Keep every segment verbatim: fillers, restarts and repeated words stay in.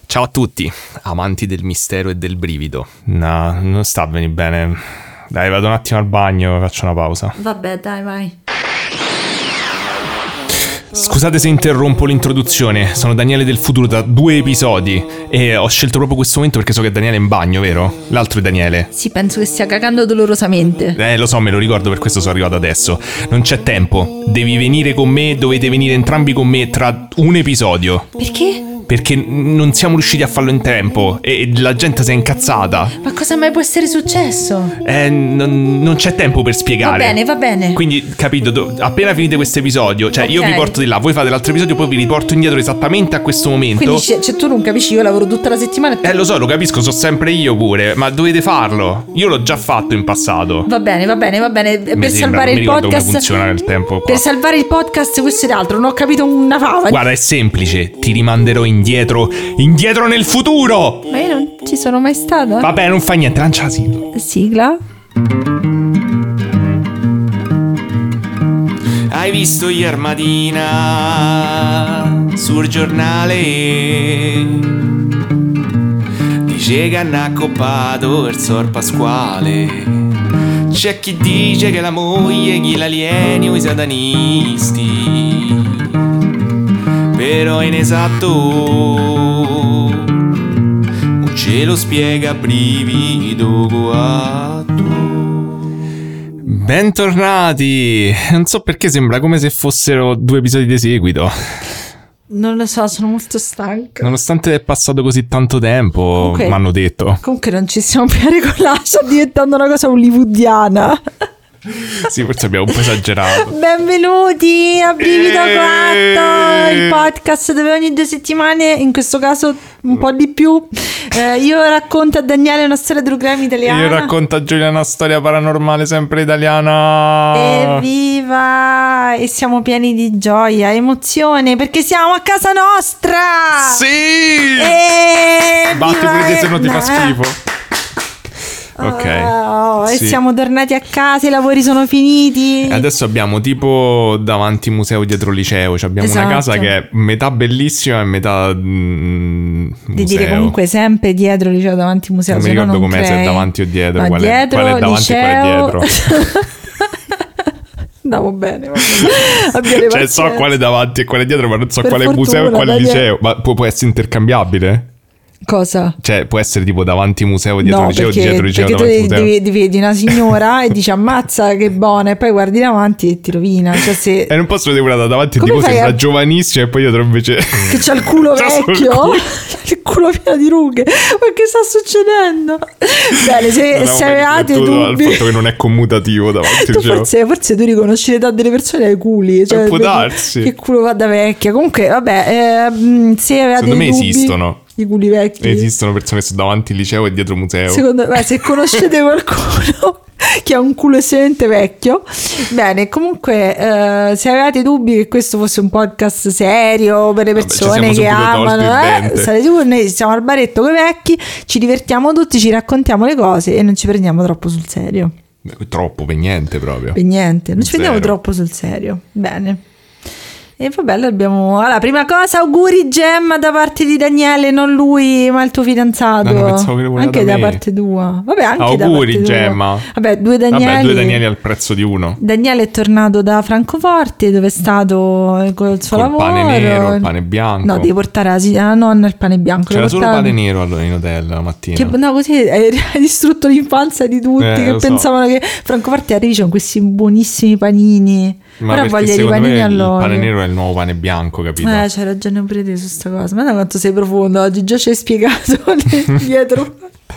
Ciao a tutti, amanti del mistero e del brivido. No, non sta a venire bene. Dai, vado un attimo al bagno, faccio una pausa. Vabbè, dai, vai. Scusate se interrompo l'introduzione, sono Daniele del futuro da due episodi e ho scelto proprio questo momento perché so che Daniele è in bagno, vero? L'altro è Daniele. Sì, penso che stia cagando dolorosamente. Eh, lo so, me lo ricordo, per questo sono arrivato adesso. Non c'è tempo, devi venire con me, dovete venire entrambi con me tra un episodio. Perché? Perché non siamo riusciti a farlo in tempo e la gente si è incazzata. Ma cosa mai può essere successo? Eh, non, non c'è tempo per spiegare. Va bene, va bene. Quindi, capito, do, appena finite questo episodio, cioè Okay. io vi porto di là, voi fate l'altro episodio, poi vi riporto indietro esattamente a questo momento. Quindi cioè, cioè, tu non capisci, io lavoro tutta la settimana e tu... Eh, lo so, lo capisco, so sempre io pure, ma dovete farlo. Io l'ho già fatto in passato. Va bene, va bene, va bene. Mi Per sembra, salvare non mi il ricordo podcast... come funziona nel tempo qua. Per salvare il podcast questo ed altro, non ho capito una fava. Guarda, è semplice, ti rimanderò indietro, indietro nel futuro. Ma io non ci sono mai stata. Vabbè, non fa niente, lancia la sigla. Sigla? Hai visto ieri mattina sul giornale? Dice che hanno accoppato il Sor Pasquale. C'è chi dice che la moglie, chi l'alieni o i satanisti. Però è inesatto, non ce lo spiega brivido guatto. Bentornati! Non so perché sembra come se fossero due episodi di seguito. Non lo so, sono molto stanca. Nonostante è passato così tanto tempo, Comunque- mi hanno detto. Comunque non ci stiamo più a regolare, sta diventando una cosa hollywoodiana. Sì, forse abbiamo un po' esagerato. Benvenuti a Brivido Eh. quattro, il podcast dove ogni due settimane, in questo caso un po' di più, eh, io racconto a Daniele una storia true crime italiana. Io racconto a Giulia una storia paranormale sempre italiana. Evviva! E siamo pieni di gioia, emozione, perché siamo a casa nostra! Sì! Evviva! Batti pure te se non ti fa schifo. Ok. Oh, e Sì. siamo tornati a casa, i lavori sono finiti. E adesso abbiamo tipo davanti museo dietro liceo, cioè abbiamo Esatto. una casa che è metà bellissima e metà mm, Di museo. dire comunque sempre dietro liceo davanti museo. Non mi se no ricordo non com'è, se è crei. davanti o dietro, Ma qual è- dietro, qual è davanti e qual è liceo. dietro. Andiamo bene, va bene. Abbiate Cioè so pazienza. quale è davanti e quale è dietro, ma non so Per quale fortuna, museo e quale Daniele. liceo. Ma può, può essere intercambiabile? Cosa? Cioè può essere tipo davanti museo, dietro No, liceo, perché, dietro liceo, perché tu davanti museo. devi, devi vedi una signora e dici ammazza che buona, e poi guardi davanti e ti rovina. Cioè se E non posso vedere quella da davanti e Come tipo fai sembra a- giovanissima e poi io trovo invece... che c'ha il culo C'ha sul vecchio, culo. il culo pieno di rughe. Ma che sta succedendo? Bene, se, Non se avevo avevate riflettuto al dubbi, fatto che non è commutativo davanti tu liceo. forse, forse tu riconosci l'età delle persone ai culi, cioè, Eh, può vedi darsi. che culo va da vecchia. Comunque, vabbè, ehm, se avevate Secondo me dubbi, esistono. i culi vecchi. Esistono persone che sono davanti il liceo e dietro museo. Secondo me, se conoscete qualcuno che ha un culo estremamente vecchio, bene. Comunque, eh, se avevate dubbi che questo fosse un podcast serio per le Vabbè, ci persone siamo che subito tolti amano, il eh, dente. state sicuri? Noi siamo al baretto con i vecchi, ci divertiamo tutti, ci raccontiamo le cose e non ci prendiamo troppo sul serio. Eh, Troppo, per niente proprio. Per niente, non ci Zero. prendiamo troppo sul serio. Bene. E vabbè, allora abbiamo. Allora, prima cosa, auguri Gemma da parte di Daniele, non lui, ma il tuo fidanzato. No, no, pensavo che lo voleva anche da da me. parte tua. Vabbè, anche Auguri, da parte Gemma. tua. Vabbè, due Danieli. Vabbè, due Danieli al prezzo di uno. Daniele è tornato da Francoforte, dove è stato col suo Col lavoro. pane nero, il pane bianco. No, devi portare la si- alla nonna il pane bianco. C'era lo solo il portava- pane nero allora in hotel la mattina. Che, no, così hai hai distrutto l'infanzia di tutti Eh, che lo so. pensavano che Francoforte arrivi con questi buonissimi panini. Ma Ora perché voglio i secondo panini me il all'olio. pane nero è il nuovo pane bianco, capito? Eh, c'hai ragione pure te su sta cosa. Ma da quanto sei profondo oggi, già ci hai spiegato dietro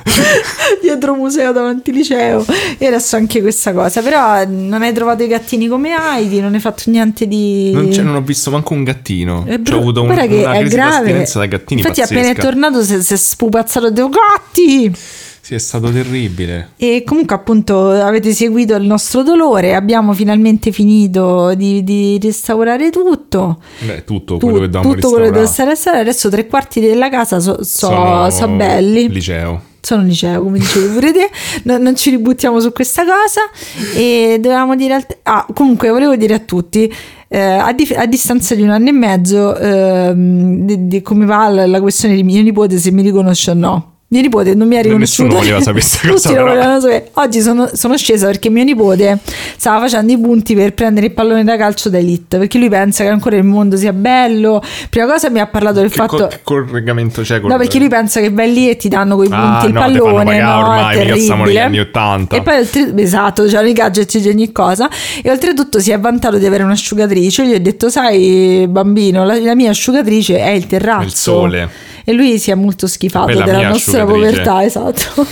dietro museo davanti liceo e adesso anche questa cosa. Però non hai trovato i gattini come Heidi, non hai fatto niente di Non, c'è, non ho visto manco un gattino. È Cioè, bru- ho avuto un, guarda che una è crisi grave. d'astinenza da gattini Infatti pazzesca. appena è tornato si, si è spupazzato dei gatti. Sì, è stato terribile. E comunque appunto avete seguito il nostro dolore, abbiamo finalmente finito di, di restaurare tutto. Beh, tutto Tu- quello che dovevamo tutto quello che deve restaurare. stare a stare. Adesso tre quarti della casa so, so, Sono so belli. liceo. Sono un liceo, come dicevi pure te. No- non ci ributtiamo su questa cosa. E dovevamo dire al- ah, comunque volevo dire a tutti, eh, a, dif- a distanza di un anno e mezzo ehm, di, di come va la, la questione di mio nipote, se mi riconosce o no. Mio nipote non mi ha riconosciuto. Nessuno voleva sapere questa cosa. Tutti lo volevano sapere. Oggi sono, sono scesa perché mio nipote stava facendo i punti per prendere il pallone da calcio da Elite, perché lui pensa che ancora il mondo sia bello. Prima cosa mi ha parlato del che fatto co- che collegamento c'è con... No, perché lui pensa che vai lì e ti danno quei punti ah, il no, pallone, no, ormai, è mica stiamo negli terribile. anni ottanta. E poi oltre- esatto, c'erano i gadget di ogni cosa. E oltretutto si è vantato di avere un'asciugatrice. Io gli ho detto: sai bambino, la, la mia asciugatrice è il terrazzo, il sole. E lui si è molto schifato Quella della mia nostra povertà, esatto.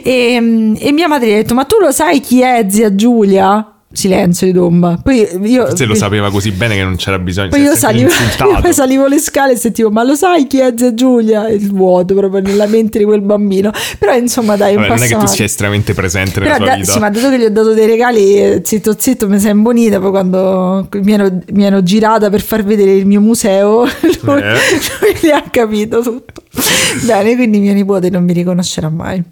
E, e mia madre gli ha detto: ma tu lo sai chi è zia Giulia? Silenzio di tomba. Poi io Forse lo sapeva così bene che non c'era bisogno. Poi io salivo, io poi salivo le scale e sentivo: ma lo sai chi è zia Giulia? Il vuoto proprio nella mente di quel bambino. Però insomma dai, un Vabbè, non è che tu avanti. sia estremamente presente nella Però sua da, vita. sì, ma dato che gli ho dato dei regali, zitto zitto mi si è imbonita. Poi quando mi ero, mi ero girata per far vedere il mio museo, lui, Eh. lui li ha capito tutto. Bene, quindi mio nipote non mi riconoscerà mai.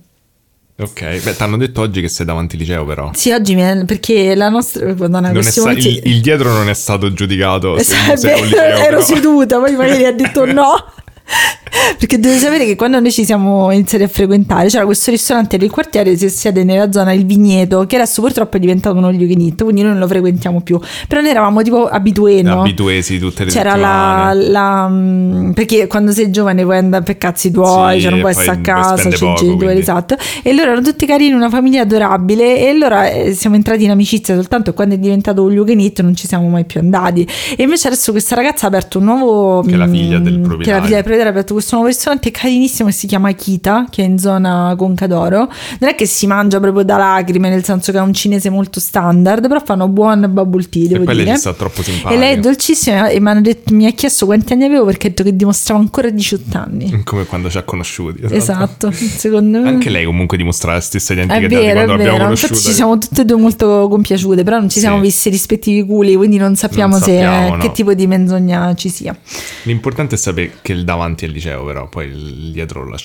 Ok, beh, ti hanno detto oggi che sei davanti al liceo, però. Sì, oggi mi è, perché la nostra Madonna, Non è questi sta- momenti- il, il dietro non è stato giudicato. se Esatto, sei un liceo, ero però. seduta, poi magari ha detto no. Perché dovete sapere che quando noi ci siamo iniziati a frequentare c'era questo ristorante del quartiere, si siede nella zona Il Vigneto, che adesso purtroppo è diventato uno you can eat, quindi noi non lo frequentiamo più. Però noi eravamo tipo abitué, no? Abituesi tutte le C'era la, settimane. la mh, perché quando sei giovane puoi andare per cazzi tuoi, Sì, cioè non puoi poi stare a casa, spende c'è i poco, genitori, quindi. esatto. E loro erano tutti carini, una famiglia adorabile, e allora eh, siamo entrati in amicizia soltanto quando è diventato un you can eat non ci siamo mai più andati. E invece adesso questa ragazza ha aperto un nuovo, Che è la figlia del mh, proprietario. che è la figlia del proprietario, ha aperto questo nuovo ristorante carinissimo che si chiama Kita, che è in zona Concadoro. Non è che si mangia proprio da lacrime, nel senso che è un cinese molto standard, però fanno buon bubble tea, devo E poi dire. lei ci sta troppo simpatica. E lei è dolcissima e mi, hanno detto, mi ha chiesto quanti anni avevo, perché ha detto che dimostrava ancora diciotto anni. Come quando ci ha conosciuti. Esatto, secondo me. Anche lei comunque dimostra la stessa È identica vero, di è quando l'abbiamo vero. conosciuta. Infatti ci siamo tutte e due molto compiaciute, però non ci Sì. siamo visti i rispettivi culi, quindi non sappiamo, Non se sappiamo, no. che tipo di menzogna ci sia. L'importante è sapere che il davanti è il liceo, però poi il dietro lo lasciamo.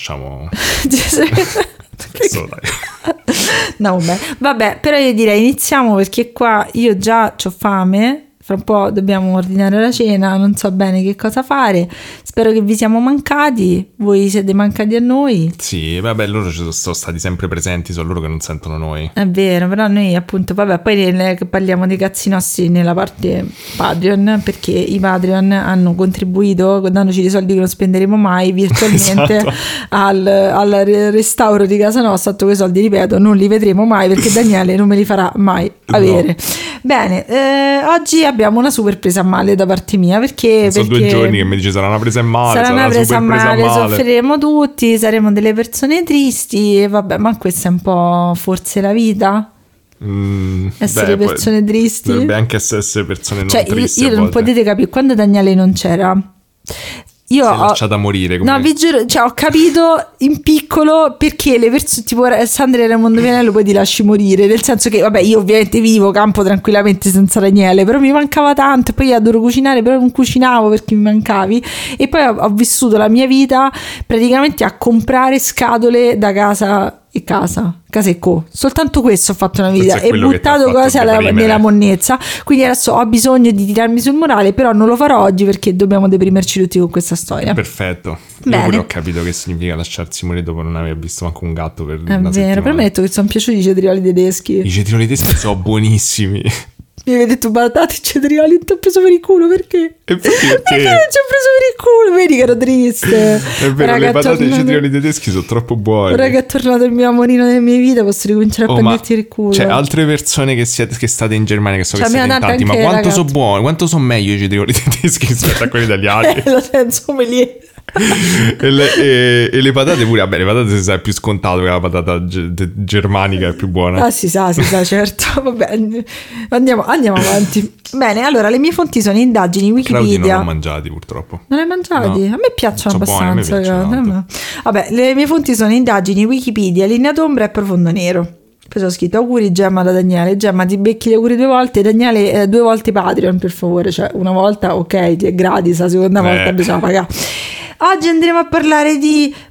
Solo dai. No, vabbè. Vabbè, però io direi iniziamo, perché qua io già ho fame. Fra un po' dobbiamo ordinare la cena, non so bene che cosa fare. Spero che vi siamo mancati. Voi siete mancati a noi. Sì, vabbè, loro ci sono, sono stati sempre presenti, sono loro che non sentono noi. È vero, però noi appunto, vabbè, poi ne- parliamo dei cazzi nostri nella parte Patreon, perché i Patreon hanno contribuito, dandoci dei soldi che non spenderemo mai, virtualmente Esatto. al, al re- restauro di casa nostra. Tanto quei soldi, ripeto, non li vedremo mai, perché Daniele non me li farà mai avere. Bene, eh, oggi abbiamo una super presa a male da parte mia, perché... Sono perché due giorni che mi dice sarà una presa in male, sarà una presa a super presa male, a male. soffriremo tutti, saremo delle persone tristi, e vabbè, ma questa è un po' forse la vita? Mm, Essere beh, poi persone tristi? dovrebbe anche essere persone non Cioè, io, tristi a io non volte. potete capire, quando Daniele non c'era, io Si è ho, lasciata morire come... no, vi giuro, cioè, ho capito in piccolo perché le persone tipo Sandra e Raimondo Vianello poi ti lasci morire, nel senso che vabbè, io ovviamente vivo, campo tranquillamente senza Daniele, però mi mancava tanto, e poi io adoro cucinare, però non cucinavo perché mi mancavi, e poi ho, ho vissuto la mia vita praticamente a comprare scatole da casa e casa, casa e co, soltanto questo ho fatto una vita, Questo è e quello che ti ha buttato fatto cose alla- deprimere. nella monnezza, quindi adesso ho bisogno di tirarmi sul morale, però non lo farò oggi perché dobbiamo deprimerci tutti con questa storia. Perfetto. Bene. Io pure ho capito che significa lasciarsi morire dopo non aver visto manco un gatto per È una vero, settimana. però mi ha detto che sono piaciuti i cetrioli tedeschi. I cetrioli tedeschi sono buonissimi. Mi aveva detto patate e cetrioli, non ti ho preso per il culo, perché? E perché? Perché non ci ho preso per il culo? Vedi che ero triste. È vero, Ora che le è patate e i tornato- cetrioli tedeschi sono troppo buoni. Ora che è tornato il mio amorino nella mia vita, posso ricominciare a Oh, ma prenderti il culo. c'è altre persone che, siete, che state in Germania, che so Cioè, che mi siete ha in dato tanti, ma anche quanto ragazzi. sono buoni, quanto sono meglio i cetrioli tedeschi rispetto a quelli italiani. Eh, lo senso, sommelier. e, le, e, e le patate pure, vabbè, le patate si sa è più scontato che la patata ge- de- germanica è più buona. Ah, si sa, si sa, certo. Vabbè, andiamo, andiamo avanti. Bene, allora, le mie fonti sono indagini Claudio non Wikipedia. l'ho mangiati purtroppo. Non hai mangiati? No. A me piacciono Sono buoni, a me abbastanza. piacciono guarda. tanto. Vabbè, le mie fonti sono indagini Wikipedia, linea d'ombra e profondo nero. Poi ho scritto auguri Gemma da Daniele. Gemma, ti becchi gli auguri due volte. Daniele, eh, due volte Patreon, per favore. Cioè, una volta, ok, è gratis, la seconda volta Eh. bisogna pagare. Oggi andremo a parlare di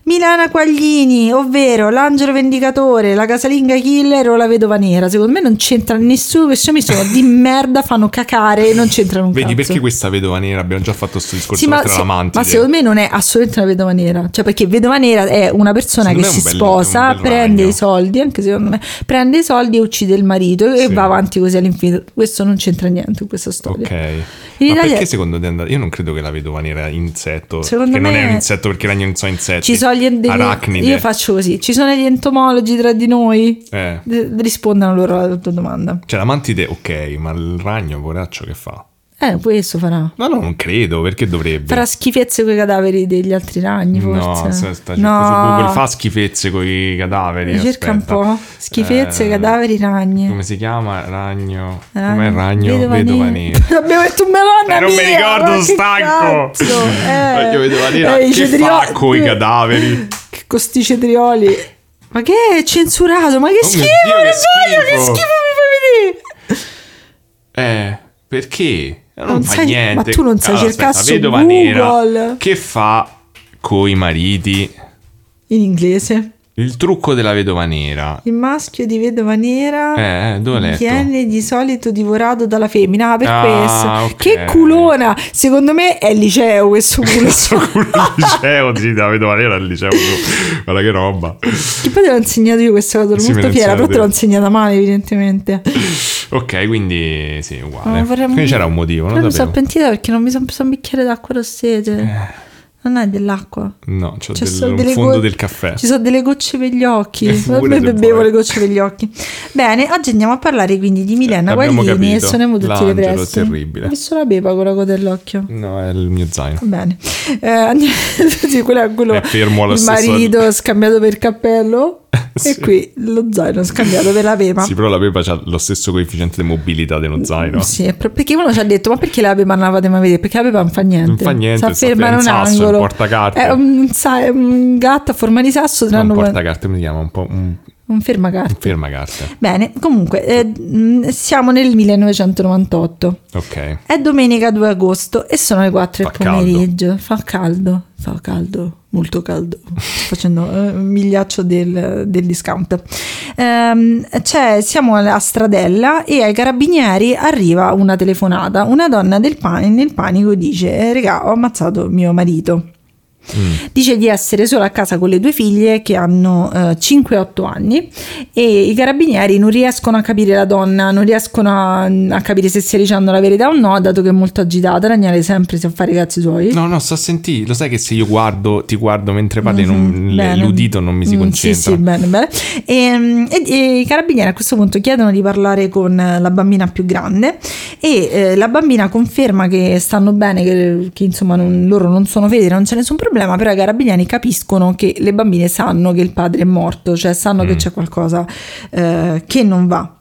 Milena Quaglini, ovvero l'angelo vendicatore, la casalinga killer o la vedova nera. Secondo me non c'entra nessuno, questi nomi sono di merda, fanno cacare e non c'entrano un Vedi, cazzo. perché questa vedova nera, abbiamo già fatto questo discorso Sì, ma, tra se- l'amante. ma secondo me non è assolutamente una vedova nera. Cioè, perché vedova nera è una persona Secondo che me è si un bel- sposa, un bel prende ragno. i soldi, anche secondo me, prende i soldi e uccide il marito e Sì. va avanti così all'infinito. Questo non c'entra niente in questa storia. Ok. In Ma Italia- perché secondo te è andata? Io non credo che la vedova nera è insetto. Secondo che non me- è un insetto, perché i ragni non sono insetti. Ci sono gli degli- Arachnide. Io faccio così. Ci sono gli entomologi tra di noi? Eh. D- rispondano loro alla tua domanda. Cioè la mantide, ok, ma il ragno, poraccio, che fa? Eh, questo farà. No, no, non credo, perché dovrebbe? Farà schifezze con i cadaveri degli altri ragni, No, forse. sta, sta cerco su Google, fa schifezze con i cadaveri. Cerca un aspetta. po'. Schifezze, Eh, cadaveri, ragni. Come si chiama? Ragno. Ragno. Com'è il ragno? Vedova Vedova nera. nera. Abbiamo detto un melonna Eh, non mi mia, ricordo, ma sono che stanco. cazzo, eh. Ragno vedova nera. Eh, i Che cedrio- fa con i cadaveri? Che con sti cetrioli. Ma che è censurato? Ma che Oh mio schifo, Dio, che Gregorio, che schifo. schifo mi fai vedere? Eh, perché? Non, Non fa sai- niente. ma tu non sai Allora, cercare aspetta, su vedova Google. nera che fa coi mariti. In inglese. Il trucco della vedova nera. Il maschio di vedova nera Eh, dove ho letto? viene di solito divorato dalla femmina. Ah, per Ah, questo. ok. Che culona. Secondo me è il liceo questo culo. Questo culo al liceo, sì, della vedova nera al liceo. Guarda che roba. Che poi te l'ho insegnato io questa cosa, ero Sì, me molto l'hai fiera, però insegnato te l'ho te. insegnata male evidentemente. Ok, quindi sì, uguale. No, vorremmo- Quindi c'era un motivo, Però non mi sono sapevo. pentita perché non mi sono preso un bicchiere d'acqua, ho sete. Non hai dell'acqua? No, c'ho Ci del, sono un delle fondo go- del caffè. Ci sono delle gocce per gli occhi. Eh, pure Io se bevo vuoi. le gocce per gli occhi. Bene, oggi andiamo a parlare quindi di Milena Abbiamo Guaglini e capito. sono tutti L'angelo depressi. terribile. Ho visto la pepa con la coda dell'occhio. No, è il mio zaino. Bene, eh, andiamo- sì, quello è quello È fermo allo il stesso- marito scambiato per il cappello Sì. e qui lo zaino scambiato per la pepa. Sì, però la pepa ha lo stesso coefficiente di mobilità dello zaino. Sì, è pro- perché uno ci ha detto ma perché la pepa non la fate mai vedere? Perché la pepa non fa niente, Non fa niente, sa sta fermare fermo un in sasso, angolo, un portacarte. è un, sa- è un gatto a forma di sasso, Non tranne porta carte, come si chiama? Un po' un, un fermacarte. un fermacarte. Bene, comunque eh, mh, siamo nel millenovecentonovantotto, Ok. è domenica due agosto e sono le quattro Fa del pomeriggio, fa caldo, fa caldo, molto caldo, sto facendo eh, un migliaccio del, del discount. Ehm, cioè, siamo a Stradella e ai carabinieri arriva una telefonata, una donna del pan- nel panico dice eh, regà, ho ammazzato mio marito. Mm. Dice di essere solo a casa con le due figlie che hanno eh, cinque e otto anni e i carabinieri non riescono a capire la donna, non riescono a, a capire se stia dicendo la verità o no, dato che è molto agitata. Daniele sempre si fa fare i cazzi suoi. No, no, sto a sentire. Lo sai che se io guardo, ti guardo mentre parli, non- Mhm, bene. l'udito non mi si Mm, concentra. Sì, sì, bene, bene. E, e- e i carabinieri a questo punto chiedono di parlare con la bambina più grande e eh, la bambina conferma che stanno bene, che, che insomma non- loro non sono fedeli, non c'è nessun problema, però i carabinieri capiscono che le bambine sanno che il padre è morto, cioè sanno Mm. che c'è qualcosa eh, che non va.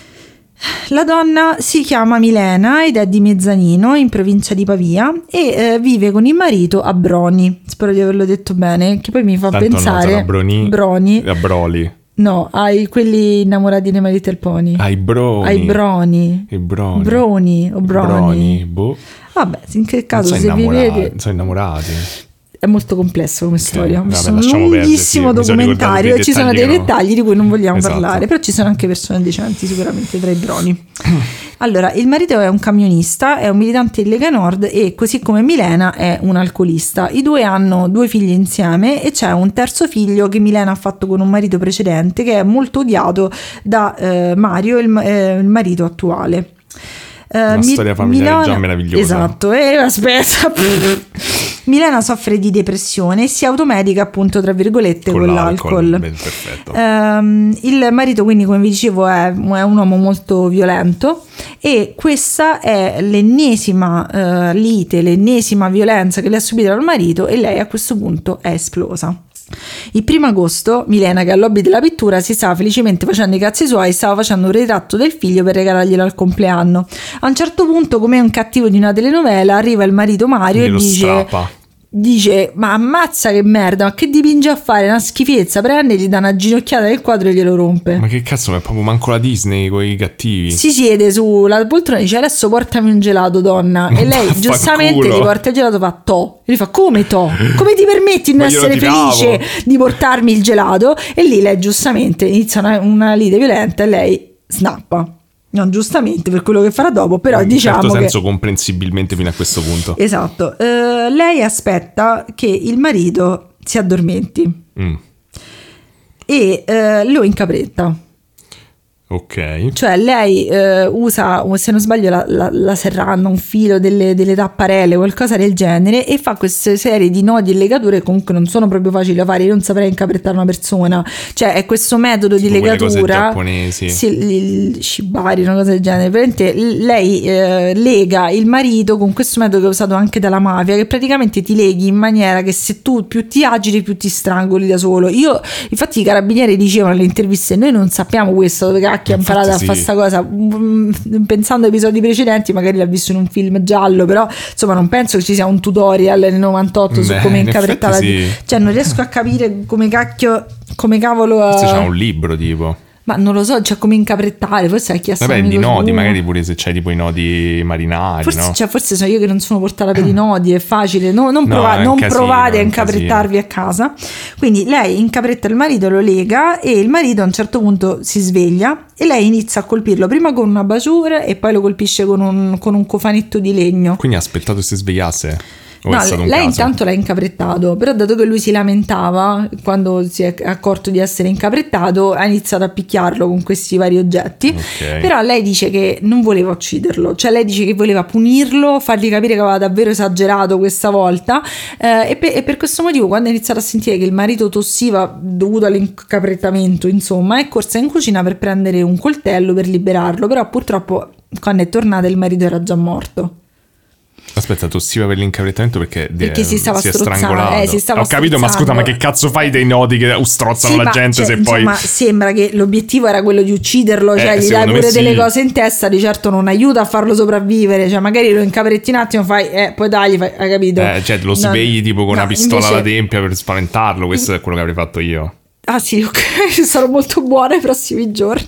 La donna si chiama Milena ed è di Mezzanino, in provincia di Pavia, e eh, vive con il marito a Broni. Spero di averlo detto bene, che poi mi fa Tanto no, pensare sarà Broni, Broni, a Broli. no, ai quelli innamorati di My Little Pony. Ai broni. Ai Broni. I broni. Broni o Broni. Broni, boh. Vabbè, in che Non caso sono se vi innamorati. vede Sono innamorati. è molto complesso come storia. vabbè, Sono un lasciamo perdere, lunghissimo sì, mi sono ricordato documentario dei e ci sono dettagli dei che no. dettagli di cui non vogliamo Esatto. parlare, però ci sono anche persone decenti sicuramente tra i Broni. Allora, il marito è un camionista, è un militante in Lega Nord e così come Milena è un alcolista. I due hanno due figli insieme e c'è un terzo figlio che Milena ha fatto con un marito precedente che è molto odiato da eh, Mario, il, eh, il marito attuale. Eh, Una Mi- storia familiare già meravigliosa. Esatto, e aspetta. Milena soffre di depressione e si automedica appunto tra virgolette con, l'alcol. Beh, perfetto. Ehm, il marito quindi come vi dicevo è, è un uomo molto violento e questa è l'ennesima eh, lite, l'ennesima violenza che le ha subito dal marito e lei a questo punto è esplosa. Il primo agosto Milena, che al lobby della pittura si stava felicemente facendo i cazzi suoi, stava facendo un ritratto del figlio per regalarglielo al compleanno. A un certo punto, come un cattivo di una telenovela, arriva il marito Mario Glielo e dice strappa. dice ma ammazza che merda, ma che dipinge a fare, una schifezza, prende, gli dà una ginocchiata nel quadro e glielo rompe. Ma che cazzo, ma è proprio manco la Disney con i cattivi. Si siede sulla poltrona e dice adesso portami un gelato donna, e lei giustamente gli porta il gelato, fa to, e gli fa come to, come ti permetti di non essere felice di portarmi il gelato, e lì lei giustamente inizia una, una lite violenta e lei snappa. Non giustamente per quello che farà dopo, però in diciamo certo senso che... comprensibilmente fino a questo punto. Esatto. Uh, lei aspetta che il marito si addormenti mm. e uh, lo incapretta. Ok. Cioè lei uh, usa, se non sbaglio, la, la, la serranda, un filo, delle, delle tapparelle, qualcosa del genere, e fa queste serie di nodi e legature che comunque non sono proprio facili da fare. Io non saprei incaprettare una persona. Cioè è questo metodo tipo di legatura, cose giapponesi, sì, il, il shibari, una cosa del genere. Praticamente lei uh, lega il marito con questo metodo che è usato anche dalla mafia, che praticamente ti leghi in maniera che se tu più ti agiti più ti strangoli da solo. Io, infatti i carabinieri dicevano alle interviste, noi non sappiamo questo, dove cacchio ha imparato a sì. fare sta cosa, pensando a episodi precedenti magari l'ha visto in un film giallo, però insomma non penso che ci sia un tutorial nel novantotto Beh, su come incaprettare, sì. Cioè non riesco a capire come cacchio, come cavolo forse c'è un libro tipo, ma non lo so, cioè come incaprettare, forse ha chiesto vabbè di nodi suo. Magari pure se c'hai tipo i nodi marinari, forse, no? Cioè, forse so io che non sono portata per i nodi, è facile, no, non, no, prova, non casino, provate a incaprettarvi a casa. Quindi lei incapretta il marito, lo lega, e il marito a un certo punto si sveglia e lei inizia a colpirlo prima con una baciura e poi lo colpisce con un, con un cofanetto di legno. Quindi ha aspettato che si svegliasse? O no, è stato un lei caso? Intanto l'ha incaprettato, però dato che lui si lamentava quando si è accorto di essere incaprettato, ha iniziato a picchiarlo con questi vari oggetti. Okay. Però lei dice che non voleva ucciderlo, cioè lei dice che voleva punirlo, fargli capire che aveva davvero esagerato questa volta, eh, e, pe- e per questo motivo quando ha iniziato a sentire che il marito tossiva dovuto all'incaprettamento, insomma, è corsa in cucina per prendere un coltello per liberarlo, però purtroppo quando è tornata il marito era già morto. Aspetta, tossiva per l'incaprettamento perché, perché si stava si è strozzando, strangolato. Eh, si stava Ho capito, strozzando. Ma scusa, ma che cazzo fai dei nodi che strozzano sì, la gente, cioè, se insomma, poi sembra che l'obiettivo era quello di ucciderlo, cioè eh, gli dai pure sì. delle cose in testa, di certo non aiuta a farlo sopravvivere, cioè magari lo incapretti un attimo, fai eh, poi dai, fai, hai capito? Eh, cioè lo svegli no, tipo con no, una pistola invece... alla tempia per spaventarlo, questo è quello che avrei fatto io. Ah sì, ok, sarò molto buona i prossimi giorni.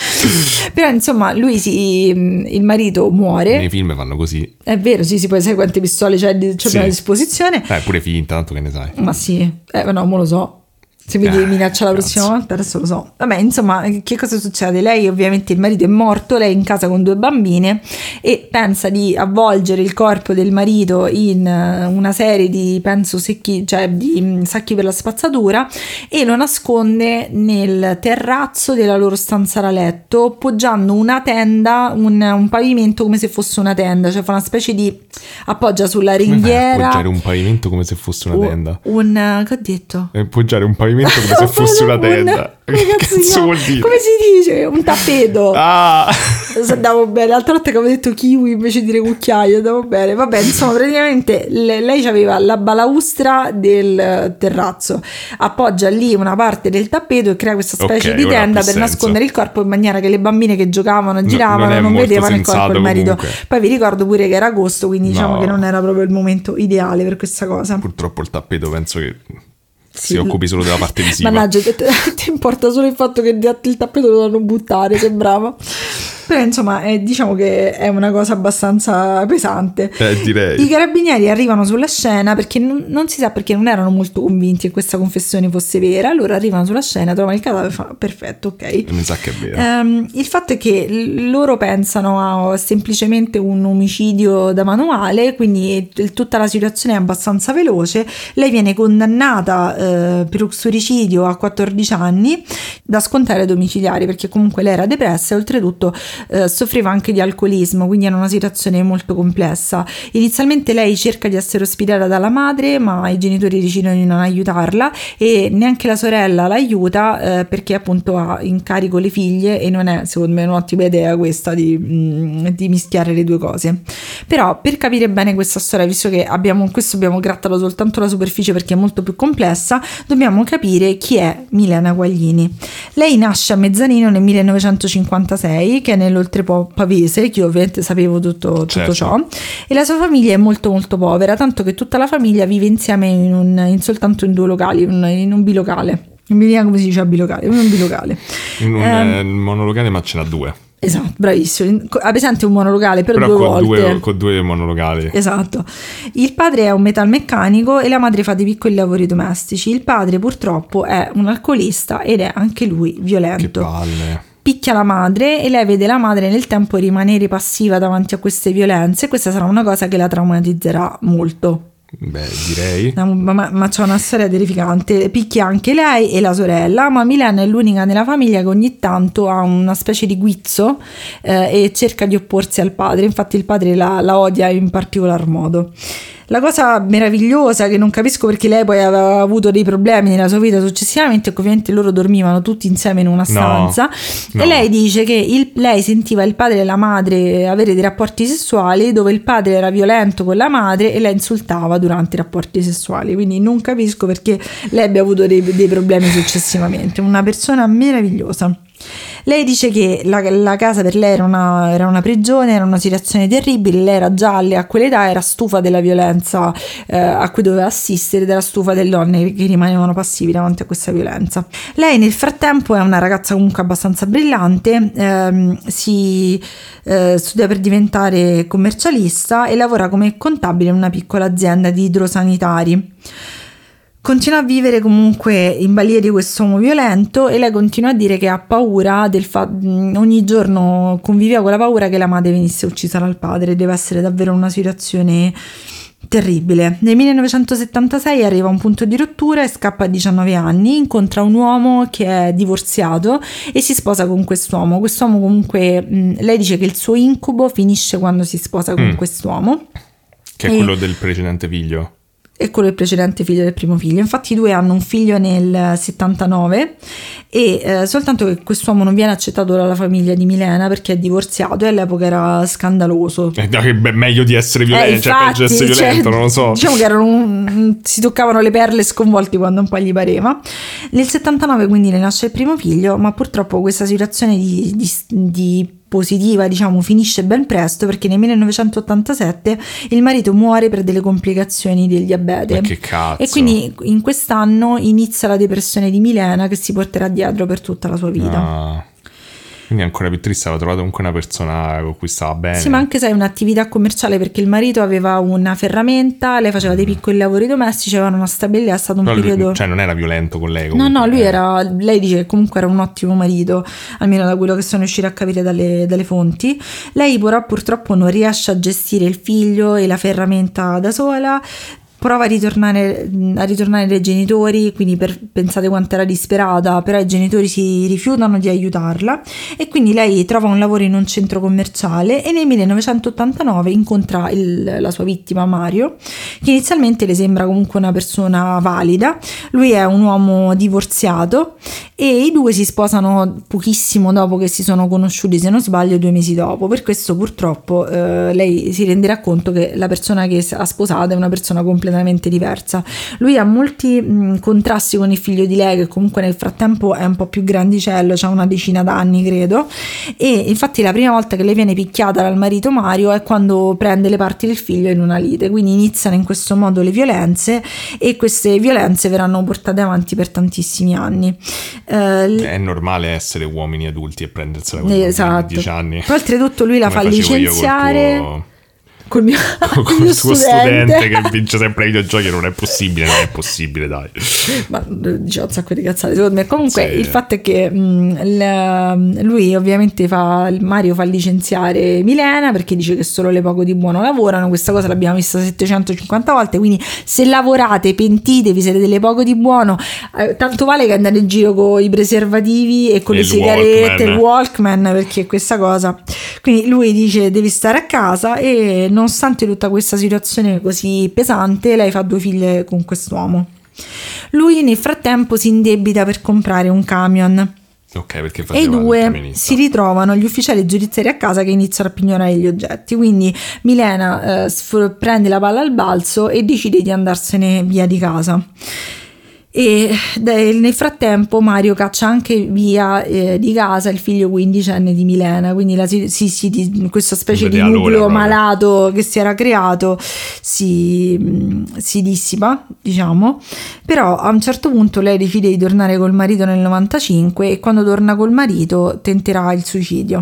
Però insomma lui si, il marito muore. Nei film fanno così. È vero, sì, si può, sai quante pistole c'è, c'è sì. a disposizione. Eh, pure finta, tanto che ne sai. Ma sì, eh, no, mo lo so. Se mi devi minacciare la prossima volta, adesso lo so. Vabbè, insomma, che cosa succede? Lei ovviamente, il marito è morto, lei è in casa con due bambine e pensa di avvolgere il corpo del marito in una serie di, penso, secchi, cioè di sacchi per la spazzatura, e lo nasconde nel terrazzo della loro stanza da letto, poggiando una tenda, un, un pavimento come se fosse una tenda, cioè fa una specie di, appoggia sulla ringhiera. Appoggiare un pavimento come se fosse una tenda? Un, un che ho detto? Appoggiare un pavimento come se fosse una tenda. Come che cazzo vuol dire? Come si dice? Un tappeto. Ah, andavo bene. L'altra volta che avevo detto kiwi invece di dire cucchiaio, andavo bene. Vabbè, insomma, praticamente lei aveva la balaustra del terrazzo, appoggia lì una parte del tappeto e crea questa specie okay, di tenda per senso. nascondere il corpo, in maniera che le bambine che giocavano, giravano, no, non, non vedevano il corpo del marito. Comunque. Poi vi ricordo pure che era agosto, quindi diciamo no. che non era proprio il momento ideale per questa cosa. Purtroppo il tappeto penso che sì, si occupi solo della parte visiva. Mannaggia, ti, ti importa solo il fatto che il tappeto lo devono buttare, sembrava. Però insomma eh, diciamo che è una cosa abbastanza pesante. Eh, direi. I carabinieri arrivano sulla scena perché non, non si sa perché non erano molto convinti che questa confessione fosse vera. Allora arrivano sulla scena, trovano il cadavere e fanno perfetto, ok. Mi sa che è vero. Um, il fatto è che loro pensano a semplicemente un omicidio da manuale, quindi tutta la situazione è abbastanza veloce. Lei viene condannata uh, per uxoricidio a quattordici anni da scontare domiciliari, perché comunque lei era depressa e oltretutto Uh, soffriva anche di alcolismo, quindi era una situazione molto complessa. Inizialmente lei cerca di essere ospitata dalla madre, ma i genitori decidono di non aiutarla e neanche la sorella l'aiuta uh, perché appunto ha in carico le figlie e non è secondo me un'ottima idea questa di, mh, di mischiare le due cose. Però per capire bene questa storia, visto che abbiamo questo abbiamo grattato soltanto la superficie perché è molto più complessa, dobbiamo capire chi è Milena Guaglini. Lei nasce a Mezzanino nel millenovecentocinquantasei, che è nel nell'oltrepo pavese, che io ovviamente sapevo tutto, tutto Certo. ciò, e la sua famiglia è molto molto povera, tanto che tutta la famiglia vive insieme in, un, in soltanto in due locali, in, in un bilocale. Non mi viene come si dice a bilocale, in un bilocale. In un Ehm, eh, monolocale, ma ce n'ha due. Esatto, bravissimo. Ha presente un monolocale per Però due con volte. due, con due monologali. Esatto. Il padre è un metalmeccanico e la madre fa dei piccoli lavori domestici. Il padre purtroppo è un alcolista ed è anche lui Che violento. palle. Picchia la madre e lei vede la madre nel tempo rimanere passiva davanti a queste violenze, e questa sarà una cosa che la traumatizzerà molto. Beh, direi. No, ma, ma, ma c'è una storia terrificante. Picchia anche lei e la sorella, ma Milena è l'unica nella famiglia che ogni tanto ha una specie di guizzo eh, e cerca di opporsi al padre. Infatti il padre la, la odia in particolar modo. La cosa meravigliosa, che non capisco perché lei poi aveva avuto dei problemi nella sua vita successivamente, è che ovviamente loro dormivano tutti insieme in una stanza, no. e lei dice che il, lei sentiva il padre e la madre avere dei rapporti sessuali dove il padre era violento con la madre e la insultava durante i rapporti sessuali, quindi non capisco perché lei abbia avuto dei, dei problemi successivamente. Una persona meravigliosa. Lei dice che la, la casa per lei era una, era una prigione, era una situazione terribile. Lei era già a quell'età, era stufa della violenza eh, a cui doveva assistere, ed era stufa delle donne che rimanevano passivi davanti a questa violenza. Lei nel frattempo è una ragazza comunque abbastanza brillante, ehm, si eh, studia per diventare commercialista e lavora come contabile in una piccola azienda di idrosanitari. Continua a vivere comunque in balia di questo uomo violento, e lei continua a dire che ha paura del fa- ogni giorno conviveva con la paura che la madre venisse uccisa dal padre. Deve essere davvero una situazione terribile. Nel millenovecentosettantasei arriva a un punto di rottura e scappa a diciannove anni, incontra un uomo che è divorziato e si sposa con quest'uomo. Quest'uomo comunque, mh, lei dice che il suo incubo finisce quando si sposa con Mm. quest'uomo. Che è E- quello del precedente figlio. E quello del precedente figlio del primo figlio. Infatti i due hanno un figlio nel settantanove, e eh, soltanto che quest'uomo non viene accettato dalla famiglia di Milena perché è divorziato, e all'epoca era scandaloso. Eh, no, che beh, meglio di essere Eh, violento, cioè peggio di essere infatti, violento, cioè, non lo so. Diciamo che erano un- si toccavano le perle sconvolti quando un po' gli pareva. Nel settantanove quindi ne nasce il primo figlio, ma purtroppo questa situazione di, di, di positiva, diciamo, finisce ben presto, perché nel millenovecentottantasette il marito muore per delle complicazioni del diabete. Ma che cazzo. E quindi in quest'anno inizia la depressione di Milena, che si porterà dietro per tutta la sua vita. Ah. Quindi è ancora più triste, aveva trovato comunque una persona con cui stava bene. Sì, ma anche se è un'attività commerciale, perché il marito aveva una ferramenta, lei faceva dei piccoli lavori domestici, avevano una stabilità, è stato un Però lui- periodo... cioè non era violento con lei No, comunque. no, lui eh. era, lei dice che comunque era un ottimo marito, almeno da quello che sono riuscita a capire dalle, dalle fonti. Lei però purtroppo non riesce a gestire il figlio e la ferramenta da sola, prova a ritornare, a ritornare dai genitori, quindi per, pensate quanto era disperata, però i genitori si rifiutano di aiutarla, e quindi lei trova un lavoro in un centro commerciale, e nel millenovecentottantanove incontra il, la sua vittima Mario, che inizialmente le sembra comunque una persona valida. Lui è un uomo divorziato e i due si sposano pochissimo dopo che si sono conosciuti, se non sbaglio due mesi dopo. Per questo purtroppo eh, lei si renderà conto che la persona che ha sposato è una persona completamente diversa. Lui ha molti mh, contrasti con il figlio di lei, che comunque nel frattempo è un po' più grandicello, ha una decina d'anni credo, e infatti la prima volta che lei viene picchiata dal marito Mario è quando prende le parti del figlio in una lite. Quindi iniziano in questo modo le violenze, e queste violenze verranno portate avanti per tantissimi anni. Eh, È normale essere uomini adulti e prendersela con esatto. dieci anni. Poi oltretutto lui la Come fa facevo io col licenziare tuo- col mio, con il il mio tuo studente. studente che vince sempre ai videogiochi. Non è possibile, non è possibile, dai. Ma dice un sacco di cazzate secondo me. Comunque Sì. il fatto è che mh, il- lui ovviamente fa Mario fa licenziare Milena perché dice che solo le poco di buono lavorano. Questa cosa l'abbiamo vista settecentocinquanta volte, quindi se lavorate pentitevi, siete delle poco di buono. Eh, tanto vale che andate in giro con i preservativi e con E le il sigarette, Walkman. il Walkman, perché questa cosa, quindi lui dice devi stare a casa, e nonostante tutta questa situazione così pesante lei fa due figlie con quest'uomo. Lui nel frattempo si indebita per comprare un camion, Ok, perché e i faceva il due camionista. si ritrovano gli ufficiali giudiziari a casa che iniziano a pignorare gli oggetti. Quindi Milena eh, sf- prende la palla al balzo e decide di andarsene via di casa. E nel frattempo Mario caccia anche via eh, di casa il figlio quindicenne di Milena, quindi la, si, si, di, questa specie di nucleo malato che si era creato si, si dissipa, diciamo. Però a un certo punto lei decide di tornare col marito nel novantacinque e quando torna col marito tenterà il suicidio.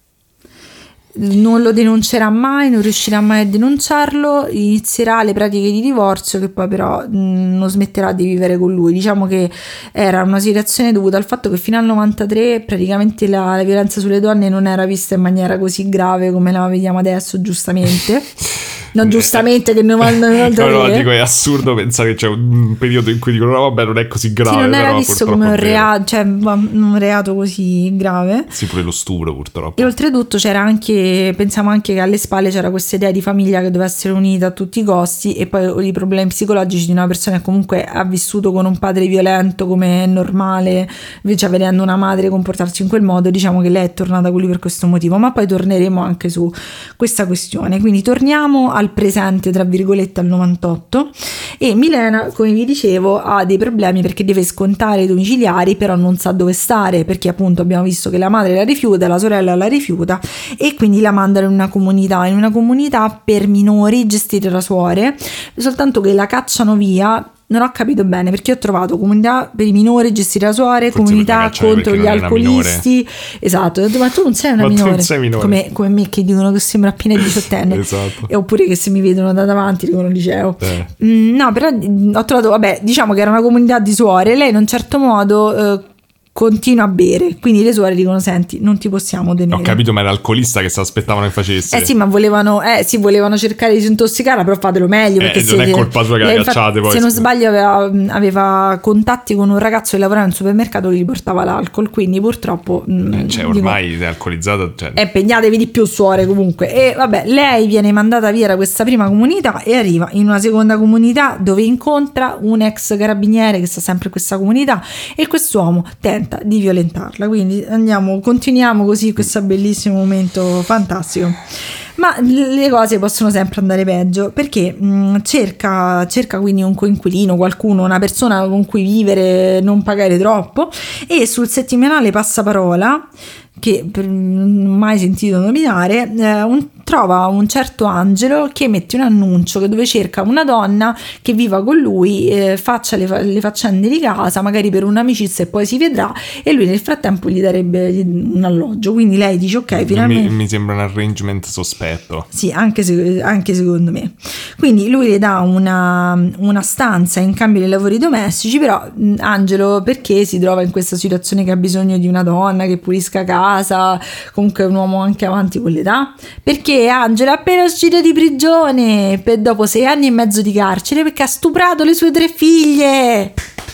Non lo denuncerà mai, non riuscirà mai a denunciarlo, inizierà le pratiche di divorzio che poi però mh, non smetterà di vivere con lui. Diciamo che era una situazione dovuta al fatto che fino al novantatré praticamente la, la violenza sulle donne non era vista in maniera così grave come la vediamo adesso, giustamente. Non giustamente che nel novantatré. No, no, dico, è assurdo pensare che c'è un periodo in cui dicono no, vabbè, non è così grave. Sì, non era però, visto come un reato, cioè un reato così grave. Sì, pure lo stupro purtroppo. E oltretutto c'era anche, pensiamo anche che alle spalle c'era questa idea di famiglia che doveva essere unita a tutti i costi, e poi i problemi psicologici di una persona che comunque ha vissuto con un padre violento come è normale, invece vedendo una madre comportarsi in quel modo, diciamo che lei è tornata con lui per questo motivo. Ma poi torneremo anche su questa questione, quindi torniamo al presente, tra virgolette, al novantotto. E Milena, come vi dicevo, ha dei problemi perché deve scontare i domiciliari, però non sa dove stare, perché appunto abbiamo visto che la madre la rifiuta, la sorella la rifiuta, e quindi la mandano in una comunità in una comunità per minori gestita da suore, soltanto che la cacciano via. Non ho capito bene, perché ho trovato comunità per i minori gestite da suore, forse comunità contro gli alcolisti. Esatto, ho detto, ma tu non sei una ma minore, tu non sei minore. Come, come me che dicono che sembra appena diciottenne. Esatto. E oppure che se mi vedono da davanti dicono liceo. Eh. Mm, no, però ho trovato, vabbè, diciamo che era una comunità di suore, lei in un certo modo eh, continua a bere, quindi le suore dicono senti, non ti possiamo tenere. Ho capito, ma era alcolista che si aspettavano che facesse. Eh sì, ma volevano eh sì, volevano cercare di disintossicarla, però fatelo meglio, perché eh, non è colpa sua che la cacciate poi. Se non sbaglio aveva, aveva contatti con un ragazzo che lavorava in un supermercato che gli portava l'alcol, quindi purtroppo eh, cioè ormai dico, è alcolizzata, cioè... eh, impegnatevi di più suore comunque. E vabbè, lei viene mandata via da questa prima comunità e arriva in una seconda comunità dove incontra un ex carabiniere che sta sempre in questa comunità, e quest'uomo tenta di violentarla. Quindi andiamo, continuiamo così questo bellissimo momento fantastico. Ma le cose possono sempre andare peggio, perché mh, cerca, cerca quindi un coinquilino, qualcuno, una persona con cui vivere, non pagare troppo, e sul settimanale Passaparola, che per, mai sentito nominare, eh, un, trova un certo Angelo che mette un annuncio dove cerca una donna che viva con lui, eh, faccia le, le faccende di casa, magari per un'amicizia, e poi si vedrà, e lui nel frattempo gli darebbe un alloggio. Quindi lei dice ok, finalmente... mi, mi sembra un arrangement sospetto. Sì, anche, se, anche secondo me. Quindi lui le dà una, una stanza in cambio dei lavori domestici, però Angelo, perché si trova in questa situazione che ha bisogno di una donna che pulisca casa, comunque è un uomo anche avanti con l'età? Perché Angelo è appena uscito di prigione per dopo sei anni e mezzo di carcere perché ha stuprato le sue tre figlie.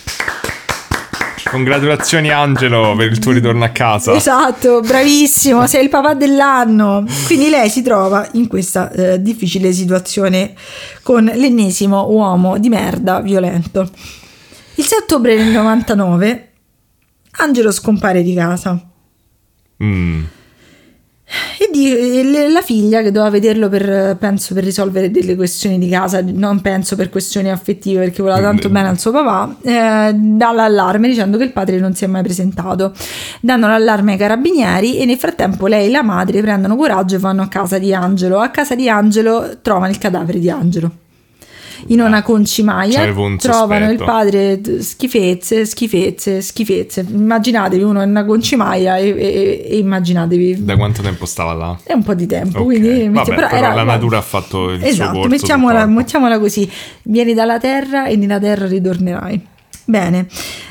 Congratulazioni Angelo per il tuo ritorno a casa. Esatto, bravissimo, sei il papà dell'anno. Quindi lei si trova in questa eh, difficile situazione con l'ennesimo uomo di merda violento. Il sei ottobre del novantanove Angelo scompare di casa. Mm. E di, la figlia, che doveva vederlo per, penso, per risolvere delle questioni di casa, non penso per questioni affettive, perché voleva tanto bene al suo papà, eh, dà l'allarme dicendo che il padre non si è mai presentato. Danno l'allarme ai carabinieri e nel frattempo lei e la madre prendono coraggio e vanno a casa di Angelo. A casa di Angelo trovano il cadavere di Angelo in una concimaia, trovano il padre, schifezze, schifezze, schifezze. Immaginatevi uno in una concimaia e, e, e immaginatevi da quanto tempo stava là? È un po' di tempo, okay. quindi Vabbè, però, però era, la natura ha fatto il esatto, suo corso. Mettiamola, mettiamola così: vieni dalla terra e nella terra ritornerai. Bene.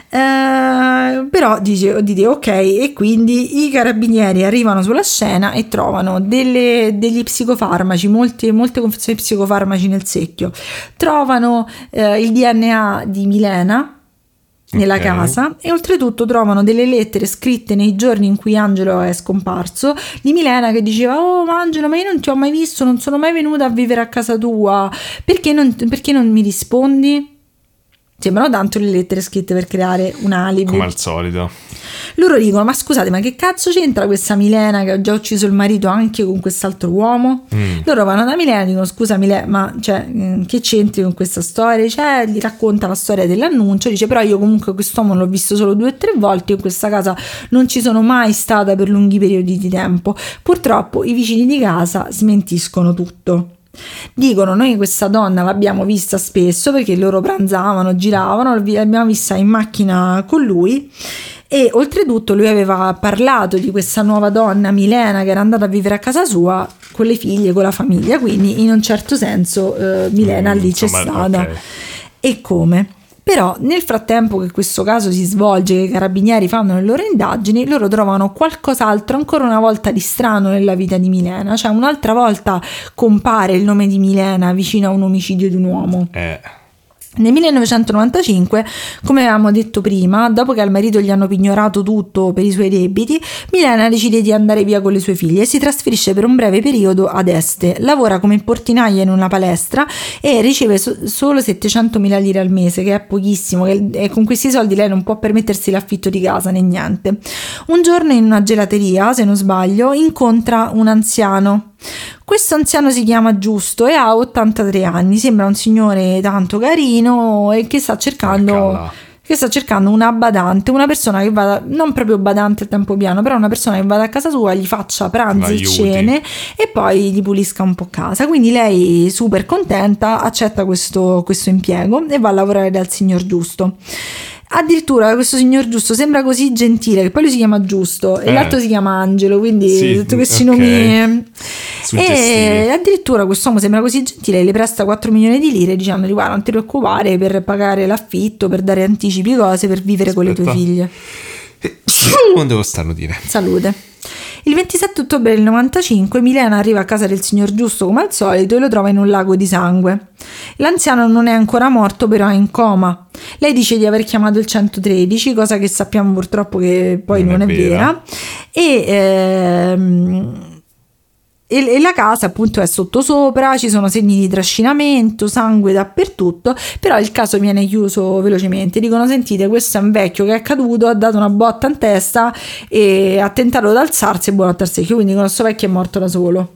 Uh, però dice, dite ok, e quindi i carabinieri arrivano sulla scena e trovano delle, degli psicofarmaci, molte, molte confezioni di psicofarmaci nel secchio, trovano uh, il D N A di Milena nella okay. casa, e oltretutto trovano delle lettere scritte nei giorni in cui Angelo è scomparso di Milena che diceva: oh Angelo, ma io non ti ho mai visto, non sono mai venuta a vivere a casa tua, perché non, perché non mi rispondi? Sembrano tanto le lettere scritte per creare un alibi. Come al solito. Loro dicono: ma scusate, ma che cazzo c'entra questa Milena che ha già ucciso il marito anche con quest'altro uomo? Mm. Loro vanno da Milena e dicono: scusa Milena, ma cioè, che c'entri con questa storia? Cioè, gli racconta la storia dell'annuncio, dice: però io comunque quest'uomo l'ho visto solo due o tre volte, io in questa casa non ci sono mai stata per lunghi periodi di tempo. Purtroppo i vicini di casa smentiscono tutto. Dicono: noi questa donna l'abbiamo vista spesso perché loro pranzavano, giravano, l'abbiamo vista in macchina con lui, e oltretutto lui aveva parlato di questa nuova donna Milena che era andata a vivere a casa sua con le figlie, con la famiglia, quindi in un certo senso eh, Milena mm, lì c'è insomma, stata. Okay. E come? Però nel frattempo che questo caso si svolge, che i carabinieri fanno le loro indagini, loro trovano qualcos'altro ancora una volta di strano nella vita di Milena. Cioè un'altra volta compare il nome di Milena vicino a un omicidio di un uomo. Eh. Nel millenovecentonovantacinque, come avevamo detto prima, dopo che al marito gli hanno pignorato tutto per i suoi debiti, Milena decide di andare via con le sue figlie e si trasferisce per un breve periodo ad Este. Lavora come portinaia in una palestra e riceve so- solo settecentomila lire al mese, che è pochissimo, e con questi soldi lei non può permettersi l'affitto di casa né niente. Un giorno in una gelateria, se non sbaglio, incontra un anziano. Questo anziano si chiama Giusto e ha ottantatré anni, sembra un signore tanto carino e che sta cercando che sta cercando una badante, una persona che vada, non proprio badante a tempo pieno, però una persona che vada a casa sua, gli faccia pranzi e cene e poi gli pulisca un po' casa. Quindi lei, super contenta, accetta questo, questo impiego e va a lavorare dal signor Giusto. Addirittura questo signor Giusto sembra così gentile, che poi lui si chiama Giusto e eh. l'altro si chiama Angelo, quindi sì, tutti questi okay. nomi e addirittura quest'uomo sembra così gentile, le presta quattro milioni di lire dicendogli: guarda, non ti preoccupare, per pagare l'affitto, per dare anticipi, cose, per vivere Aspetta. con le tue figlie. Non devo starnutire. Salute. Il ventisette ottobre del novantacinque Milena arriva a casa del signor Giusto come al solito e lo trova in un lago di sangue. L'anziano non è ancora morto, però è in coma. Lei dice di aver chiamato il centotredici, cosa che sappiamo purtroppo che poi non, non è, è vera, vera. E ehm, e la casa appunto è sottosopra, ci sono segni di trascinamento, sangue dappertutto, però il caso viene chiuso velocemente. Dicono: sentite, questo è un vecchio che è caduto, ha dato una botta in testa e ha tentato di alzarsi e buono a tarsecchio, quindi dicono: questo vecchio è morto da solo.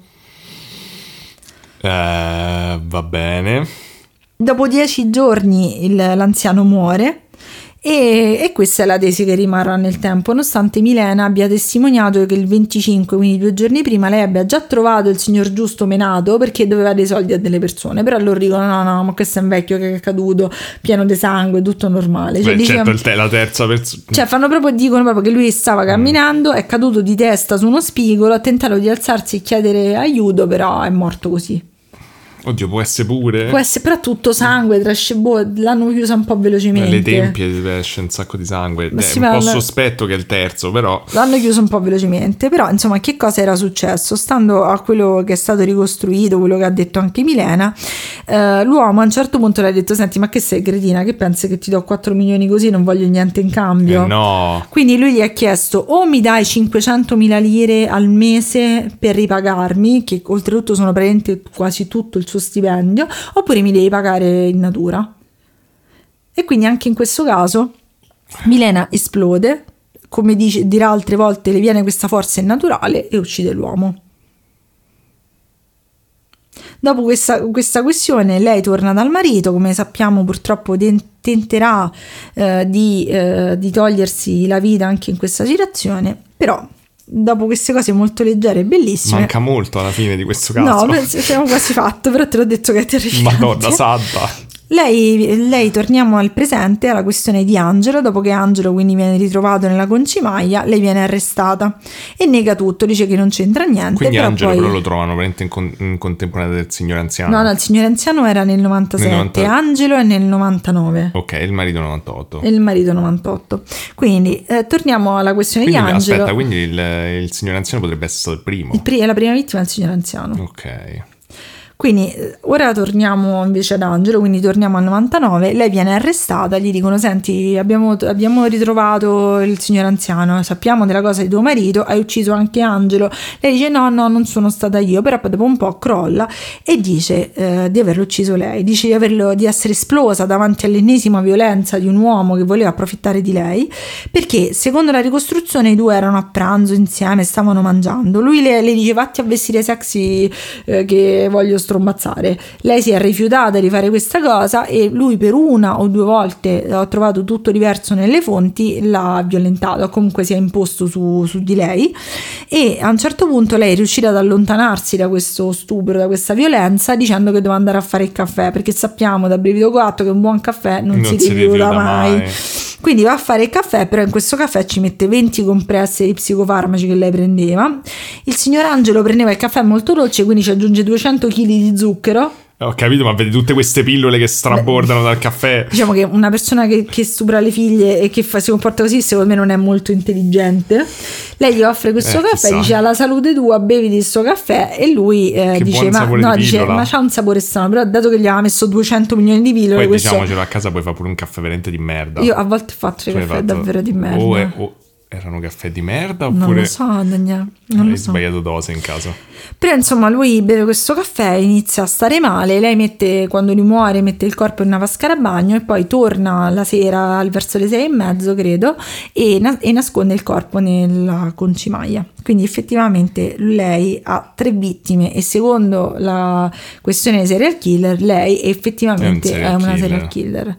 Eh, va bene. Dopo dieci giorni il, l'anziano muore. E, e questa è la tesi che rimarrà nel tempo, nonostante Milena abbia testimoniato che il venticinque, quindi due giorni prima, lei abbia già trovato il signor Giusto menato perché doveva dei soldi a delle persone. Però loro dicono: no no, ma questo è un vecchio che è caduto pieno di sangue, tutto normale. Cioè, Beh, diciamo, certo, il te- la terza persona, cioè fanno proprio, dicono proprio che lui stava camminando, mm. è caduto di testa su uno spigolo, ha tentato di alzarsi e chiedere aiuto, però è morto così. Oddio, può essere pure. Può essere, però tutto sangue, trash, boh, l'hanno chiusa un po' velocemente. Nelle tempie esce un sacco di sangue. È un po' sospetto che è il terzo, però. L'hanno chiuso un po' velocemente. Però, insomma, che cosa era successo? Stando a quello che è stato ricostruito, quello che ha detto anche Milena, eh, l'uomo a un certo punto le ha detto: senti, ma che sei cretina? Che pensi che ti do quattro milioni così, non voglio niente in cambio? Eh no. Quindi lui gli ha chiesto: o mi dai cinquecentomila lire al mese per ripagarmi, che oltretutto sono praticamente quasi tutto il suo stipendio, oppure mi devi pagare in natura. E quindi anche in questo caso Milena esplode, come dice, dirà altre volte, le viene questa forza innaturale e uccide l'uomo. Dopo questa, questa questione lei torna dal marito, come sappiamo purtroppo tenterà eh, di, eh, di togliersi la vita anche in questa situazione, però dopo queste cose molto leggere e bellissime, manca molto alla fine di questo caso. No, siamo quasi fatto, però te l'ho detto che è terrificante. Madonna santa. Lei, lei, torniamo al presente, alla questione di Angelo. Dopo che Angelo quindi viene ritrovato nella concimaglia, lei viene arrestata e nega tutto, dice che non c'entra niente. Quindi però Angelo poi... però lo trovano veramente in, con- in contemporanea del signore anziano. No, no, il signore anziano era nel novantasette, nel novanta... Angelo è nel novantanove. Ok, il marito novantotto. E il marito novantotto. Quindi eh, torniamo alla questione quindi, di Angelo. Aspetta, quindi il, il signore anziano potrebbe essere stato il primo. Il pri- la prima vittima è il signore anziano. Ok. Quindi ora torniamo invece ad Angelo, quindi torniamo al novantanove, lei viene arrestata, gli dicono senti abbiamo, abbiamo ritrovato il signor anziano, sappiamo della cosa di tuo marito, hai ucciso anche Angelo. Lei dice no no non sono stata io, però poi dopo un po' crolla e dice eh, di averlo ucciso lei, dice di, averlo, di essere esplosa davanti all'ennesima violenza di un uomo che voleva approfittare di lei, perché secondo la ricostruzione i due erano a pranzo insieme, stavano mangiando, lui le, le dice vatti a vestire sexy eh, che voglio strombazzare. Lei si è rifiutata di fare questa cosa e lui per una o due volte, ho trovato tutto diverso nelle fonti, l'ha violentato, comunque si è imposto su, su di lei e a un certo punto lei è riuscita ad allontanarsi da questo stupro, da questa violenza, dicendo che doveva andare a fare il caffè, perché sappiamo da Brivido quattro che un buon caffè non, non si, si rifiuta mai. mai quindi va a fare il caffè, però in questo caffè ci mette venti compresse di psicofarmaci che lei prendeva. Il signor Angelo prendeva il caffè molto dolce, quindi ci aggiunge duecento chili di zucchero. Ho capito, ma vedi tutte queste pillole che strabordano dal caffè. Diciamo che una persona che, che stupra le figlie e che fa, si comporta così, secondo me non è molto intelligente. Lei gli offre questo eh, caffè, chissà. Dice alla salute tua, bevi di sto caffè, e lui eh, dice ma, no, dice ma c'ha un sapore strano, però dato che gli aveva messo duecento milioni di pillole, poi questo... diciamocelo, a casa puoi fare pure un caffè veramente di merda. Io a volte ho fatto dei caffè fatto... davvero di merda. O è, o... erano caffè di merda oppure non lo so, Daniele, non hai lo so. sbagliato dose in caso. Però insomma lui beve questo caffè, inizia a stare male, lei mette, quando lui muore, mette il corpo in una vasca da bagno e poi torna la sera verso le sei e mezzo credo e, na- e nasconde il corpo nella concimaia. Quindi effettivamente lei ha tre vittime e secondo la questione dei serial killer lei effettivamente è, un è una killer. serial killer.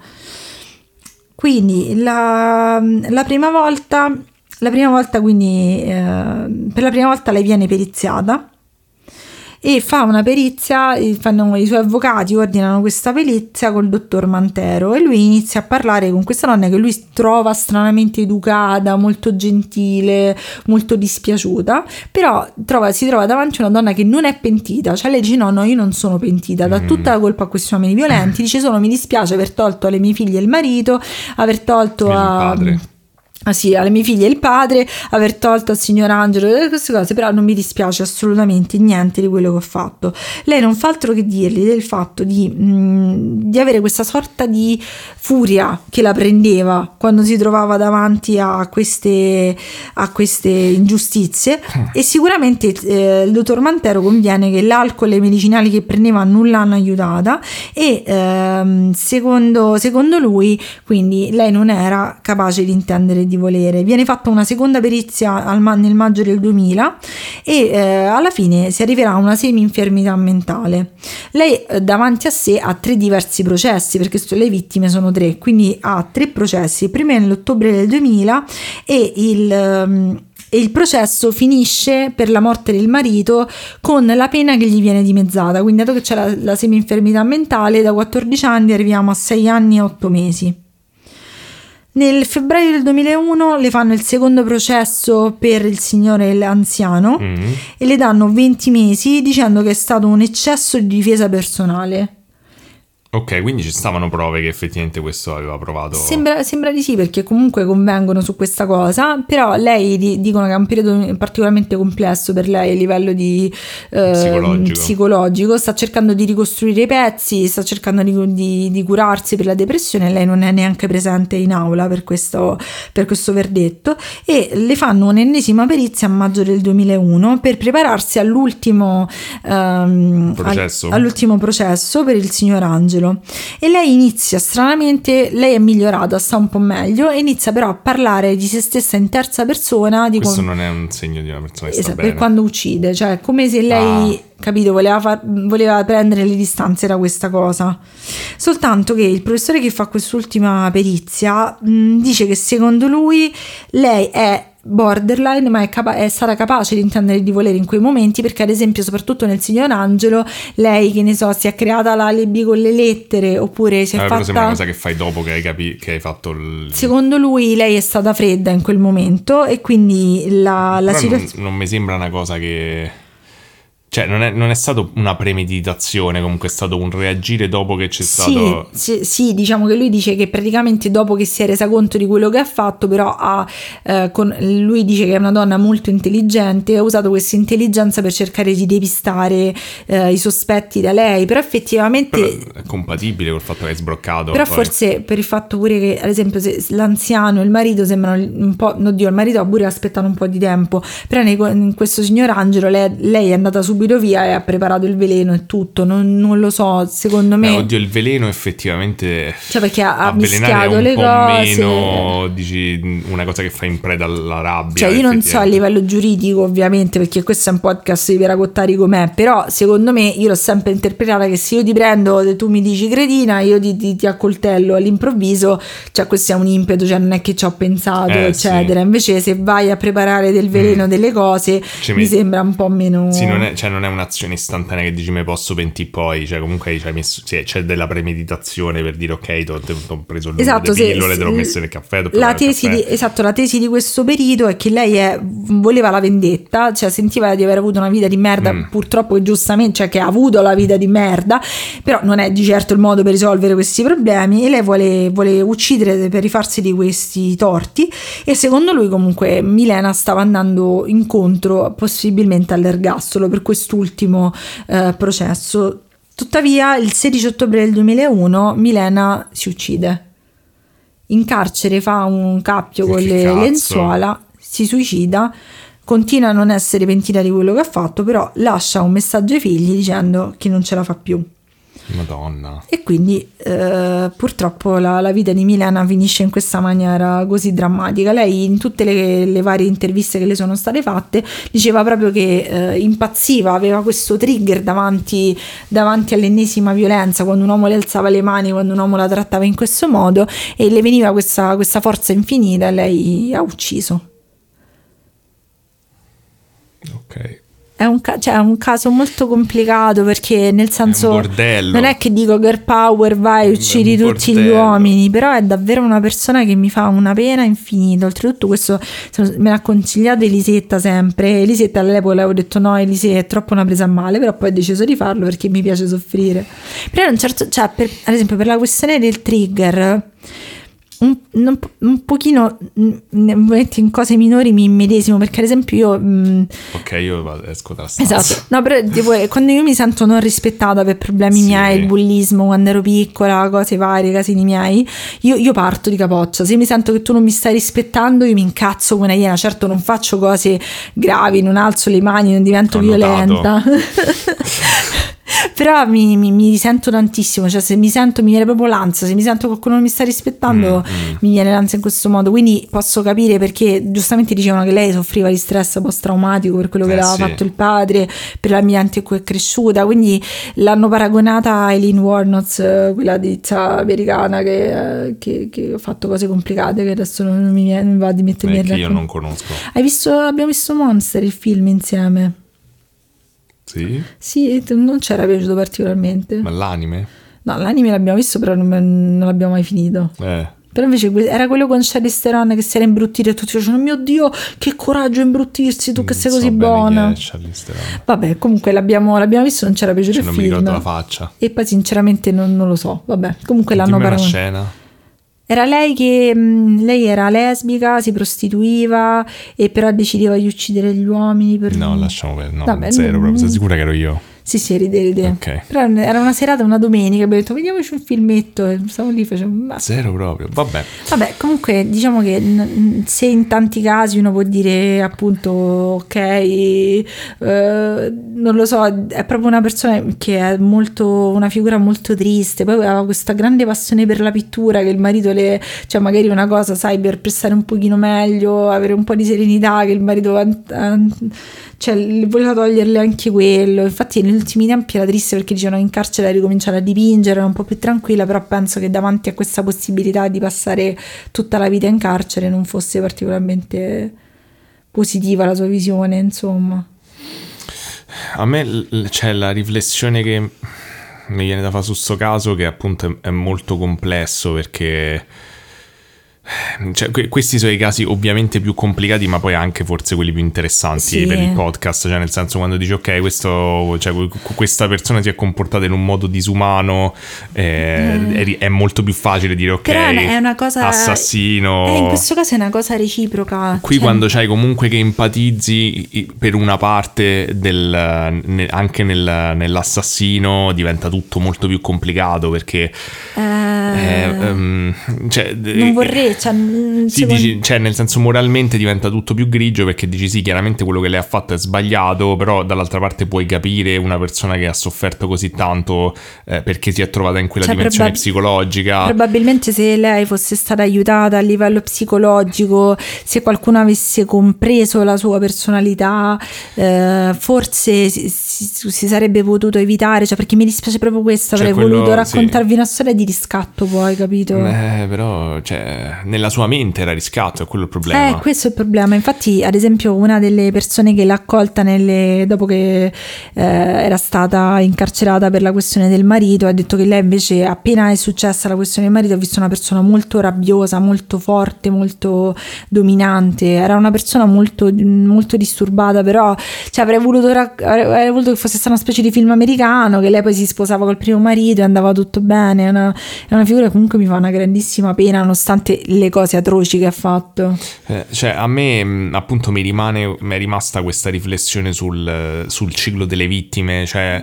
Quindi la, la prima volta la prima volta quindi eh, per la prima volta lei viene periziata e fa una perizia, fanno, i suoi avvocati ordinano questa perizia col dottor Mantero e lui inizia a parlare con questa donna che lui trova stranamente educata, molto gentile, molto dispiaciuta, però trova, si trova davanti a una donna che non è pentita, cioè lei dice no no io non sono pentita, dà tutta la colpa a questi uomini violenti, dice solo mi dispiace aver tolto alle mie figlie il marito, aver tolto il a... padre. Ah sì, alle mie figlie il padre, aver tolto al signor Angelo queste cose, però non mi dispiace assolutamente niente di quello che ho fatto. Lei non fa altro che dirgli del fatto di, mh, di avere questa sorta di furia che la prendeva quando si trovava davanti a queste, a queste ingiustizie e sicuramente eh, il dottor Mantero conviene che l'alcol e i medicinali che prendeva non l'hanno aiutata e ehm, secondo, secondo lui quindi lei non era capace di intendere di volere. Viene fatta una seconda perizia al ma- nel maggio del duemila e eh, alla fine si arriverà a una semi-infermità mentale. Lei eh, davanti a sé ha tre diversi processi perché le vittime sono tre, quindi ha tre processi. Il primo è nell'ottobre del duemila e il... Um, e il processo finisce per la morte del marito con la pena che gli viene dimezzata, quindi dato che c'è la, la semi-infermità mentale da quattordici anni arriviamo a sei anni e otto mesi. Nel febbraio del duemilauno le fanno il secondo processo per il signore anziano mm. e le danno venti mesi dicendo che è stato un eccesso di difesa personale. Ok, quindi ci stavano prove che effettivamente questo aveva provato. Sembra, sembra di sì, perché comunque convengono su questa cosa, però lei di, dicono che è un periodo particolarmente complesso per lei a livello di eh, psicologico. psicologico, sta cercando di ricostruire i pezzi, sta cercando di, di, di curarsi per la depressione, lei non è neanche presente in aula per questo, per questo verdetto e le fanno un'ennesima perizia a maggio del duemilauno per prepararsi all'ultimo, ehm, processo. All, all'ultimo processo per il signor Angelo. E lei inizia stranamente, lei è migliorata, sta un po' meglio e inizia però a parlare di se stessa in terza persona di questo com- non è un segno di una persona che esatto, sta bene per quando uccide, cioè come se lei ah. capito voleva, far, voleva prendere le distanze da questa cosa, soltanto che il professore che fa quest'ultima perizia mh, dice che secondo lui lei è borderline ma è, capa- è stata capace di intendere di volere in quei momenti perché ad esempio soprattutto nel signor Angelo lei che ne so si è creata l'alibi con le lettere oppure si è eh, fatta però sembra una cosa che fai dopo che hai, capi- che hai fatto il... secondo lui lei è stata fredda in quel momento e quindi la, la situazione non, non mi sembra una cosa che Cioè non è, non è stato una premeditazione, comunque è stato un reagire dopo che c'è sì, stato... Sì, sì, diciamo che lui dice che praticamente dopo che si è resa conto di quello che ha fatto, però ha, eh, con, lui dice che è una donna molto intelligente e ha usato questa intelligenza per cercare di depistare eh, i sospetti da lei, però effettivamente... Però è compatibile col fatto che hai sbroccato. Però poi. forse per il fatto pure che, ad esempio, se l'anziano e il marito sembrano un po'... Oddio, il marito ha pure aspettato un po' di tempo, però nei, in questo signor Angelo lei, lei è andata subito via e ha preparato il veleno e tutto, non, non lo so, secondo me... Eh, oddio, il veleno effettivamente... Cioè perché ha avvelenare mischiato è un le po' cose... meno, dici, una cosa che fa in preda alla rabbia. Cioè io non so a livello giuridico ovviamente, perché questo è un podcast di peracottari com'è, però secondo me io l'ho sempre interpretata che se io ti prendo e tu mi dici cretina, io ti, ti, ti accoltello all'improvviso, cioè questo è un impeto, cioè non è che ci ho pensato eh, eccetera, sì. Invece se vai a preparare del veleno mm. delle cose cioè, mi, mi sembra un po' meno... Sì, non è, cioè non è un'azione istantanea che dici me posso pentire poi, cioè comunque c'è, messo, sì, c'è della premeditazione per dire ok, ti ho preso il esatto, le pillole, te l'ho messo nel caffè, la tesi di, esatto, la tesi di questo perito è che lei è, voleva la vendetta, cioè sentiva di aver avuto una vita di merda, mm. purtroppo giustamente, cioè che ha avuto la vita di merda, però non è di certo il modo per risolvere questi problemi e lei vuole, vuole uccidere per rifarsi di questi torti e secondo lui comunque Milena stava andando incontro possibilmente all'ergastolo per quest'ultimo eh, processo. Tuttavia il sedici ottobre del duemilauno Milena si uccide. In carcere fa un cappio con le cazzo? lenzuola, si suicida, continua a non essere pentita di quello che ha fatto, però lascia un messaggio ai figli dicendo che non ce la fa più. Madonna. E quindi eh, purtroppo la, la vita di Milena finisce in questa maniera così drammatica. Lei in tutte le, le varie interviste che le sono state fatte diceva proprio che eh, impazziva, aveva questo trigger davanti, davanti all'ennesima violenza, quando un uomo le alzava le mani, quando un uomo la trattava in questo modo, e le veniva questa, questa forza infinita e lei ha ucciso. Ok. È un, ca- cioè, è un caso molto complicato, perché nel senso è un bordello. Non è che dico girl power, vai uccidi tutti gli uomini, però è davvero una persona che mi fa una pena infinita. Oltretutto questo me l'ha consigliato Elisetta sempre. Elisetta all'epoca le avevo detto no Elisetta è troppo una presa a male, però poi ho deciso di farlo perché mi piace soffrire. Però un certo, cioè, per, ad esempio per la questione del trigger Un, un, un pochino in cose minori mi immedesimo, perché ad esempio io mh, ok io esco dalla stanza, esatto, no, però tipo, quando io mi sento non rispettata per problemi sì. miei, il bullismo quando ero piccola, cose varie, casini miei, io, io parto di capoccia. Se mi sento che tu non mi stai rispettando io mi incazzo come una iena. Certo non faccio cose gravi, non alzo le mani, non divento Ho violenta però mi, mi, mi risento tantissimo, cioè se mi sento mi viene proprio l'ansia, se mi sento che qualcuno non mi sta rispettando mm, mm. mi viene l'ansia in questo modo, quindi posso capire perché giustamente dicevano che lei soffriva di stress post-traumatico per quello che eh, aveva sì. fatto il padre, per l'ambiente in cui è cresciuta, quindi l'hanno paragonata a Eileen Warnock, quella di americana che, che, che ha fatto cose complicate che adesso non mi, non mi va di mettermi eh, a che io non conosco. Hai visto, abbiamo visto Monster, il film insieme? Sì? Sì, non c'era piaciuto particolarmente. Ma l'anime? No, l'anime l'abbiamo visto, però non, non l'abbiamo mai finito. Eh. Però invece era quello con Charlize Theron che si era imbruttito e tutti dicevano: mio Dio, che coraggio imbruttirsi, tu che sei so così buona. È Vabbè, comunque l'abbiamo, l'abbiamo visto, non c'era piaciuto cioè, il non film. Non mi ricordo la faccia. E poi sinceramente non, non lo so. Vabbè, comunque l'hanno Dimmi paragonato. una scena. Era lei che mh, lei era lesbica, si prostituiva e però decideva di uccidere gli uomini per... No, lasciamo perdere, no, Vabbè, zero non... proprio, sei sicura che ero io? Sì, sì, ride, ride. Okay. Però era una serata, una domenica, abbiamo detto vediamoci un filmetto e stavo lì facendo zero proprio, vabbè. Vabbè, comunque diciamo che n- se in tanti casi uno può dire appunto ok, eh, non lo so, è proprio una persona che è molto, una figura molto triste, poi aveva questa grande passione per la pittura che il marito le, cioè magari una cosa, sai, per prestare un pochino meglio, avere un po' di serenità, che il marito cioè voleva toglierle anche quello. Infatti negli ultimi tempi era triste perché dicevano che in carcere ha ricominciato a dipingere, era un po' più tranquilla, però penso che davanti a questa possibilità di passare tutta la vita in carcere non fosse particolarmente positiva la sua visione, insomma. A me c'è la riflessione che mi viene da fare su sto caso, che appunto è molto complesso, perché Cioè, que- questi sono i casi ovviamente più complicati, ma poi anche forse quelli più interessanti Sì. per il podcast, cioè nel senso quando dici ok, questo, cioè, questa persona si è comportata in un modo disumano, eh, mm. è, è molto più facile dire ok, però è una cosa assassino. Eh, in questo caso è una cosa reciproca. Qui cioè... quando c'hai comunque che empatizzi per una parte del, anche nel, nell'assassino, diventa tutto molto più complicato perché eh... Eh, um, cioè, non vorrei, cioè, sì, secondo... dici, cioè nel senso moralmente diventa tutto più grigio perché dici sì, chiaramente quello che lei ha fatto è sbagliato, però dall'altra parte puoi capire una persona che ha sofferto così tanto eh, perché si è trovata in quella cioè, dimensione probab- psicologica. Probabilmente se lei fosse stata aiutata a livello psicologico, se qualcuno avesse compreso la sua personalità, eh, forse si, si, si sarebbe potuto evitare, cioè perché mi dispiace proprio questo, avrei cioè, quello, voluto raccontarvi sì. una storia di riscatto poi, capito? Eh, però cioè, nella sua mente era riscatto, è quello il problema. Eh, questo è il problema. Infatti, ad esempio, una delle persone che l'ha accolta nelle... dopo che eh, era stata incarcerata per la questione del marito, ha detto che lei invece, appena è successa la questione del marito, ha visto una persona molto rabbiosa, molto forte, molto dominante. Era una persona molto, molto disturbata, però cioè, avrei voluto, rac- avrei voluto che fosse stata una specie di film americano, che lei poi si sposava col primo marito e andava tutto bene. È una, è una figura che comunque mi fa una grandissima pena nonostante le cose atroci che ha fatto. Eh, cioè a me appunto mi rimane mi è rimasta questa riflessione sul, sul ciclo delle vittime, cioè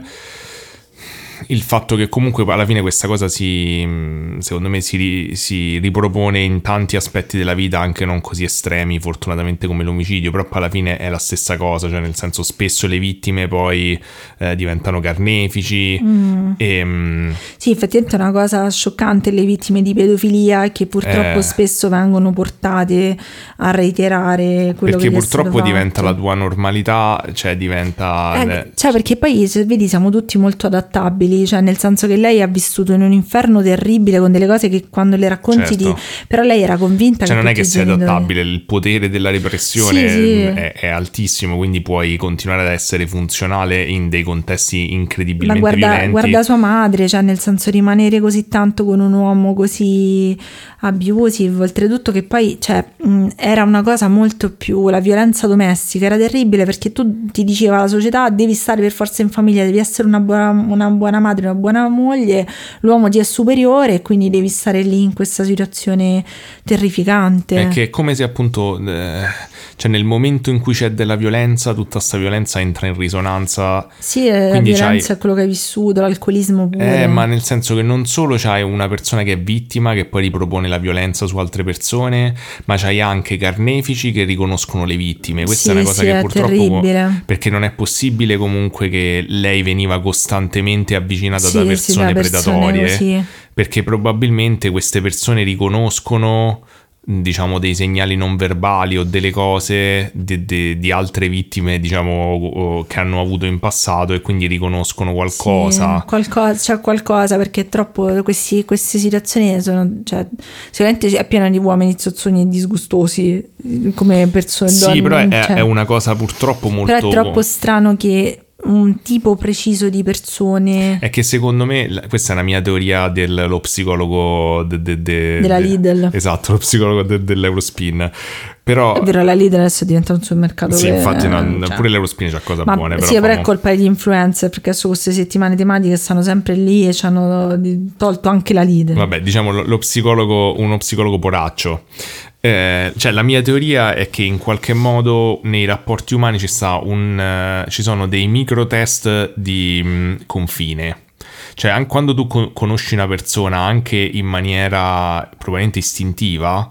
il fatto che comunque alla fine questa cosa si secondo me si, si ripropone in tanti aspetti della vita, anche non così estremi fortunatamente come l'omicidio, però poi alla fine è la stessa cosa, cioè nel senso spesso le vittime poi eh, diventano carnefici mm. e, mh... sì, effettivamente è una cosa scioccante le vittime di pedofilia che purtroppo eh... spesso vengono portate a reiterare quello perché che purtroppo diventa la tua normalità, cioè diventa eh, le... cioè perché poi se vedi siamo tutti molto adattabili, cioè nel senso che lei ha vissuto in un inferno terribile con delle cose che quando le racconti certo. di... però lei era convinta cioè che non è che sei genitori... adattabile, il potere della repressione sì, sì. È, è altissimo, quindi puoi continuare ad essere funzionale in dei contesti incredibilmente ma guarda, violenti. Guarda sua madre, cioè nel senso rimanere così tanto con un uomo così abusive, oltretutto che poi cioè, mh, era una cosa molto più, la violenza domestica era terribile perché tu ti diceva la società devi stare per forza in famiglia, devi essere una buona, una buona madre, una buona moglie, l'uomo ti è superiore e quindi devi stare lì in questa situazione terrificante. È che è come se appunto eh, cioè nel momento in cui c'è della violenza, tutta sta violenza entra in risonanza. Sì, la violenza è quello che hai vissuto, l'alcolismo pure. Eh, ma nel senso che non solo c'hai una persona che è vittima che poi ripropone la violenza su altre persone, ma c'hai anche carnefici che riconoscono le vittime. Questa sì, è una cosa sì, che è purtroppo terribile. Perché non è possibile comunque che lei veniva costantemente avvicinata sì, da persone sì, da predatorie persone così. Perché probabilmente queste persone riconoscono diciamo dei segnali non verbali o delle cose di, di, di altre vittime diciamo che hanno avuto in passato e quindi riconoscono qualcosa sì, qualcosa c'è qualcosa perché troppo questi, queste situazioni sono cioè, sicuramente è piena di uomini zozzoni e disgustosi come persone sì donne, però è, cioè, è una cosa purtroppo molto però è troppo strano che un tipo preciso di persone è che secondo me questa è una mia teoria dello psicologo de, de, de, della de, Lidl esatto lo psicologo de, dell'Eurospin però è vero la Lidl adesso diventa un supermercato sì che, infatti non, cioè, pure l'Eurospin c'ha cose ma buone sì però è colpa degli influencer perché su queste settimane tematiche stanno sempre lì e ci hanno tolto anche la Lidl vabbè diciamo lo, lo psicologo uno psicologo poraccio. Eh, cioè la mia teoria è che in qualche modo nei rapporti umani ci sta un uh, ci sono dei micro test di mh, confine, cioè anche quando tu co- conosci una persona anche in maniera probabilmente istintiva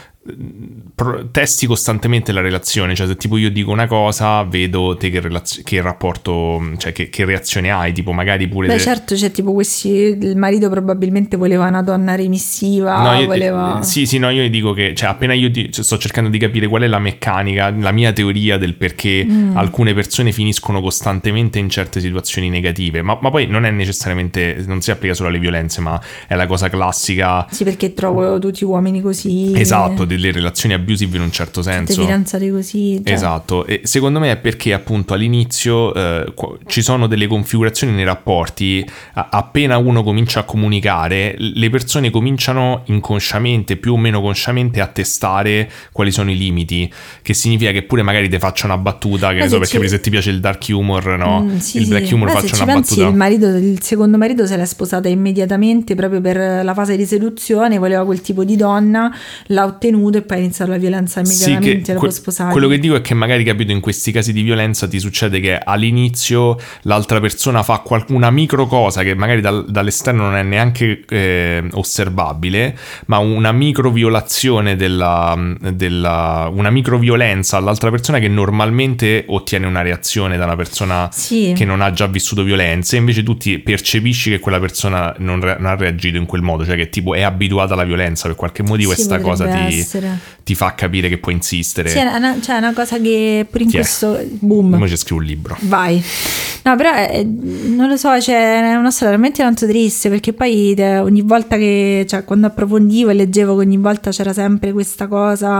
testi costantemente la relazione, cioè se tipo io dico una cosa vedo te che, relazio- che rapporto, cioè che, che reazione hai, tipo magari pure beh te... certo c'è tipo questi il marito probabilmente voleva una donna remissiva no, io, voleva... eh, sì sì no io dico che cioè appena io ti, cioè, sto cercando di capire qual è la meccanica, la mia teoria del perché mm. alcune persone finiscono costantemente in certe situazioni negative, ma, ma poi non è necessariamente, non si applica solo alle violenze, ma è la cosa classica sì perché trovo tutti uomini così esatto di delle relazioni abusive in un certo senso. Tutte fidanzate così. Cioè. Esatto, e secondo me è perché appunto all'inizio eh, ci sono delle configurazioni nei rapporti, a- appena uno comincia a comunicare, le persone cominciano inconsciamente, più o meno consciamente, a testare quali sono i limiti, che significa che pure magari ti faccia una battuta, che Ma ne so, se perché ci- se ti piace il dark humor, no? Mm, sì, il sì. black humor Ma faccia se ci una pensi, battuta. il marito, il secondo marito se l'è sposata immediatamente proprio per la fase di seduzione, voleva quel tipo di donna, l'ha ottenuto e poi ha iniziato la violenza immediatamente Sì, che dopo que- sposati. quello che dico è che magari, capito, in questi casi di violenza ti succede che all'inizio l'altra persona fa qual- una micro cosa che magari dal- dall'esterno non è neanche eh, osservabile, ma una micro violazione della, della una micro violenza all'altra persona che normalmente ottiene una reazione da una persona Sì. che non ha già vissuto violenze, invece tu ti percepisci che quella persona non, re- non ha reagito in quel modo, cioè che tipo è abituata alla violenza per qualche motivo, Sì, e sta cosa potrebbe ti, essere. ti fa capire che puoi insistere. Sì, è una, cioè, è una cosa che pure in Chi è? questo boom. Ora ci scrivo un libro. Vai. No, però eh, non lo so, cioè, è una storia veramente tanto triste, perché poi eh, ogni volta che, cioè, quando approfondivo e leggevo che ogni volta c'era sempre questa cosa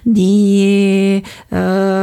di eh,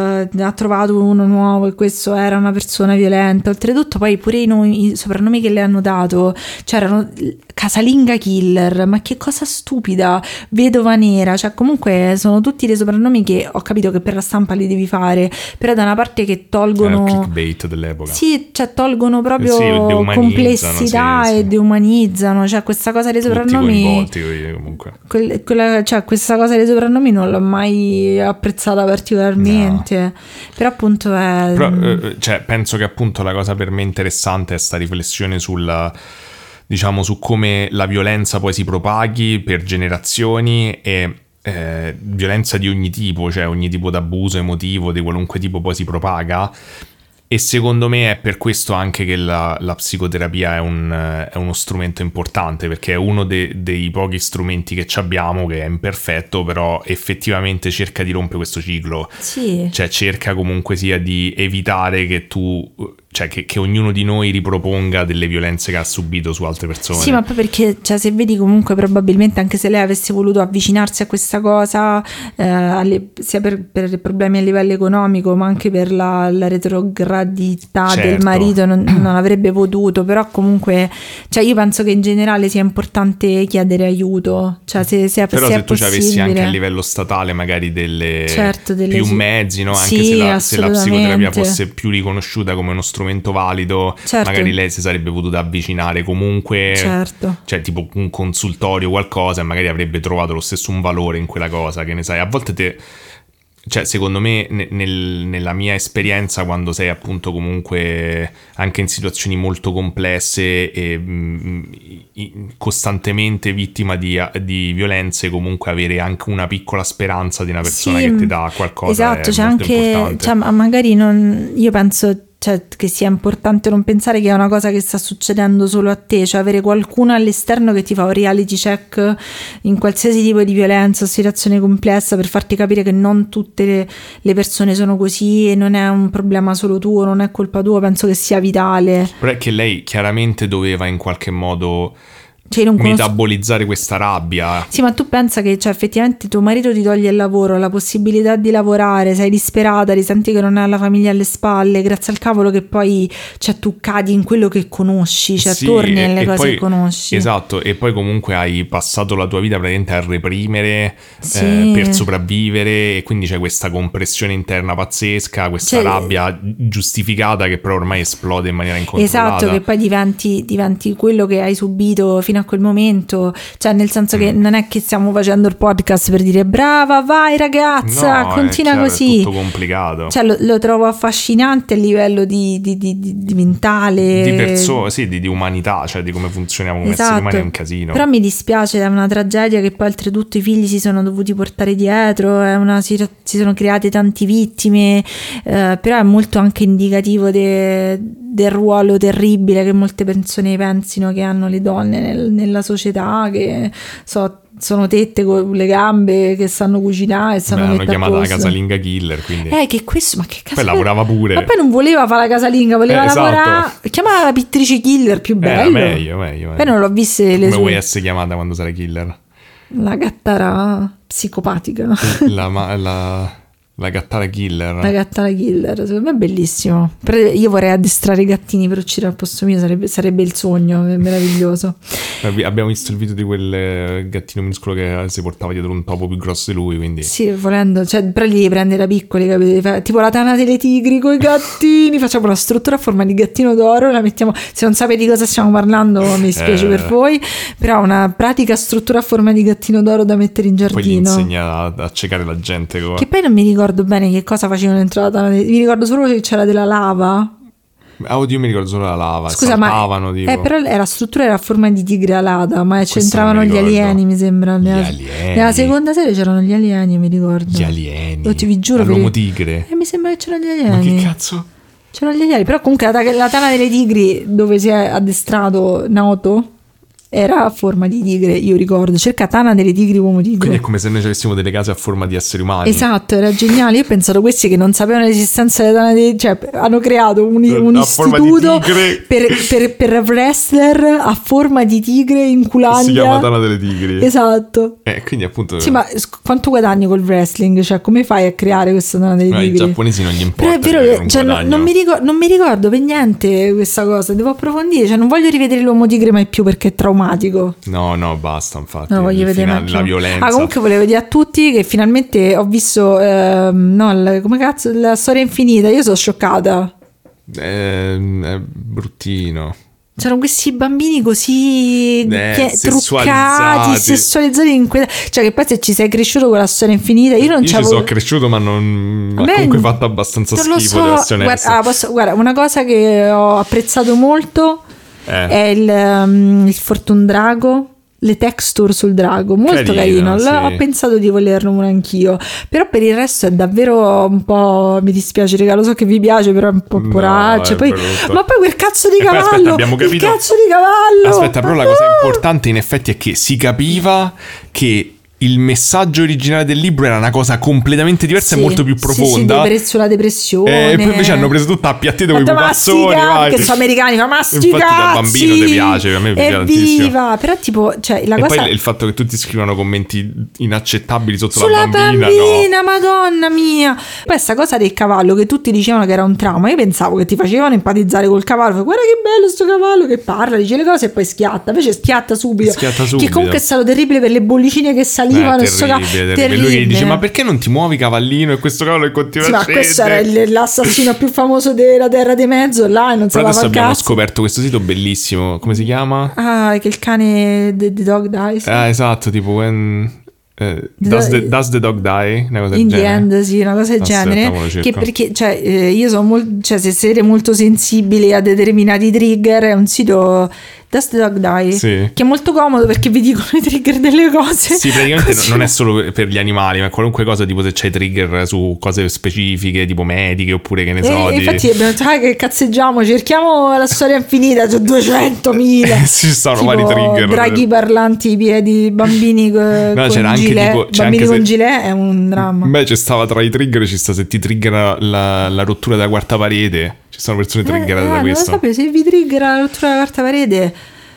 ha trovato uno nuovo e questo era una persona violenta. Oltretutto poi pure i, nomi, i soprannomi che le hanno dato, c'erano casalinga killer, ma che cosa stupida, vedova nera, cioè comunque sono tutti dei soprannomi che ho capito che per la stampa li devi fare, però da una parte che tolgono Era il clickbait dell'epoca. sì, cioè tolgono proprio Sì, deumanizzano, complessità sì, e sì. deumanizzano, cioè questa cosa dei Tutti soprannomi coinvolti, comunque. quel- quella- cioè questa cosa dei soprannomi non l'ho mai apprezzata particolarmente, però appunto è Però, eh, cioè, penso che appunto la cosa per me interessante è sta riflessione sulla, diciamo, su come la violenza poi si propaghi per generazioni e eh, violenza di ogni tipo, cioè ogni tipo d'abuso emotivo, di qualunque tipo poi si propaga. E secondo me è per questo anche che la, la psicoterapia è, un, è uno strumento importante, perché è uno de- dei pochi strumenti che ci abbiamo, che è imperfetto, però effettivamente cerca di rompere questo ciclo. sì. Cioè cerca comunque sia di evitare che tu, cioè che, che ognuno di noi riproponga delle violenze che ha subito su altre persone. Sì, ma poi perché, cioè, se vedi comunque probabilmente anche se lei avesse voluto avvicinarsi a questa cosa, eh, alle- sia per, per problemi a livello economico, ma anche per la, la retrogradità Certo. del marito, non, non avrebbe potuto. Però comunque, cioè, io penso che in generale sia importante chiedere aiuto, cioè se, se, Però se se è tu ci avessi possibile. anche a livello statale magari delle, Certo, delle più sì- mezzi, no? Anche sì, se, la, se la psicoterapia assolutamente. fosse più riconosciuta come uno strumento valido, Certo. magari lei si sarebbe potuta avvicinare comunque, Certo. cioè tipo un consultorio o qualcosa, e magari avrebbe trovato lo stesso un valore in quella cosa, che ne sai, a volte te... Cioè, secondo me, ne- nel- nella mia esperienza, quando sei appunto comunque anche in situazioni molto complesse e mh, i- costantemente vittima di, di violenze, comunque avere anche una piccola speranza di una persona Sì, che ti dà qualcosa esatto, è c'è molto anche, importante. cioè, ma magari non, io penso, cioè, che sia importante non pensare che è una cosa che sta succedendo solo a te, cioè avere qualcuno all'esterno che ti fa un reality check in qualsiasi tipo di violenza o situazione complessa, per farti capire che non tutte le, le persone sono così e non è un problema solo tuo, non è colpa tua, penso che sia vitale. Però è che lei chiaramente doveva in qualche modo Cioè, io non conosco... metabolizzare questa rabbia. Sì, ma tu pensa che, cioè, effettivamente tuo marito ti toglie il lavoro, la possibilità di lavorare, sei disperata, risenti che non hai la famiglia alle spalle, grazie al cavolo che poi, cioè, tu cadi in quello che conosci, cioè Sì, torni e- alle e cose poi- che conosci. Esatto, e poi comunque hai passato la tua vita praticamente a reprimere Sì. eh, per sopravvivere, e quindi c'è questa compressione interna pazzesca, questa Cioè- rabbia giustificata che però ormai esplode in maniera incontrollata. Esatto, che poi diventi, diventi quello che hai subito fino a quel momento, cioè nel senso che Mm. non è che stiamo facendo il podcast per dire brava, vai ragazza, No, è continua chiaro, così. È tutto complicato. Cioè lo, lo trovo affascinante a livello di, di, di, di- di mentale, Di persone, sì, di, di umanità, cioè di come funzioniamo come esseri Esatto. umani è un casino. Però mi dispiace, è una tragedia che poi oltretutto i figli si sono dovuti portare dietro, è una, si, si sono create tante vittime, eh, però è molto anche indicativo de- del ruolo terribile che molte persone pensino che hanno le donne nel- nella società, che so, sono tette con le gambe che sanno cucinare e Beh, sanno l'hanno mettere a chiamata la posto. casalinga killer, quindi Eh, che questo, ma che cazzo poi è? lavorava pure. Ma poi non voleva fare la casalinga, voleva Eh, esatto. lavorare. Chiamava la pittrice killer, più Era bello. meglio, meglio, meglio. Poi non l'ho viste le Come sue. vuoi essere chiamata quando sarai killer? La gattara psicopatica. La, ma- la, la gattara killer. La gattara killer, secondo me è bellissimo. Però io vorrei addestrare i gattini per uscire al posto mio, sarebbe, sarebbe il sogno, è meraviglioso. Abbiamo visto il video di quel eh, gattino minuscolo che si portava dietro un topo più grosso di lui, quindi... Sì, volendo, cioè, però li devi prendere da piccoli, capito? Tipo la tana delle tigri con i gattini, facciamo una struttura a forma di gattino d'oro, la mettiamo, se non sapete di cosa stiamo parlando mi dispiace Eh. per voi, però una pratica struttura a forma di gattino d'oro da mettere in Poi gli giardino. insegna a, a ciecare la gente. Come... Che poi non mi ricordo bene che cosa facevano dentro la tana delle- mi ricordo solo che c'era della lava. Ah, oddio, mi ricordo solo la lava. Scusa, ma saltavano, tipo. eh, però la struttura era a forma di tigre alata, ma Questo c'entravano non mi gli ricordo. alieni, mi sembra. Gli Nella, alieni. nella seconda serie c'erano gli alieni, mi ricordo. Gli alieni. Io ti vi giuro, L'uomo per- tigre. Eh, mi sembra che c'erano gli Ma alieni. che cazzo? C'erano gli alieni, però comunque la, la tana delle tigri dove si è addestrato Naoto era a forma di tigre, io ricordo. Cerca tana delle tigri uomo tigre. Quindi è come se noi avessimo delle case a forma di esseri umani. Esatto, era geniale. Io ho pensato questi che non sapevano l'esistenza delle tane dei, cioè hanno creato un, un A forma di istituto tigre. per, per, per wrestler a forma di tigre in Culandia. Si chiama Tana delle Tigri. Esatto. Eh, quindi appunto... Sì, ma s- quanto guadagni col wrestling? Cioè, come fai a creare questa tana dei Ma ai tigri? giapponesi non gli importa. Però è vero avere che un cioè, no- guadagno. non, mi ricordo, non mi ricordo per niente questa cosa, devo approfondire, cioè non voglio rivedere l'uomo tigre mai più perché è traumatico. No, no, basta, infatti. Non lo voglio il vedere finale, mai la più. violenza. Ah, comunque volevo dire a tutti che finalmente ho visto ehm, no, la- come cazzo la storia infinita, io sono scioccata. Eh, è bruttino. C'erano questi bambini così Eh, che- sessualizzati. truccati, sessualizzati in que- cioè che poi se ci sei cresciuto con la storia infinita, io non Io ci c'avevo sono cresciuto, ma non. Ma A me comunque fatto abbastanza non lo schifo, so. devo essere Guarda, onesto. ah, posso- guarda, una cosa che ho apprezzato molto Eh. è il, um, il Fortune Drago. Le texture sul drago, molto Carino, carino. sì. L- Ho pensato di volerlo uno anch'io. Però per il resto è davvero un po'. Mi dispiace, raga, lo so che vi piace, però è un po' No, poraccio. è Poi- brutto. ma poi quel cazzo di E poi, cavallo. aspetta, abbiamo capito- Il cazzo di cavallo. Aspetta, però la cosa Ah! importante in effetti è che si capiva che il messaggio originale del libro era una cosa completamente diversa Sì, e molto più sì, profonda. sì, depre- sulla depressione. E poi invece hanno preso tutta appiattita con i Fatto pupazzoni, mastica, vai. perché sono americani, fa mastica. Infatti da bambino ti piace, a me piace tantissimo. Evviva, però tipo, cioè la E cosa poi il fatto che tutti scrivano commenti inaccettabili sotto sulla la bambina, bambina, madonna mia. Poi sta cosa del cavallo che tutti dicevano che era un trauma, io pensavo che ti facevano empatizzare col cavallo. Fai, guarda che bello sto cavallo che parla, dice le cose e poi schiatta. Invece schiatta subito. Schiatta Che subito. comunque è stato terribile per le bollicine che no? salivano. Eh, e sto ca- terribile, terribile. Lui che gli dice, ma perché non ti muovi cavallino? E questo cavallo che continua Sì, a ma questo scendere. era il- l'assassino più famoso della terra di mezzo là e non Però sapeva adesso il abbiamo cazzo. scoperto questo sito bellissimo. Come si chiama? Ah, che il cane The, the Dog Dies. Ah, esatto, tipo when, eh, The- does, the, does the dog die? Una cosa del In the genere. end, sì, una cosa del Aspetta, genere. mo lo cerco. Che perché, cioè, eh, io sono molto, cioè, se siete molto sensibili a determinati trigger, è un sito Does the Dog Die? Sì. Che è molto comodo perché vi dicono i trigger delle cose. Sì, praticamente Così. non è solo per gli animali, ma qualunque cosa, tipo se c'hai trigger su cose specifiche, tipo mediche, oppure che ne so. E di... infatti abbiamo detto, ah, che cazzeggiamo, cerchiamo la storia infinita, c'è duecentomila. Eh, ci stanno Tipo vari trigger. draghi parlanti, piedi, bambini co- con c'era anche gilet. tipo- c'è bambini anche con se- gilet è un dramma. Beh, c'è stava tra i trigger, ci sta se ti triggera la, la rottura della quarta parete. Ci sono persone triggerate Eh, da non lo questo. sapevo, se vi triggera la rottura della quarta parete,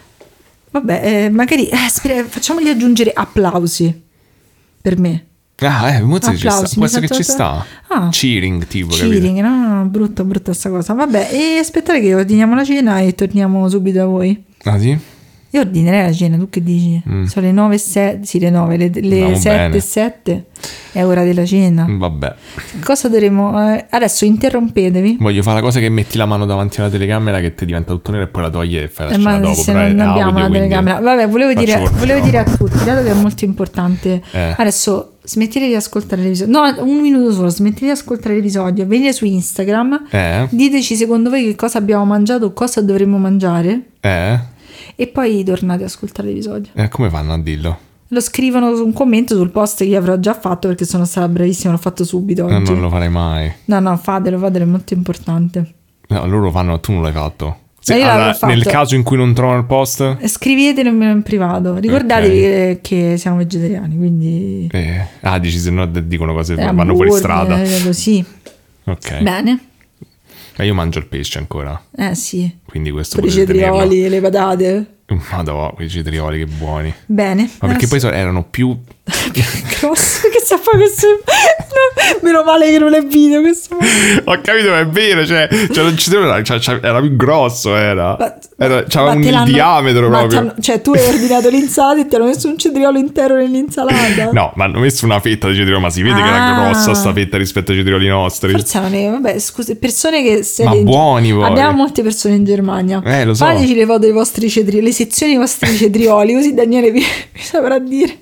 vabbè, eh, magari eh, spera- facciamogli aggiungere applausi per me. Ah, eh, Mozzi ci Applausi, sta. mi Può essere che sento- ci sta. Ah. Cheering, tipo, capito? Cheering, no, no, no, brutta, brutta sta cosa. Vabbè, e aspettare che ordiniamo la cena e torniamo subito da voi. Ah, sì? Io ordinerei la cena, tu che dici? Mm. Sono le nove e sette, sì, le nove, le, le Andiamo sette bene. e sette è ora della cena. Vabbè. Cosa dovremo... eh, adesso interrompetevi. Voglio fare la cosa che metti la mano davanti alla telecamera che ti diventa tutto nero e poi la togli e fai la Eh, scena ma dopo. se però non è abbiamo audio, la quindi telecamera, vabbè, volevo, faccio dire, corto, volevo no? dire a tutti, dato che è molto importante, Eh. adesso smettete di ascoltare l'episodio. No, un minuto solo, smettete di ascoltare l'episodio, venite su Instagram, Eh? diteci secondo voi che cosa abbiamo mangiato o cosa dovremmo mangiare Eh? e poi tornate ad ascoltare l'episodio. Eh, come fanno a dirlo? Lo scrivono su un commento sul post che io avrò già fatto perché sono stata bravissima, l'ho fatto subito No, oggi. non lo farei mai. No, no, fatelo, fatelo, è molto importante. No, loro fanno, tu non l'hai fatto. Se- Ma io l'avevo allora, nel fatto. caso in cui non trovano il post, E scrivetelo in privato. Ricordatevi Ok. che, che siamo vegetariani, quindi... eh, ah, dici se no d- dicono cose eh, vanno fuori hamburger, strada. Così. Ok. Bene. Ma io mangio il pesce ancora, Eh sì. quindi questo Pure i potete tenerlo. cetrioli, le patate. Madonna, quei cetrioli che buoni. Bene. Ma perché poi so- erano più grossi, che sa fa questo. No, meno male che non è video questo. Ho capito, ma è vero, cioè, cioè non ci era, cioè, cioè, era più grosso, era. Ma, era c'aveva ma un diametro proprio. Cioè, tu hai ordinato l'insalata e ti hanno messo un cetriolo intero nell'insalata? No, ma hanno messo una fetta di cetriolo, ma si vede ah. che era grossa sta fetta rispetto ai cetrioli nostri. Forse non è, vabbè, scusi, persone che se ma le... buoni voi. Abbiamo molte persone in Germania. Eh, lo so. Fateci le foto dei vostri cetrioli, le sezioni dei vostri cetrioli, così Daniele vi, vi saprà dire.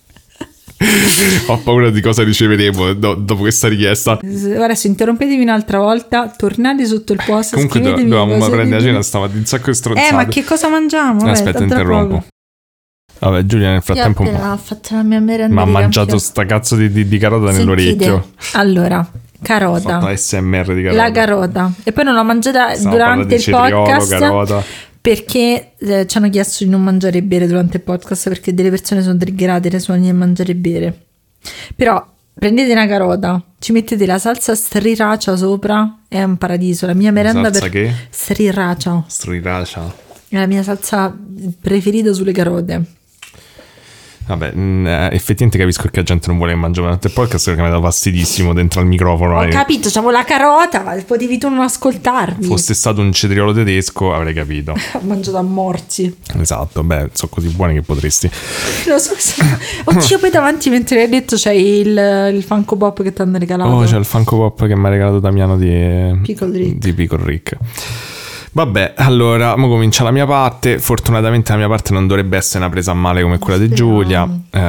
Ho paura di cosa riceveremo do- dopo questa richiesta. Adesso interrompetevi un'altra volta, tornate sotto il post. Comunque do- dovevamo prendere la cena, stamattina un sacco di stronzate. Eh, ma che cosa mangiamo? Vabbè, aspetta, interrompo. Vabbè, Giulia nel frattempo Io ho fatto la mia merenda. ma ha mangiato sta cazzo di, di, di carota Sentite, nell'orecchio. Allora, carota. Ho fatto A S M R di carota. La carota. E poi non l'ho mangiata Stiamo durante il cetriolo, podcast. Carota. Perché eh, ci hanno chiesto di non mangiare e bere durante il podcast, perché delle persone sono triggerate nei suoni di mangiare e bere. Però prendete una carota, ci mettete la salsa sriracha sopra, è un paradiso. La mia merenda salsa per che? sriracha. Sriracha. È la mia salsa preferita sulle carote. Vabbè, mh, effettivamente capisco che la gente non vuole mangiare durante il podcast perché mi dà fastidissimo dentro al microfono. Ho eh. capito, c'avevo la carota, potevi tu non ascoltarmi. Fosse stato un cetriolo tedesco avrei capito. Ho mangiato a morsi. Esatto, beh, sono così buoni che potresti. Lo so, so. Oddio, poi davanti mentre l'hai detto c'è il, il Funko Pop che ti hanno regalato. Oh, c'è il Funko Pop che mi ha regalato Damiano di Pickle Rick. Di Pickle Rick. Vabbè, allora, mo comincia la mia parte. Fortunatamente la mia parte non dovrebbe essere una presa a male come quella di Giulia.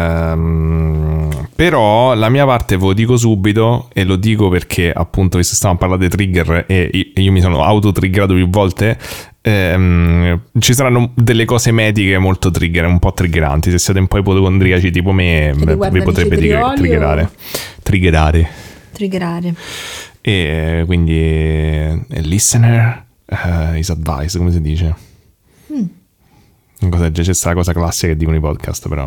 Ehm, però la mia parte ve lo dico subito, e lo dico perché appunto visto stavamo parlando di trigger e io mi sono autotriggerato più volte. Ehm, ci saranno delle cose mediche molto trigger, un po' triggeranti. Se siete un po' ipocondriaci tipo me, vi potrebbe trigger- triggerare. O... Triggerare. Triggerare. E quindi eh, listener Uh, is advice, come si dice? Mm. Cosa, c'è questa cosa classica che dicono i podcast, però.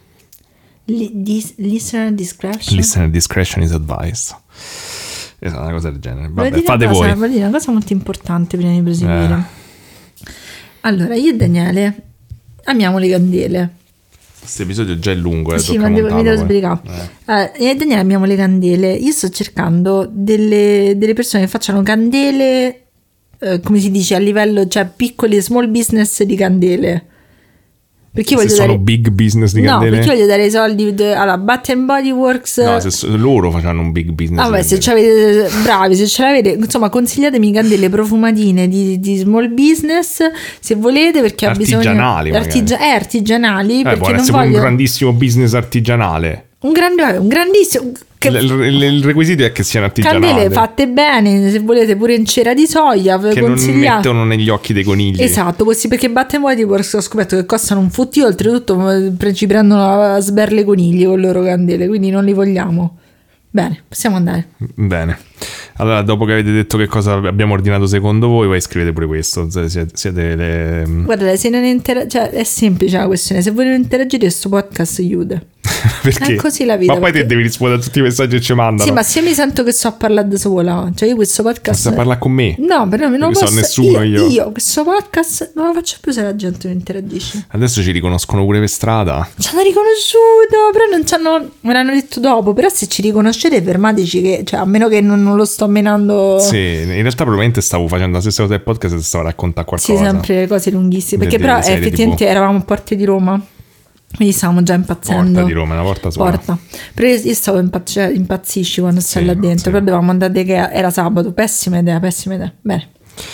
Li- dis- listener discretion. Listener discretion is advice. Esatto, una cosa del genere. Vabbè, Volevo fate cosa, voi. Volevo dire una cosa molto importante prima di proseguire. Eh. Allora, io e Daniele amiamo le candele. Questo episodio già è lungo, eh, sì, ma devo, mi devo sbrigare. Eh. Uh, io e Daniele amiamo le candele. Io sto cercando delle, delle persone che facciano candele. Uh, come si dice a livello, cioè piccoli small business di candele, perché io se voglio sono dare... big business di candele, no, perché voglio dare i soldi de... alla Bath and Body Works. No, se so... loro facciano un big business. Vabbè, se ce l'avete, bravi, se ce l'avete, insomma, consigliatemi candele profumatine di, di small business se volete, perché ha bisogno artigianali, Artigia... eh, artigianali, eh, perché non voglio voglio un grandissimo business artigianale. Un, grande, un grandissimo che... il, il, il requisito è che siano artigianali, candele fatte bene, se volete pure in cera di soia, che non mettono negli occhi dei conigli. Esatto, così, perché Bath and Body Works ho scoperto che costano un fottio, oltretutto ci prendono a sberle conigli con le loro candele, quindi non li vogliamo. Bene, possiamo andare. Bene. Allora, dopo che avete detto che cosa abbiamo ordinato secondo voi, voi scrivete pure questo. Siete, siete le... Guarda, se non intera- cioè, è semplice la questione. Se voi non interagite, questo podcast chiude. Perché? È così la vita. Ma poi perché... te devi rispondere a tutti i messaggi che ci mandano. Sì, ma se io mi sento che so parlare da sola, cioè io questo podcast. Non sta parlare con me? No, però non, non so posso. nessuno io, io. Io questo podcast non lo faccio più se la gente non interagisce. Adesso ci riconoscono pure per strada. Ci hanno riconosciuto, però non ci hanno. Me l'hanno detto dopo. Però se ci riconoscete, fermateci, che, cioè, a meno che non, non lo sto menando. Sì, in realtà probabilmente stavo facendo la stessa cosa del podcast e stavo a raccontare qualcosa. Sì, sempre cose lunghissime. Perché De, però serie, effettivamente tipo... eravamo a Porte di Roma. Quindi stavamo già impazzendo. Porta di Roma, una porta sola. Porta. Però io stavo impazz- impazzisci quando stai sì, là dentro. sì. Però dovevamo andare che era sabato. Pessima idea, pessima idea. Bene.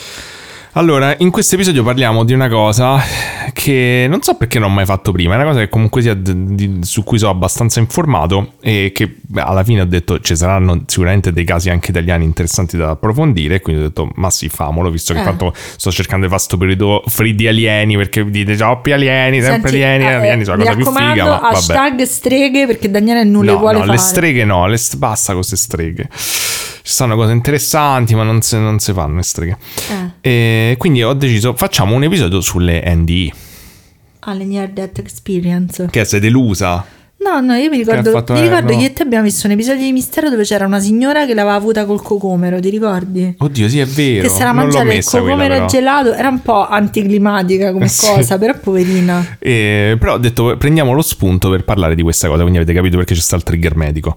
Allora, in questo episodio parliamo di una cosa che non so perché non ho mai fatto prima, è una cosa che comunque sia d- di, su cui sono abbastanza informato e che beh, alla fine ho detto ci saranno sicuramente dei casi anche italiani interessanti da approfondire, quindi ho detto ma sì, famolo, visto che eh. tanto sto cercando di fare sto periodo free di alieni, perché dite troppi alieni, sempre Senti, alieni, eh, alieni sono la cosa più figa, ma hashtag vabbè. streghe, perché Daniele non no, le vuole no, fare. le streghe no, le st- basta con queste streghe. Ci stanno cose interessanti, ma non si non se fanno le streghe. Eh. E quindi ho deciso, facciamo un episodio sulle N D E. Ah, le Near Death Experience. Che sei delusa? No, no, io mi ricordo, fatto, mi eh, ricordo no. che te abbiamo visto un episodio di Mistero dove c'era una signora che l'aveva avuta col cocomero, ti ricordi? Oddio, sì, è vero. Che si era Non l'ho mangiata il messa quella, cocomero però. gelato, era un po' anticlimatica come Sì. cosa, però poverina. Eh, però ho detto, prendiamo lo spunto per parlare di questa cosa, quindi avete capito perché c'è sta il trigger medico.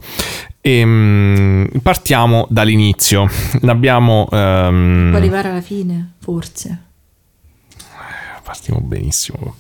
E, partiamo dall'inizio. L'abbiamo... Um, Può arrivare alla fine, forse. Partiamo benissimo.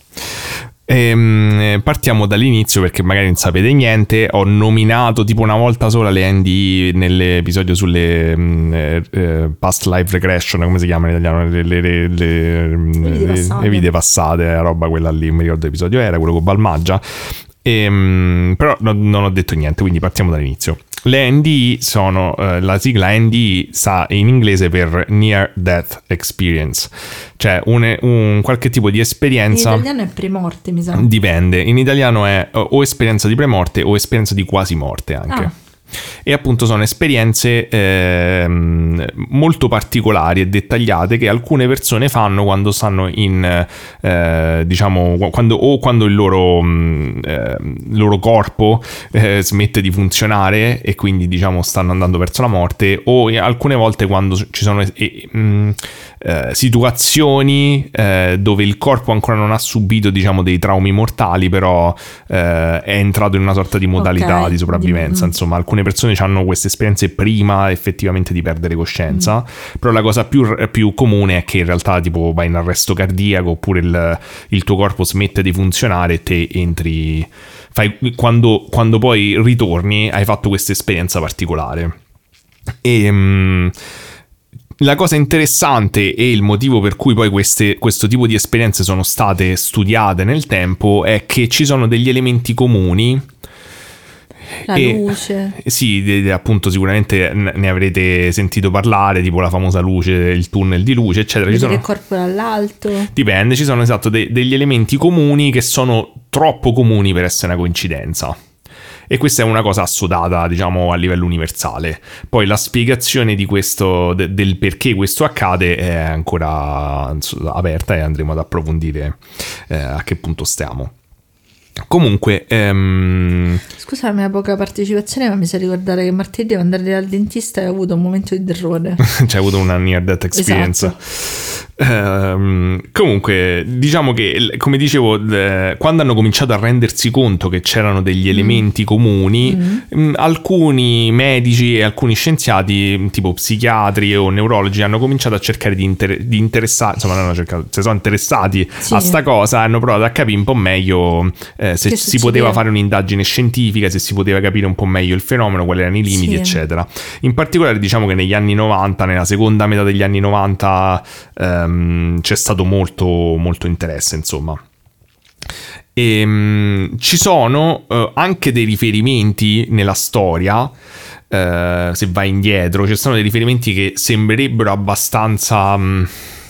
Ehm, partiamo dall'inizio perché magari non sapete niente. Ho nominato tipo una volta sola le N D E nell'episodio sulle mh, eh, past life regression, come si chiama in italiano, le, le, le, le, vite le, passate. le vite passate, la roba quella lì, mi ricordo l'episodio era quello con Balmaggia. Ehm, però no, non ho detto niente, quindi partiamo dall'inizio. Le N D E sono, eh, la sigla N D E sta in inglese per Near Death Experience, cioè un, un qualche tipo di In esperienza. italiano è premorte, mi sa. Dipende, in italiano è o esperienza di premorte o esperienza di quasi morte anche. Ah. E appunto sono esperienze ehm, molto particolari e dettagliate che alcune persone fanno quando stanno in eh, diciamo quando o quando il loro, mh, eh, il loro corpo eh, smette di funzionare e quindi diciamo stanno andando verso la morte, o alcune volte quando ci sono eh, mh, eh, situazioni eh, dove il corpo ancora non ha subito diciamo dei traumi mortali, però eh, è entrato in una sorta di modalità Ok. di sopravvivenza. Mm. Insomma, alcune persone hanno queste esperienze prima effettivamente di perdere coscienza, mm. però la cosa più, più comune è che in realtà tipo vai in arresto cardiaco oppure il, il tuo corpo smette di funzionare e te entri, fai, quando, quando poi ritorni hai fatto questa esperienza particolare. E mh, la cosa interessante e il motivo per cui poi queste, questo tipo di esperienze sono state studiate nel tempo è che ci sono degli elementi comuni. La E, luce. sì, de- de- appunto sicuramente ne avrete sentito parlare, tipo la famosa luce, il tunnel di luce, eccetera. Ci Vedere sono... il corpo dall'alto. Dipende, ci sono esatto de- degli elementi comuni che sono troppo comuni per essere una coincidenza. E questa è una cosa assodata, diciamo, a livello universale. Poi la spiegazione di questo, de- del perché questo accade è ancora aperta e andremo ad approfondire eh, a che punto stiamo. Comunque, ehm... Scusa la mia poca partecipazione, ma mi sa ricordare che martedì devo andare dal dentista e ho avuto un momento di terrore. c'è avuto una near death experience. Esatto. Ehm, comunque, diciamo che, come dicevo, eh, quando hanno cominciato a rendersi conto che c'erano degli elementi mm. comuni, mm. mh, alcuni medici e alcuni scienziati, tipo psichiatri o neurologi, hanno cominciato a cercare di, inter- di interessare, insomma, non hanno cercato, si sono interessati sì. a sta cosa, hanno provato a capire un po' meglio eh, se che si succedeva? poteva fare un'indagine scientifica, se si poteva capire un po' meglio il fenomeno, quali erano i limiti, sì. eccetera. In particolare, diciamo che negli anni novanta, nella seconda metà degli anni novanta, ehm, c'è stato molto, molto interesse, insomma. E, um, ci sono uh, anche dei riferimenti nella storia, uh, se vai indietro, ci sono dei riferimenti che sembrerebbero abbastanza... Um,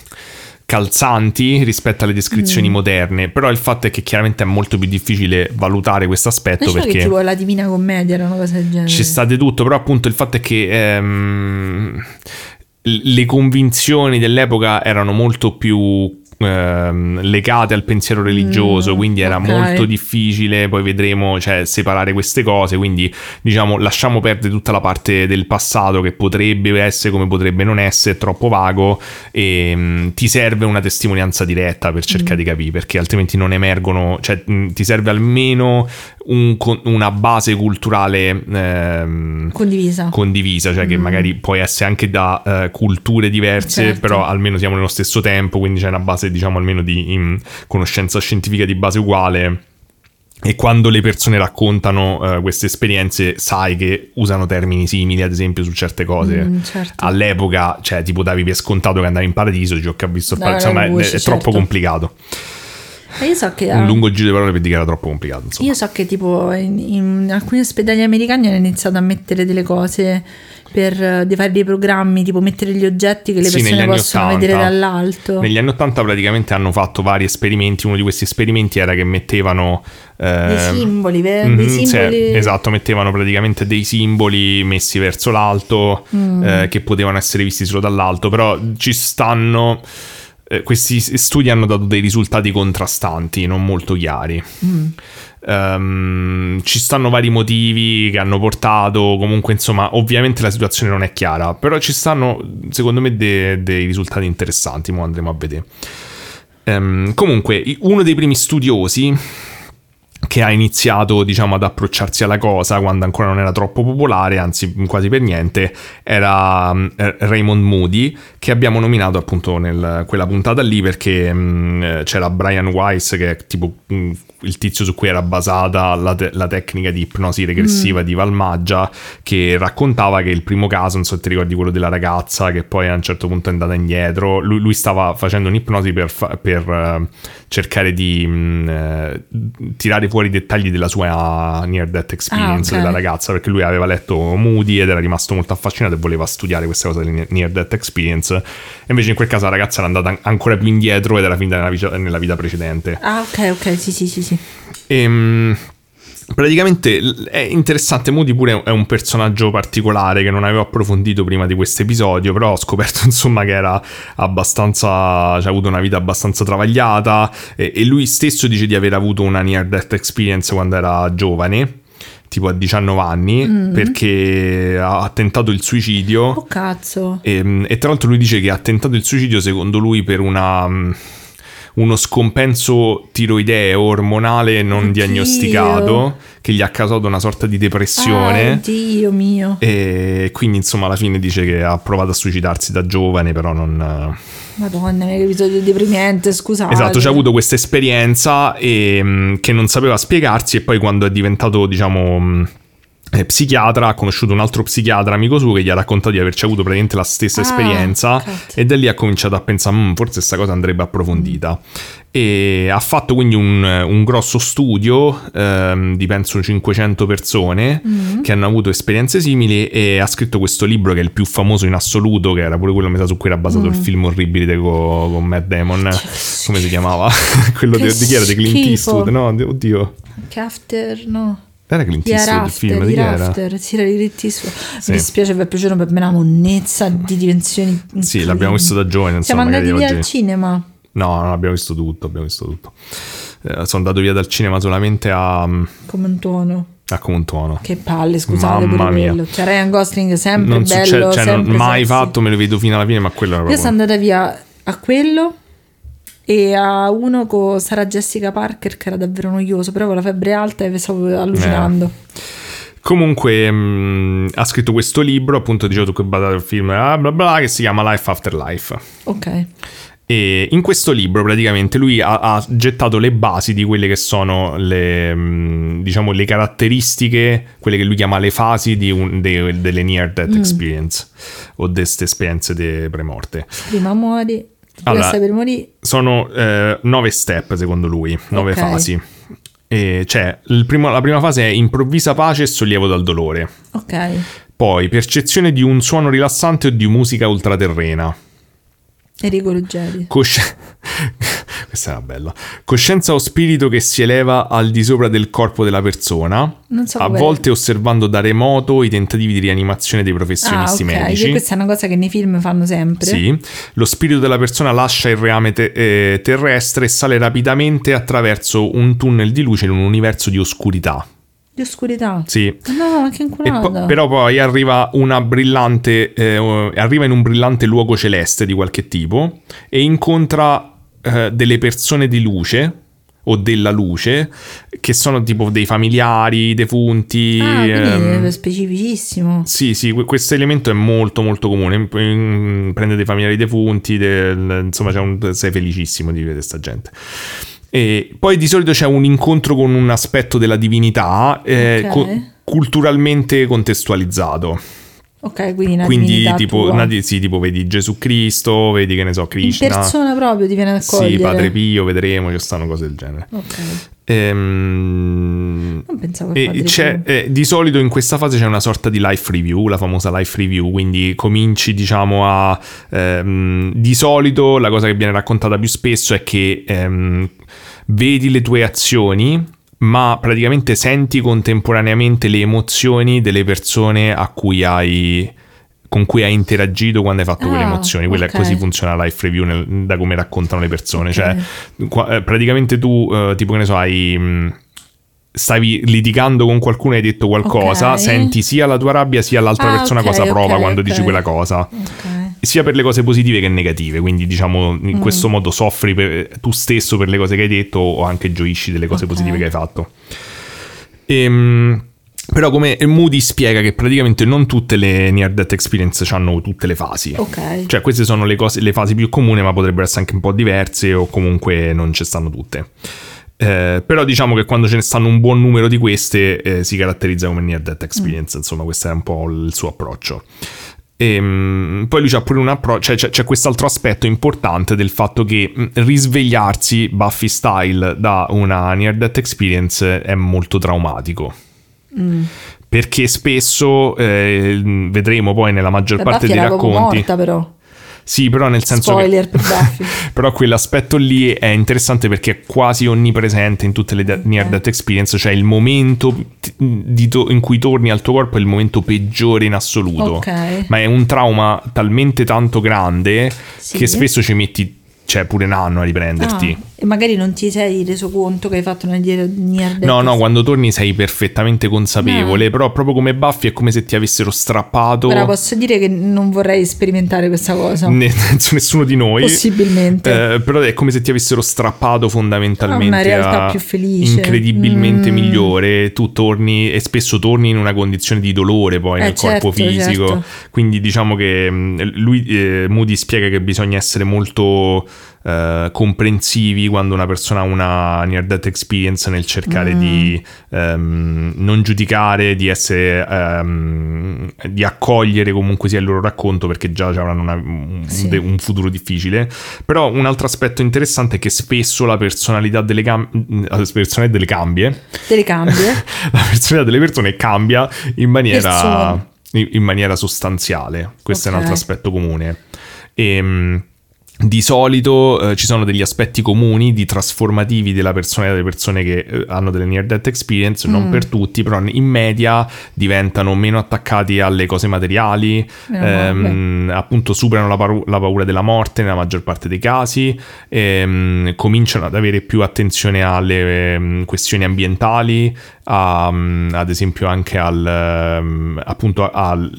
calzanti rispetto alle descrizioni mm. moderne, però il fatto è che chiaramente è molto più difficile valutare questo aspetto, diciamo perché che tipo la Divina Commedia era una cosa del genere, c'è stato tutto, però appunto il fatto è che ehm, le convinzioni dell'epoca erano molto più ehm, legate al pensiero religioso, mm, quindi era okay. molto difficile, poi vedremo, cioè, separare queste cose, quindi diciamo lasciamo perdere tutta la parte del passato che potrebbe essere come potrebbe non essere, troppo vago, e mh, ti serve una testimonianza diretta per cercare mm. di capire, perché altrimenti non emergono, cioè mh, ti serve almeno un, una base culturale ehm, condivisa, condivisa cioè mm. che magari può essere anche da uh, culture diverse, certo. però almeno siamo nello stesso tempo, quindi c'è una base, diciamo, almeno di in, conoscenza scientifica di base uguale. E quando le persone raccontano uh, queste esperienze, sai che usano termini simili, ad esempio, su certe cose. Mm, certo. All'epoca, cioè, tipo davi per scontato che andavi in paradiso, cioè, ho visto il paradiso, insomma, luce, è, è certo. troppo complicato. Io so che, un lungo giro di parole per dire che era troppo complicato, insomma. Io so che tipo in, in alcuni ospedali americani hanno iniziato a mettere delle cose per di fare dei programmi, tipo mettere gli oggetti che le sì, persone possono ottanta, vedere dall'alto. Negli anni ottanta praticamente hanno fatto vari esperimenti. Uno di questi esperimenti era che mettevano eh, dei simboli, dei mm, simboli. Sì, esatto, mettevano praticamente dei simboli messi verso l'alto mm. eh, che potevano essere visti solo dall'alto, però ci stanno Eh, questi studi hanno dato dei risultati contrastanti, non molto chiari. Mm. Um, ci stanno vari motivi che hanno portato, comunque insomma ovviamente la situazione non è chiara, però ci stanno secondo me de- dei risultati interessanti, mo andremo a vedere. Um, comunque uno dei primi studiosi che ha iniziato, diciamo, ad approcciarsi alla cosa quando ancora non era troppo popolare, anzi quasi per niente, era um, Raymond Moody, che abbiamo nominato appunto nel quella puntata lì perché um, c'era Brian Weiss, che è tipo um, il tizio su cui era basata la, te- la tecnica di ipnosi regressiva mm. di Valmaggia, che raccontava che il primo caso, non so se ti ricordi, quello della ragazza che poi a un certo punto è andata indietro, lui, lui stava facendo un'ipnosi per, fa- per uh, cercare di mh, tirare fuori i dettagli della sua near death experience, ah, okay. della ragazza, perché lui aveva letto Moody ed era rimasto molto affascinato e voleva studiare questa cosa della near death experience, e invece in quel caso la ragazza era andata ancora più indietro ed era finita nella vita, nella vita precedente. Ah, ok, ok, sì, sì, sì, sì. E, mh, praticamente è interessante. Moody pure è un personaggio particolare che non avevo approfondito prima di questo episodio, però ho scoperto insomma che era abbastanza, cioè ha avuto una vita abbastanza travagliata, e, e lui stesso dice di aver avuto una near death experience quando era giovane, tipo a diciannove anni, mm. perché ha tentato il suicidio. Oh cazzo. E, e tra l'altro lui dice che ha tentato il suicidio secondo lui per una uno scompenso tiroideo ormonale non Oddio. diagnosticato che gli ha causato una sorta di depressione. Ah, Dio mio. E quindi insomma alla fine dice che ha provato a suicidarsi da giovane, però non... Madonna, che episodio deprimente, scusate. Esatto, c'ha avuto questa esperienza e, mh, che non sapeva spiegarsi, e poi quando è diventato, diciamo... Mh, psichiatra, ha conosciuto un altro psichiatra amico suo che gli ha raccontato di averci avuto praticamente la stessa ah, esperienza, cazzo. E da lì ha cominciato a pensare mmm, forse questa cosa andrebbe approfondita, mm. e ha fatto quindi un, un grosso studio ehm, di penso cinquecento persone mm. che hanno avuto esperienze simili, e ha scritto questo libro che è il più famoso in assoluto, che era pure quello mi sa su cui era basato mm. il film orribile con, con Matt Damon, come si chiamava? Quello di chi era? Di Clint Eastwood, no? Oddio, che after, no? Era Clint Eastwood il film di chi era? Sì, era di Clint Eastwood. Sì. Mi dispiace, per piacere, per me una monnezza di dimensioni. Sì, l'abbiamo visto da giovane. Siamo insomma, andati via oggi... al cinema. No, non abbiamo visto tutto, abbiamo visto tutto. Eh, sono andato via dal cinema solamente a... Come un tuono. A come un tuono. Che palle, scusate, Mamma pure mia. quello. Cioè Ryan Gosling sempre non bello, succede, cioè, sempre non mai sexy. fatto, me lo vedo fino alla fine, ma quello era proprio... Io sono andata via a quello e a uno con Sarah Jessica Parker che era davvero noioso, però con la febbre alta e stavo allucinando. Eh. Comunque mh, ha scritto questo libro, appunto dicevo tu che basato il film bla bla bla, che si chiama Life After Life. Ok. E in questo libro praticamente lui ha, ha gettato le basi di quelle che sono le, mh, diciamo, le caratteristiche, quelle che lui chiama le fasi di un, de, delle near death mm. experience, o di queste esperienze di premorte. Prima muori, allora, per morire. Sono eh, nove step secondo lui, nove okay. fasi. E cioè il primo, la prima fase è improvvisa pace e sollievo dal dolore. Ok. Poi percezione di un suono rilassante o di musica ultraterrena. Enrico Ruggeri. Cosci- Questa era bella. Coscienza o spirito che si eleva al di sopra del corpo della persona, non so a come... volte osservando da remoto i tentativi di rianimazione dei professionisti ah, okay. medici. Questa è una cosa che nei film fanno sempre. Sì. Lo spirito della persona lascia il reame te- eh, terrestre e sale rapidamente attraverso un tunnel di luce in un universo di oscurità. Di oscurità? Sì. No, che inculata. Po- però poi arriva una brillante eh, arriva in un brillante luogo celeste di qualche tipo e incontra eh, delle persone di luce o della luce che sono tipo dei familiari, defunti. Ah, quindi ehm, specificissimo. Sì, sì, questo elemento è molto molto comune. Prende dei familiari defunti, del, insomma c'è un, sei felicissimo di vedere sta gente. E poi di solito c'è un incontro con un aspetto della divinità eh, okay. co- culturalmente contestualizzato. Ok, quindi una quindi tipo, una, sì, tipo vedi Gesù Cristo, vedi che ne so, Krishna. In persona proprio ti viene a cogliere. Sì, Padre Pio, vedremo, ci stanno cose del genere. Ok. Ehm, non pensavo e Padre c'è, Pio. Eh, di solito in questa fase c'è una sorta di life review, la famosa life review, quindi cominci diciamo a... Ehm, di solito la cosa che viene raccontata più spesso è che ehm, vedi le tue azioni, ma praticamente senti contemporaneamente le emozioni delle persone a cui hai con cui hai interagito quando hai fatto ah, quelle emozioni. Quella okay. Così funziona la life review nel, da come raccontano le persone. Okay. Cioè qua, eh, praticamente tu eh, tipo che ne so hai mh, stavi litigando con qualcuno e hai detto qualcosa, Ok. senti sia la tua rabbia sia l'altra Ah, persona ok, cosa prova ok, quando ok. dici quella cosa. Ok. Sia per le cose positive che negative, quindi diciamo in Mm. questo modo soffri per, tu stesso per le cose che hai detto o anche gioisci delle cose Ok. positive che hai fatto. Ehm, però come Moody spiega che praticamente non tutte le near death experience hanno tutte le fasi. Ok. Cioè queste sono le, cose, le fasi più comuni, ma potrebbero essere anche un po' diverse o comunque non ci stanno tutte. Eh, però diciamo che quando ce ne stanno un buon numero di queste eh, si caratterizza come near death experience, Mm. insomma questo è un po' il suo approccio. E, mh, poi lui c'ha pure un approccio, cioè c'è, c'è quest'altro aspetto importante del fatto che mh, risvegliarsi Buffy style da una near death experience è molto traumatico. Mm. Perché spesso eh, vedremo poi nella maggior La parte Buffy dei era proprio racconti. morta, però. Sì, però nel senso Spoiler che per Buffy. però quell'aspetto lì è interessante perché è quasi onnipresente in tutte le de- near death experience, cioè il momento t- di to- in cui torni al tuo corpo è il momento peggiore in assoluto. Ok. Ma è un trauma talmente tanto grande Sì. che spesso ci metti, cioè, pure un anno a riprenderti. Ah, e magari non ti sei reso conto che hai fatto una near death. No, no, quando torni sei perfettamente consapevole, però proprio come Buffy è come se ti avessero strappato. Ora posso dire che non vorrei sperimentare questa cosa. Ne- nessuno di noi. Possibilmente. Eh, però è come se ti avessero strappato fondamentalmente Ah, una realtà a- più felice. incredibilmente Mm. migliore. Tu torni e spesso torni in una condizione di dolore poi Eh, nel corpo certo, fisico. certo. Quindi diciamo che mh, lui, eh, Moody spiega che bisogna essere molto eh, comprensivi quando una persona ha una near death experience nel cercare Mm. di ehm, non giudicare, di essere ehm, di accogliere comunque sia il loro racconto, perché già avranno una- un, Sì. de- un futuro difficile. Però un altro aspetto interessante è che spesso la personalità delle, cam- la personalità delle cambie Te le cambie. la personalità delle persone cambia in maniera Persone. in, in maniera sostanziale. Questo Ok. è un altro aspetto comune. E di solito eh, ci sono degli aspetti comuni di trasformativi della personalità delle persone che eh, hanno delle near death experience, non Mm. per tutti, però in media diventano meno attaccati alle cose materiali, Meno ehm, appunto superano la, paru- la paura della morte nella maggior parte dei casi, ehm, cominciano ad avere più attenzione alle ehm, questioni ambientali, a, mm, ad esempio anche al ehm, appunto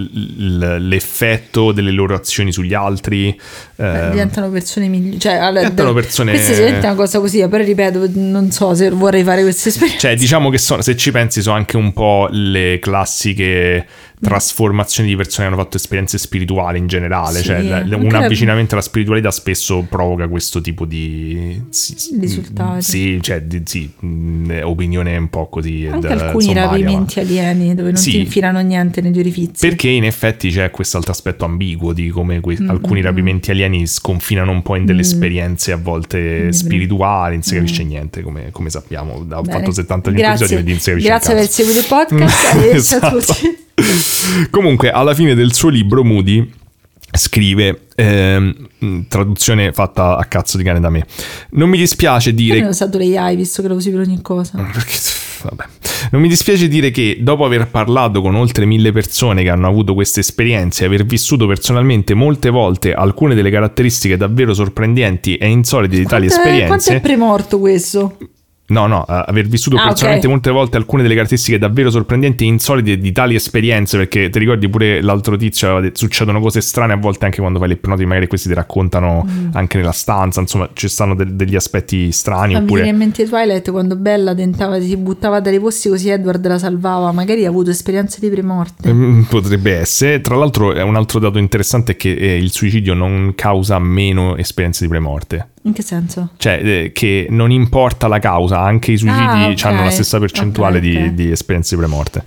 all'effetto delle loro azioni sugli altri. Eh, ehm, diventano persone migliori. Cioè, allora, diventano da- persone- Questa sicuramente è una cosa così, però ripeto, non so se vorrei fare questa esperienza. Cioè, diciamo che sono, se ci pensi, sono anche un po' le classiche trasformazioni di persone che hanno fatto esperienze spirituali in generale. Sì, Cioè, la- anche un la- avvicinamento alla spiritualità spesso provoca questo tipo di sì, sì, Risultati. Sì, cioè, di, sì, mh, opinione un po' così. Anche da- alcuni sommaria, ma- rapimenti alieni dove non Sì. ti infilano niente negli orifizi. Perché in effetti c'è quest'altro aspetto ambiguo di come que- Mm, alcuni mm, rapimenti alieni sconfinano un po' in delle Mm. esperienze a volte Mm. spirituali, non si capisce Mm. niente, come, come sappiamo. Ho Bene. fatto settantacinque Grazie, episodi, quindi non si capisce grazie un per cazzo. aver seguito il podcast. Arrivederci Esatto. a tutti. Comunque, alla fine del suo libro, Moody scrive, ehm, traduzione fatta a cazzo di cane da me: non mi dispiace Io dire ne ho usato le A I visto che lo usi per ogni cosa. Perché, vabbè. Non mi dispiace dire che dopo aver parlato con oltre mille persone che hanno avuto queste esperienze e aver vissuto personalmente molte volte alcune delle caratteristiche davvero sorprendenti e insolite di tali Quanto è- Quanto esperienze. è premorto questo? No, no, eh, aver vissuto Ah, personalmente ok. molte volte alcune delle caratteristiche davvero sorprendenti e insolite di tali esperienze, perché ti ricordi pure l'altro tizio aveva detto, succedono cose strane a volte anche quando fai l'ipnosi, magari questi ti raccontano Mm. anche nella stanza, insomma ci stanno de- degli aspetti strani. Ma mi Oppure viene in mente Twilight quando Bella tentava, si buttava dalle posti così Edward la salvava. Magari ha avuto esperienze di premorte. Mm, potrebbe essere. Tra l'altro è un altro dato interessante è che eh, il suicidio non causa meno esperienze di premorte. In che senso? Cioè eh, che non importa la causa, anche i suicidi Ah, ok. hanno la stessa percentuale Ok, di- ok. Di, esperienze di premorte.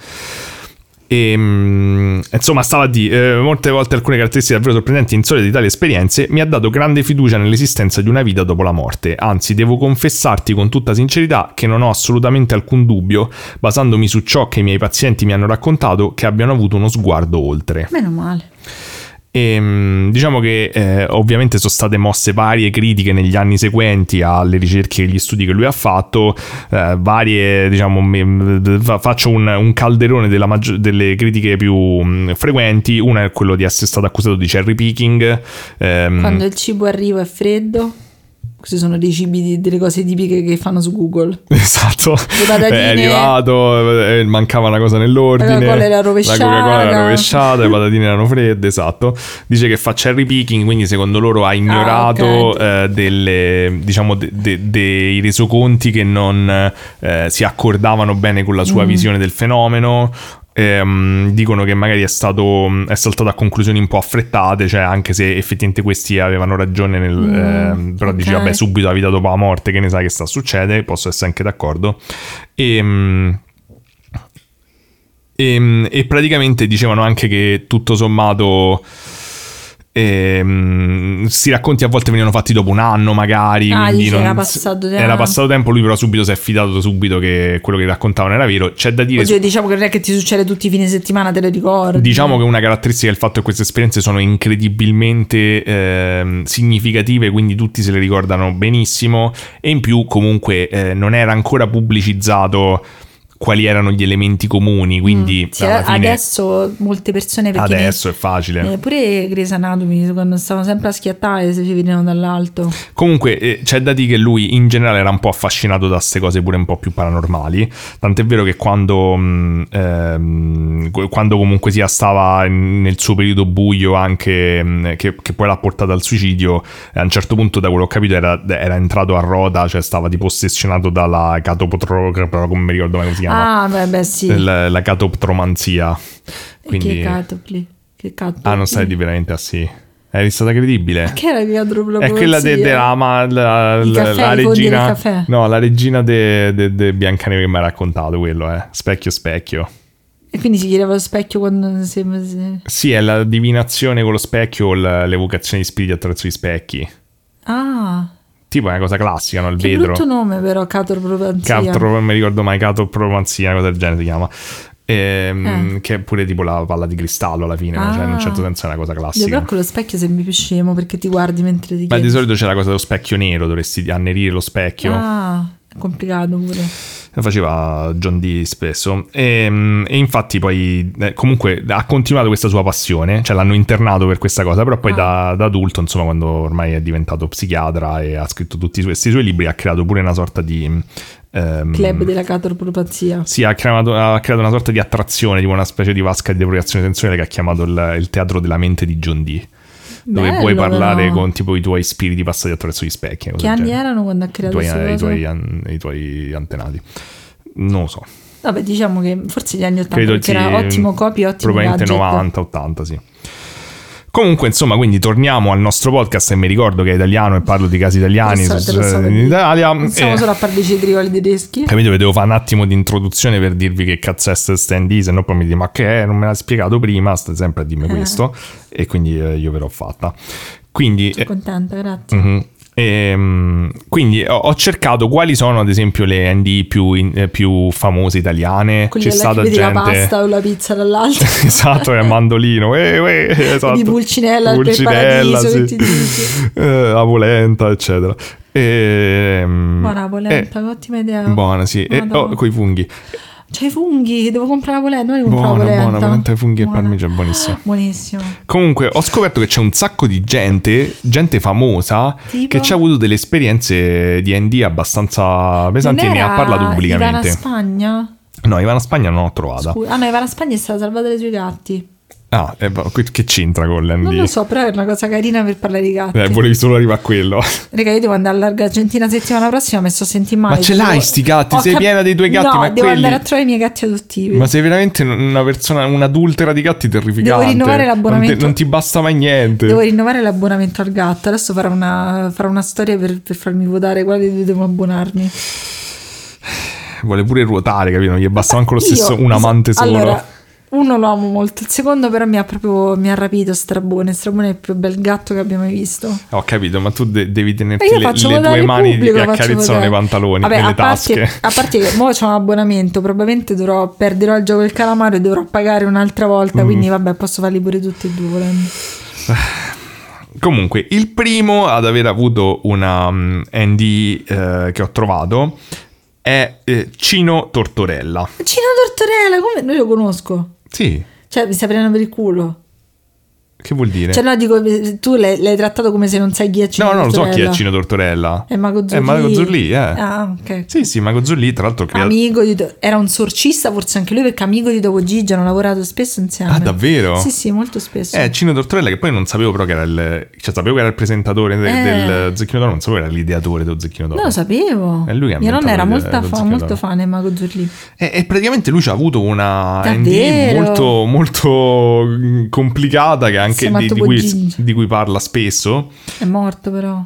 E, mm, insomma, stava a dire, eh, molte volte alcune caratteristiche davvero sorprendenti e insolite di tali esperienze mi ha dato grande fiducia nell'esistenza di una vita dopo la morte. Anzi, devo confessarti con tutta sincerità che non ho assolutamente alcun dubbio, basandomi su ciò che i miei pazienti mi hanno raccontato, che abbiano avuto uno sguardo oltre. Meno male. E, mh, diciamo che eh, ovviamente sono state mosse varie critiche negli anni seguenti alle ricerche e agli studi che lui ha fatto, eh, varie, diciamo, me- fa- faccio un, un calderone della maggio- delle critiche più mh, frequenti. Una è quello di essere stato accusato di cherry picking, ehm, Quando il cibo arriva è freddo. Questi sono dei cibi, di, delle cose tipiche che fanno su Google. Esatto. Le patatine, è arrivato, eh, mancava una cosa nell'ordine. La Coca-Cola era rovesciata. La Coca-Cola era rovesciata, le patatine erano fredde, esatto. Dice che fa cherry picking, quindi secondo loro ha ignorato ah, okay. eh, delle, diciamo, de, de, dei resoconti che non eh, si accordavano bene con la sua mm. visione del fenomeno. Ehm, dicono che magari è stato è saltato a conclusioni un po' affrettate, cioè anche se effettivamente questi avevano ragione nel, mm, eh, però okay. dice vabbè subito la vita dopo la morte, che ne sai che sta succede, posso essere anche d'accordo. E, e, e praticamente dicevano anche che tutto sommato E, um, si racconti a volte venivano fatti dopo un anno magari, ah, quindi non, era passato tempo. era passato tempo, lui però subito si è fidato subito che quello che raccontavano era vero. C'è da dire, oddio, diciamo che non è che ti succede tutti i fine settimana, te lo ricordi. Diciamo che una caratteristica è il fatto che queste esperienze sono incredibilmente eh, significative, quindi tutti se le ricordano benissimo, e in più comunque eh, non era ancora pubblicizzato quali erano gli elementi comuni, quindi mm, sì, adesso molte persone, perché adesso ne, è facile, eh, pure Grey's Anatomy quando stavano sempre a schiattare se ci vedevano dall'alto. Comunque eh, c'è da dire che lui in generale era un po' affascinato da queste cose pure un po' più paranormali, tant'è vero che quando mh, ehm, quando comunque sia stava nel suo periodo buio anche mh, che, che poi l'ha portato al suicidio, a un certo punto da quello che ho capito era, era entrato a rota, cioè stava tipo ossessionato dalla catoptro, però come mi ricordo mai come si chiama. Ah, beh, beh, sì. La, la catoptromanzia. Quindi... Che catopli? Che catopli? Ah, non stai di veramente, ah sì. Eri stata credibile. Ma che era che catopli? È quella della de, la, la, la, la regina. No, la regina de, de, de Biancaneve che mi ha raccontato quello, eh. Specchio, specchio. E quindi si chiedeva lo specchio quando si... Sì, è la divinazione con lo specchio o l'evocazione di spiriti attraverso gli specchi. Ah, tipo è una cosa classica, no? Il che vetro. Che brutto nome però, catoplomanzia. Catro, non mi ricordo mai, catoplomanzia, una cosa del genere si chiama. Ehm, eh. Che è pure tipo la palla di cristallo alla fine, ah. Cioè in un certo senso è una cosa classica. Io però con lo specchio sembri più scemo perché ti guardi mentre ti chiedi. Ma di solito c'è la cosa dello specchio nero, dovresti annerire lo specchio. Ah, è complicato pure. Lo faceva John Dee spesso e, e infatti poi eh, comunque ha continuato questa sua passione, cioè l'hanno internato per questa cosa, però poi ah. da, da adulto, insomma, quando ormai è diventato psichiatra e ha scritto tutti questi suoi libri, ha creato pure una sorta di ehm, club della catopropazia. Sì, ha creato, ha creato una sorta di attrazione, tipo una specie di vasca di depurazione sensoriale che ha chiamato il, il teatro della mente di John Dee, dove bello, puoi parlare però con tipo i tuoi spiriti passati attraverso gli specchi. Che anni erano quando ha creato i tuoi, i tuoi, an, i tuoi antenati? Non lo so. Vabbè, diciamo che forse gli anni ottanta, credo perché era ottimo copy, ottimo probabilmente gadget. novanta ottanta, sì. Comunque, insomma, quindi torniamo al nostro podcast e mi ricordo che è italiano e parlo di casi italiani so, su, so in Italia. Non siamo eh, solo a parlare di cetrioli tedeschi. Capito? Devo fare un attimo di introduzione per dirvi che cazzo è Stand E, se no poi mi dite ma che è? Non me l'ha spiegato prima, stai sempre a dirmi eh. questo, e quindi eh, io ve l'ho fatta. Quindi sono contenta, grazie. Uh-huh. E, quindi ho, ho cercato quali sono ad esempio le N D più, in, più famose italiane. Quelli c'è stata gente, la pasta o la pizza dall'alto. Esatto, è mandolino, eh, eh, esatto. Di Pulcinella, Pulcinella, per sì. eh, la polenta, eccetera. E, buona polenta, eh, ottima idea. Buona, sì. E, oh, coi funghi. C'hai i funghi, devo comprare la polenta, non comprare buona, la polenta. Buona, polenta ai funghi buona. E parmigiano, buonissimo. Buonissimo. Comunque ho scoperto che c'è un sacco di gente, gente famosa, tipo? Che ci ha avuto delle esperienze di N D abbastanza pesanti e ne ha parlato pubblicamente. Ivana Spagna? No, Ivana Spagna non l'ho trovata. Scusa. Ah no, Ivana Spagna è stata salvata dai suoi gatti. Ah, eh, che c'entra con l'N D? Non lo so, però è una cosa carina per parlare di gatti. Eh, volevi solo arrivare a quello. Raga, io devo andare all'Argentina settimana prossima, mi sto sentendo male. Ma ce l'hai sti gatti? Ho sei cap- piena dei tuoi gatti? No, ma devo quelli... andare a trovare i miei gatti adottivi. Ma sei veramente una persona, un'adultera di gatti terrificante. Devo rinnovare l'abbonamento. Non, te, non ti basta mai niente. Devo rinnovare l'abbonamento al gatto. Adesso farò una, farò una storia per, per farmi votare quale dei due devo abbonarmi. Vuole pure ruotare, capito? Non gli basta anche lo stesso io, un amante solo. Allora, uno lo amo molto, il secondo però mi ha proprio mi ha rapito. Strabone Strabone è il più bel gatto che abbiamo mai visto. Ho capito, ma tu de- devi tenerti le, le tue mani pubblico, che accarezzano nei pantaloni. Vabbè, nelle a parte, tasche. A parte che mo c'ho un abbonamento, probabilmente dovrò perderò il gioco del calamaro e dovrò pagare un'altra volta, mm. quindi vabbè, posso farli pure tutti e due volendo. Comunque, il primo ad aver avuto una um, N D eh, che ho trovato è eh, Cino Tortorella. Cino Tortorella, come? Noi lo conosco. Sì. Cioè, mi sta prendendo per il culo. Che vuol dire? Cioè no, dico, tu l'hai, l'hai trattato come se non sai chi è Cino No, no, non Tortorella. so chi è Cino Tortorella. È Mago Zurlì. È Mago Zurlì, eh. Ah, ok. Sì, sì, Mago Zurlì, tra l'altro crea- Amico di Do- era un sorcista forse anche lui, perché amico di Dopo Gigi, hanno lavorato spesso insieme. Ah, davvero? Sì, sì, molto spesso. Eh, Cino Tortorella, che poi non sapevo però che era il... Cioè, sapevo che era il presentatore de- Eh. del Zecchino d'Oro, non sapevo che era l'ideatore dello Zecchino d'Oro. Non lo sapevo. È lui che ha Mia nonna inventato era l'idea molto, dello fa- Zecchino molto d'Oro. fan di Mago Zurlì. E, e praticamente lui ci ha avuto una N D Davvero? molto, molto mm, complicata, che anche Si è di, di, fatto cui, Gigi. di cui parla spesso. È morto però.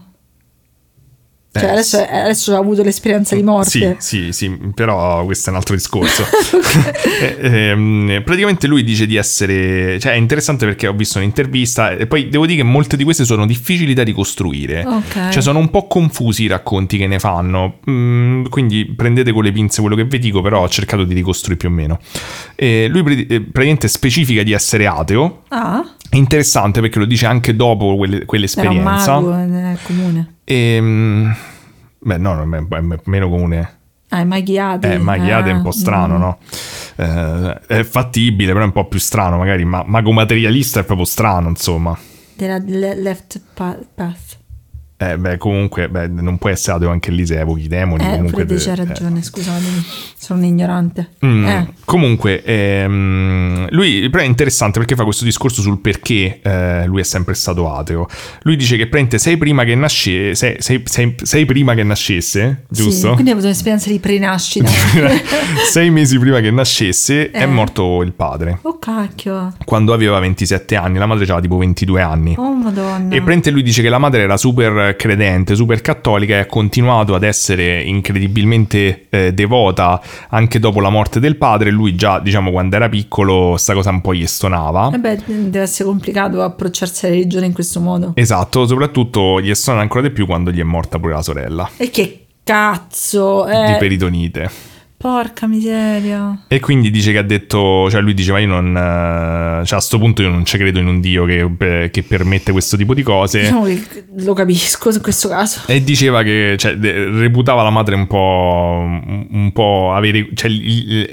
Cioè Eh, adesso, adesso ha avuto l'esperienza di morte. Sì, sì, sì, però questo è un altro discorso. Eh, ehm, praticamente lui dice di essere... Cioè è interessante perché ho visto un'intervista e poi devo dire che molte di queste sono difficili da ricostruire. Ok. Cioè sono un po' confusi i racconti che ne fanno. Mm, quindi prendete con le pinze quello che vi dico, però ho cercato di ricostruire più o meno. E lui pre- praticamente specifica di essere ateo. Ah, Interessante perché lo dice anche dopo quelle- era un quell'esperienza. mago, è comune. E, mm, beh, no, è, è meno comune. Ah, è Maghiati. Eh, Maghiate è un po' Ah, strano, mm. no? Eh, è fattibile, però è un po' più strano, magari. Ma mago materialista è proprio strano, insomma. Della le- left pa- path. Eh, beh, comunque, beh, non può essere ateo anche lì se evochi i demoni. Eh, comunque pure te c'hai eh. ragione, scusatemi. Sono un ignorante. Mm, Eh. Comunque, ehm, lui però è interessante perché fa questo discorso sul perché eh, lui è sempre stato ateo. Lui dice che prende sei prima che nasce, sei, sei, sei, sei prima che nascesse, Sì, giusto? quindi ha avuto un'esperienza di prenascita. Sei mesi prima che nascesse è Eh. morto il padre. Oh cacchio. Quando aveva ventisette anni, la madre aveva tipo ventidue anni. Oh madonna. E prende lui dice che la madre era super credente, super cattolica e ha continuato ad essere incredibilmente eh, devota anche dopo la morte del padre. Lui già, diciamo, quando era piccolo sta cosa un po' gli stonava. Eh beh, deve essere complicato approcciarsi alla religione in questo modo. Esatto, soprattutto gli stona ancora di più quando gli è morta pure la sorella E che cazzo, eh, di peritonite. porca miseria. E quindi dice che ha detto, cioè lui diceva io non, eh, cioè a sto punto io non ci credo in un Dio che, che permette questo tipo di cose. Diciamo che lo capisco in questo caso. E diceva che, cioè, de- reputava la madre un po', un po' avere, cioè, il- il-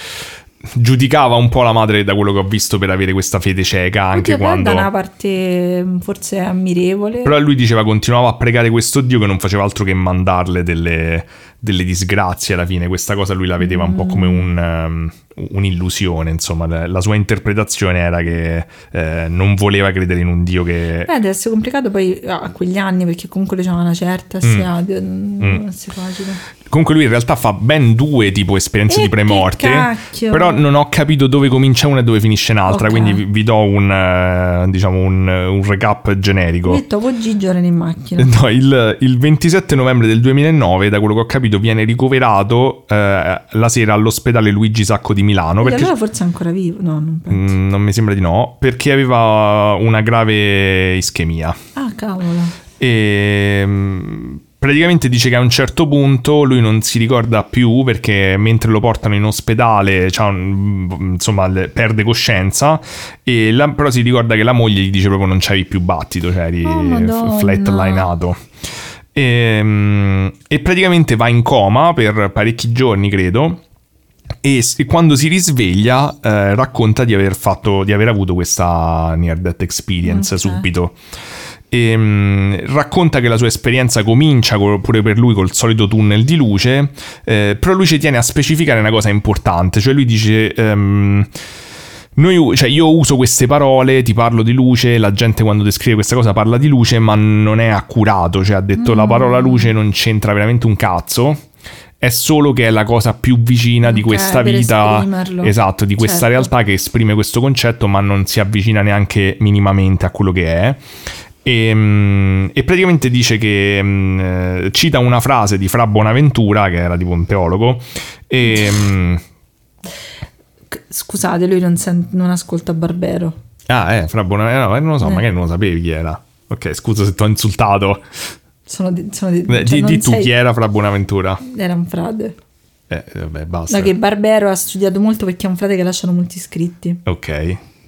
giudicava un po' la madre da quello che ho visto per avere questa fede cieca anche Oddio, però quando... da una parte forse ammirevole. Però lui diceva continuava a pregare questo Dio che non faceva altro che mandarle delle, delle disgrazie alla fine. Questa cosa lui la vedeva un po' come un, um, un'illusione, insomma. La, la sua interpretazione era che eh, non voleva credere in un Dio che... Eh, deve essere complicato poi a quegli anni, perché comunque lui c'aveva una certa, sia, non deve essere facile. Comunque lui in realtà fa ben due tipo esperienze E di premorte, che cacchio. però non ho capito dove comincia una e dove finisce un'altra, Ok. quindi vi, vi do un, eh, diciamo un, un recap generico. Ho detto, poi Gigi era in macchina. No, il, il ventisette novembre del duemilanove, da quello che ho capito, viene ricoverato eh, la sera all'ospedale Luigi Sacco di Milano. Quindi Perché, allora forse è ancora vivo. No, non penso. Mm, non mi sembra di no, perché aveva una grave ischemia. Ah, cavolo. E mm, praticamente dice che a un certo punto lui non si ricorda più perché mentre lo portano in ospedale, c'ha un- insomma, le- perde coscienza, e la- però si ricorda che la moglie gli dice proprio non c'avevi più battito, cioè eri Oh, Madonna. flatlinato. E, mm, e praticamente va in coma per parecchi giorni, credo. E s- quando si risveglia eh, racconta di aver fatto di aver avuto questa near death experience Ok. subito. E, mh, racconta che la sua esperienza comincia co- pure per lui col solito tunnel di luce, eh, però lui ci tiene a specificare una cosa importante, cioè lui dice ehm, noi, cioè io uso queste parole, ti parlo di luce, la gente quando descrive questa cosa parla di luce, ma non è accurato, cioè ha detto la parola luce non c'entra veramente un cazzo. È solo che è la cosa più vicina di Ok, questa per vita, esprimerlo. esatto, di questa Certo. realtà che esprime questo concetto, ma non si avvicina neanche minimamente a quello che è. E, mm, e praticamente dice che mm, eh, cita una frase di Fra Bonaventura, che era tipo un teologo, e mm, Scusate, lui non, sent- non ascolta Barbero. ah, eh, Fra Bonaventura, non lo so, Eh. magari non lo sapevi chi era. Ok, scusa se ti ho insultato. Sono di, sono di, Eh, cioè di, non di tu sei- chi era Fra Bonaventura? Era un frate. Eh, vabbè, basta. No, che Barbero ha studiato molto perché è un frate che lasciano molti iscritti. Ok.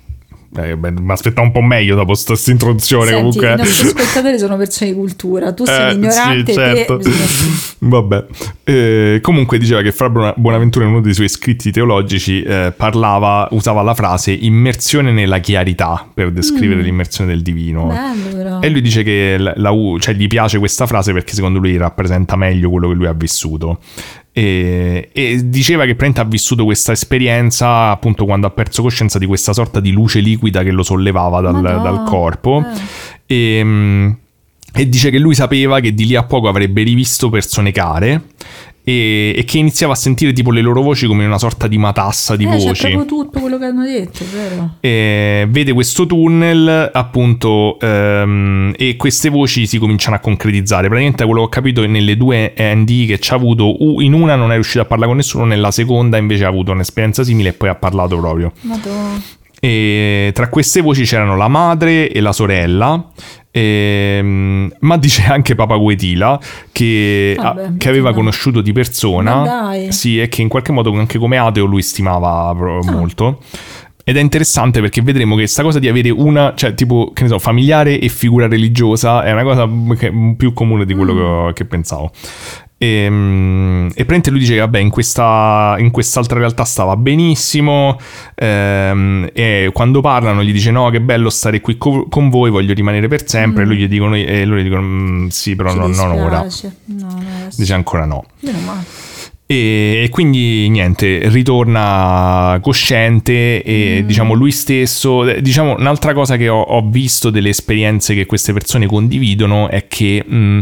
Eh, mi aspettavo un po' meglio dopo questa introduzione. Senti, comunque i nostri ascoltatori sono persone di cultura, tu sei eh, un ignorante, sì, certo. te bisogna... Vabbè, eh, comunque diceva che Fra Bonaventura in uno dei suoi scritti teologici eh, parlava, usava la frase immersione nella chiarità per descrivere mm. l'immersione del divino. Bello, però. E lui dice che la, la, cioè, gli piace questa frase perché secondo lui rappresenta meglio quello che lui ha vissuto. E, e diceva che praticamente ha vissuto questa esperienza appunto quando ha perso coscienza di questa sorta di luce liquida che lo sollevava dal, no. dal corpo eh. e, e dice che lui sapeva che di lì a poco avrebbe rivisto persone care e, e che iniziava a sentire tipo le loro voci come una sorta di matassa di eh, voci. C'è proprio tutto quello che hanno detto, vero? E vede questo tunnel appunto ehm, e queste voci si cominciano a concretizzare. Praticamente quello che ho capito è nelle due N D che ci ha avuto, in una non è riuscito a parlare con nessuno, nella seconda invece ha avuto un'esperienza simile e poi ha parlato proprio. Madonna. E tra queste voci c'erano la madre e la sorella. Ehm, ma dice anche Papa Wojtyla che, Vabbè, a, che aveva conosciuto di persona, ma dai. sì, e che in qualche modo anche come ateo lui stimava ah. molto. Ed è interessante perché vedremo che sta cosa di avere una, cioè tipo, che ne so, familiare e figura religiosa è una cosa che è più comune di quello mm. che, che pensavo. E, e praticamente lui dice che vabbè in questa in quest'altra realtà stava benissimo ehm, e quando parlano gli dice no che bello stare qui co- con voi, voglio rimanere per sempre mm. e lui gli dicono, e loro gli dicono sì però non, non ora no, no, dice ancora no. Meno male. E, e quindi niente, ritorna cosciente e mm. diciamo lui stesso, diciamo un'altra cosa che ho, ho visto delle esperienze che queste persone condividono è che mh,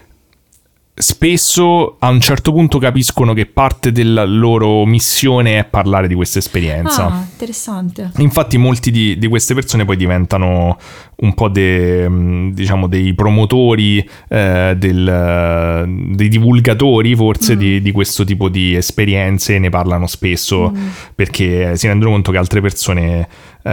spesso a un certo punto capiscono che parte della loro missione è parlare di questa esperienza. Ah, interessante. Infatti molti di, di queste persone poi diventano un po' de, diciamo dei promotori, eh, del, dei divulgatori forse mm. di, di questo tipo di esperienze, ne parlano spesso mm. perché si rendono conto che altre persone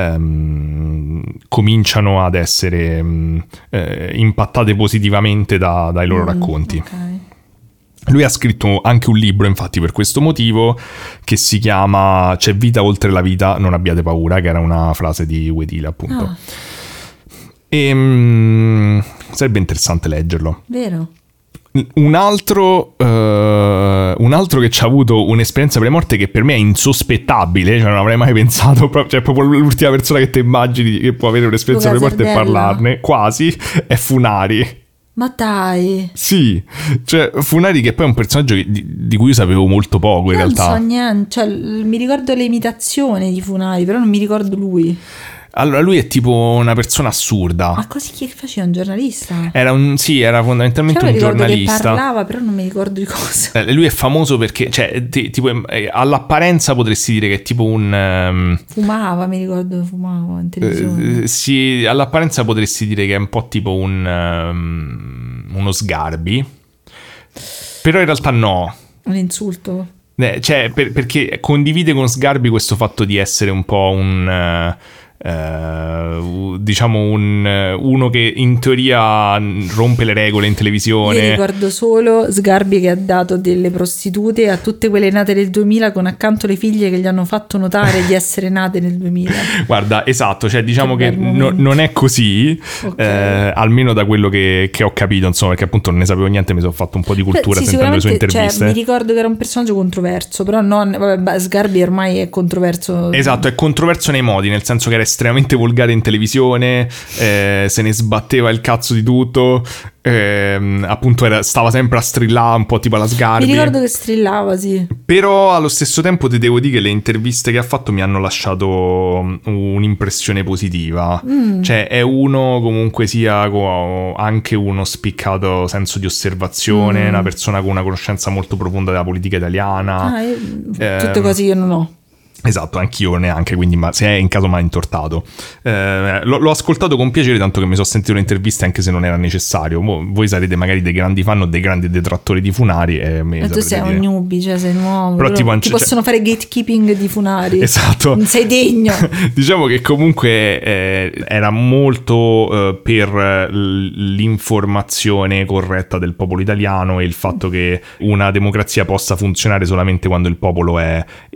ehm, cominciano ad essere eh, impattate positivamente da, dai loro mm, racconti. Okay. Lui ha scritto anche un libro, infatti, per questo motivo, che si chiama C'è vita oltre la vita, non abbiate paura, che era una frase di Wojtyla, appunto. Ah. E mh, sarebbe interessante leggerlo. Vero. Un altro, uh, un altro che ci ha avuto un'esperienza pre-morte che per me è insospettabile, cioè non avrei mai pensato, cioè proprio l'ultima persona che ti immagini che può avere un'esperienza pre-morte e parlarne, quasi, è Funari. Ma dai. Sì, cioè Funari che poi è un personaggio di, di cui io sapevo molto poco in non realtà. Non so niente, cioè mi ricordo le imitazioni di Funari, però non mi ricordo lui. Allora lui è tipo una persona assurda. Ma così che faceva, un giornalista? Era un sì, era fondamentalmente cioè, un giornalista. Che parlava, però non mi ricordo di cosa. Eh, lui è famoso perché cioè t- tipo eh, all'apparenza potresti dire che è tipo un um, fumava, mi ricordo che fumava in televisione. Eh, sì, all'apparenza potresti dire che è un po' tipo un um, uno Sgarbi. Però in realtà no. Un insulto. Eh, cioè per, perché condivide con Sgarbi questo fatto di essere un po' un uh, Uh, diciamo un, uno che in teoria rompe le regole in televisione. Io ricordo solo Sgarbi che ha dato delle prostitute a tutte quelle nate nel duemila con accanto le figlie che gli hanno fatto notare di essere nate nel duemila. Guarda, esatto, cioè diciamo che, che no, non è così, okay. eh, almeno da quello che, che ho capito, insomma, perché appunto non ne sapevo niente, mi sono fatto un po' di cultura Beh, sì, sentendo le sue interviste. Cioè, mi ricordo che era un personaggio controverso, però non, vabbè, Sgarbi ormai è controverso. Esatto, è controverso nei modi, nel senso che era estremamente volgare in televisione, eh, se ne sbatteva il cazzo di tutto, eh, appunto era, stava sempre a strillare un po' tipo alla Sgarbi. Mi ricordo che strillava, sì. Però allo stesso tempo ti devo dire che le interviste che ha fatto mi hanno lasciato un'impressione positiva. Mm. Cioè è uno comunque sia anche uno spiccato senso di osservazione, mm. una persona con una conoscenza molto profonda della politica italiana. Ah, io, eh, tutte cose io non ho. Esatto, anch'io neanche, quindi ma se è in caso mai intortato. Eh, l'ho, l'ho ascoltato con piacere, tanto che mi sono sentito le interviste anche se non era necessario. Mo, voi sarete magari dei grandi fan o dei grandi detrattori di Funari e me tu sei dire. un newbie, cioè sei nuovo. Però tipo, ti cioè, possono fare gatekeeping di Funari. Esatto. Non sei degno. Diciamo che comunque eh, era molto eh, per l'informazione corretta del popolo italiano e il fatto che una democrazia possa funzionare solamente quando il popolo è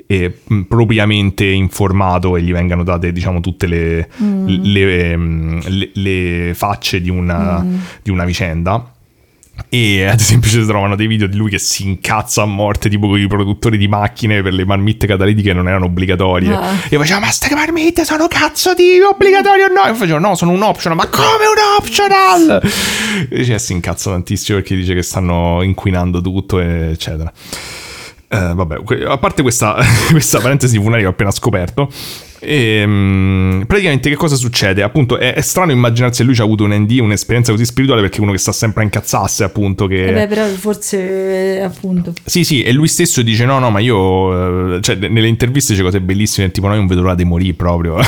e propriamente informato e gli vengano date, diciamo, tutte le, mm. le, le, le facce di una, mm. di una vicenda. E ad esempio ci si trovano dei video di lui che si incazza a morte tipo con i produttori di macchine per le marmitte catalitiche che non erano obbligatorie, ah. e faceva ma ste marmitte sono cazzo di obbligatorie o no? E facevo no, sono un optional. Ma come un optional? E cioè, si incazza tantissimo perché dice che stanno inquinando tutto eccetera. Eh, vabbè, a parte questa, questa parentesi funari che ho appena scoperto, e, um, praticamente che cosa succede? Appunto è, è strano immaginarsi che lui ci ha avuto un N D, un'esperienza così spirituale, perché è uno che sta sempre a incazzarsi, appunto che... Eh beh, però forse appunto sì sì, e lui stesso dice no no ma io, cioè nelle interviste c'è cose bellissime tipo no, io non vedo l'ora di morire proprio.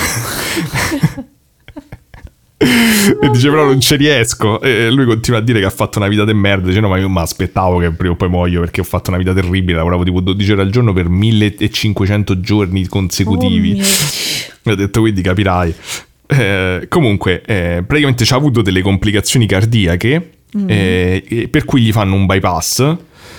E dice però non ci riesco, e lui continua a dire che ha fatto una vita de merda, dice no ma io mi aspettavo che prima o poi muoio perché ho fatto una vita terribile, lavoravo tipo dodici ore al giorno per millecinquecento giorni consecutivi. Oh, ho detto quindi capirai. Eh, comunque eh, praticamente c'ha avuto delle complicazioni cardiache, mm. eh, per cui gli fanno un bypass.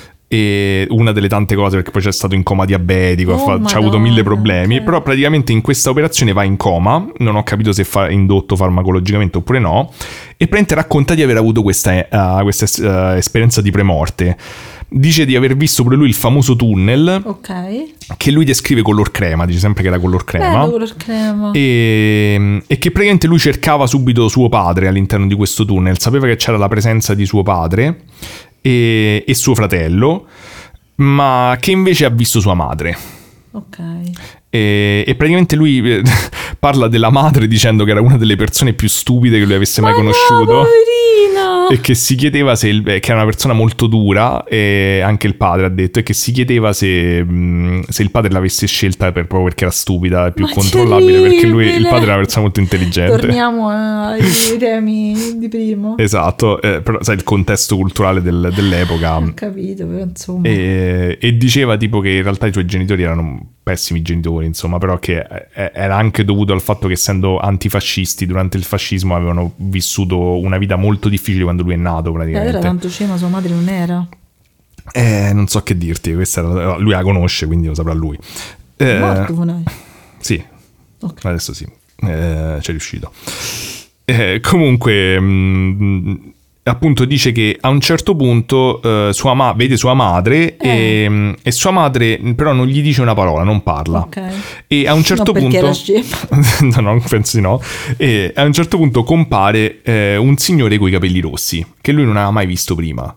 E una delle tante cose, perché poi c'è stato in coma diabetico, oh, ha avuto mille problemi, okay. Però praticamente in questa operazione va in coma, non ho capito se fa indotto farmacologicamente oppure no, e praticamente racconta di aver avuto questa, uh, questa uh, esperienza di premorte. Dice di aver visto pure lui il famoso tunnel, okay. che lui descrive color crema, dice sempre che era color crema, bello, color crema. E, e che praticamente lui cercava subito suo padre all'interno di questo tunnel, sapeva che c'era la presenza di suo padre e, e suo fratello, ma che invece ha visto sua madre. Ok. E, e praticamente lui parla della madre dicendo che era una delle persone più stupide che lui avesse mai ma conosciuto. No, poverina! E che si chiedeva se il, che era una persona molto dura, e anche il padre ha detto, e che si chiedeva se, se il padre l'avesse scelta per, proprio perché era stupida e più ma controllabile, perché lui, il padre era una persona molto intelligente. Torniamo ai temi di prima. Esatto, eh, però sai il contesto culturale del, dell'epoca. Ho capito, però insomma. E, e diceva tipo che in realtà i suoi genitori erano pessimi genitori, insomma, però che era anche dovuto al fatto che essendo antifascisti durante il fascismo avevano vissuto una vita molto difficile quando lui è nato praticamente. Era tanto cema, sua madre non era. Eh, non so che dirti, questa era, lui la conosce, quindi lo saprà lui. È eh, morto Funai? Sì, okay. Adesso sì, eh, c'è riuscito. Eh, comunque... Mh, appunto dice che a un certo punto uh, sua ma- vede sua madre eh. e, e sua madre però non gli dice una parola, non parla. Okay. E a un certo no, punto era scema. no, no, penso di no. E a un certo punto compare eh, un signore coi capelli rossi che lui non aveva mai visto prima.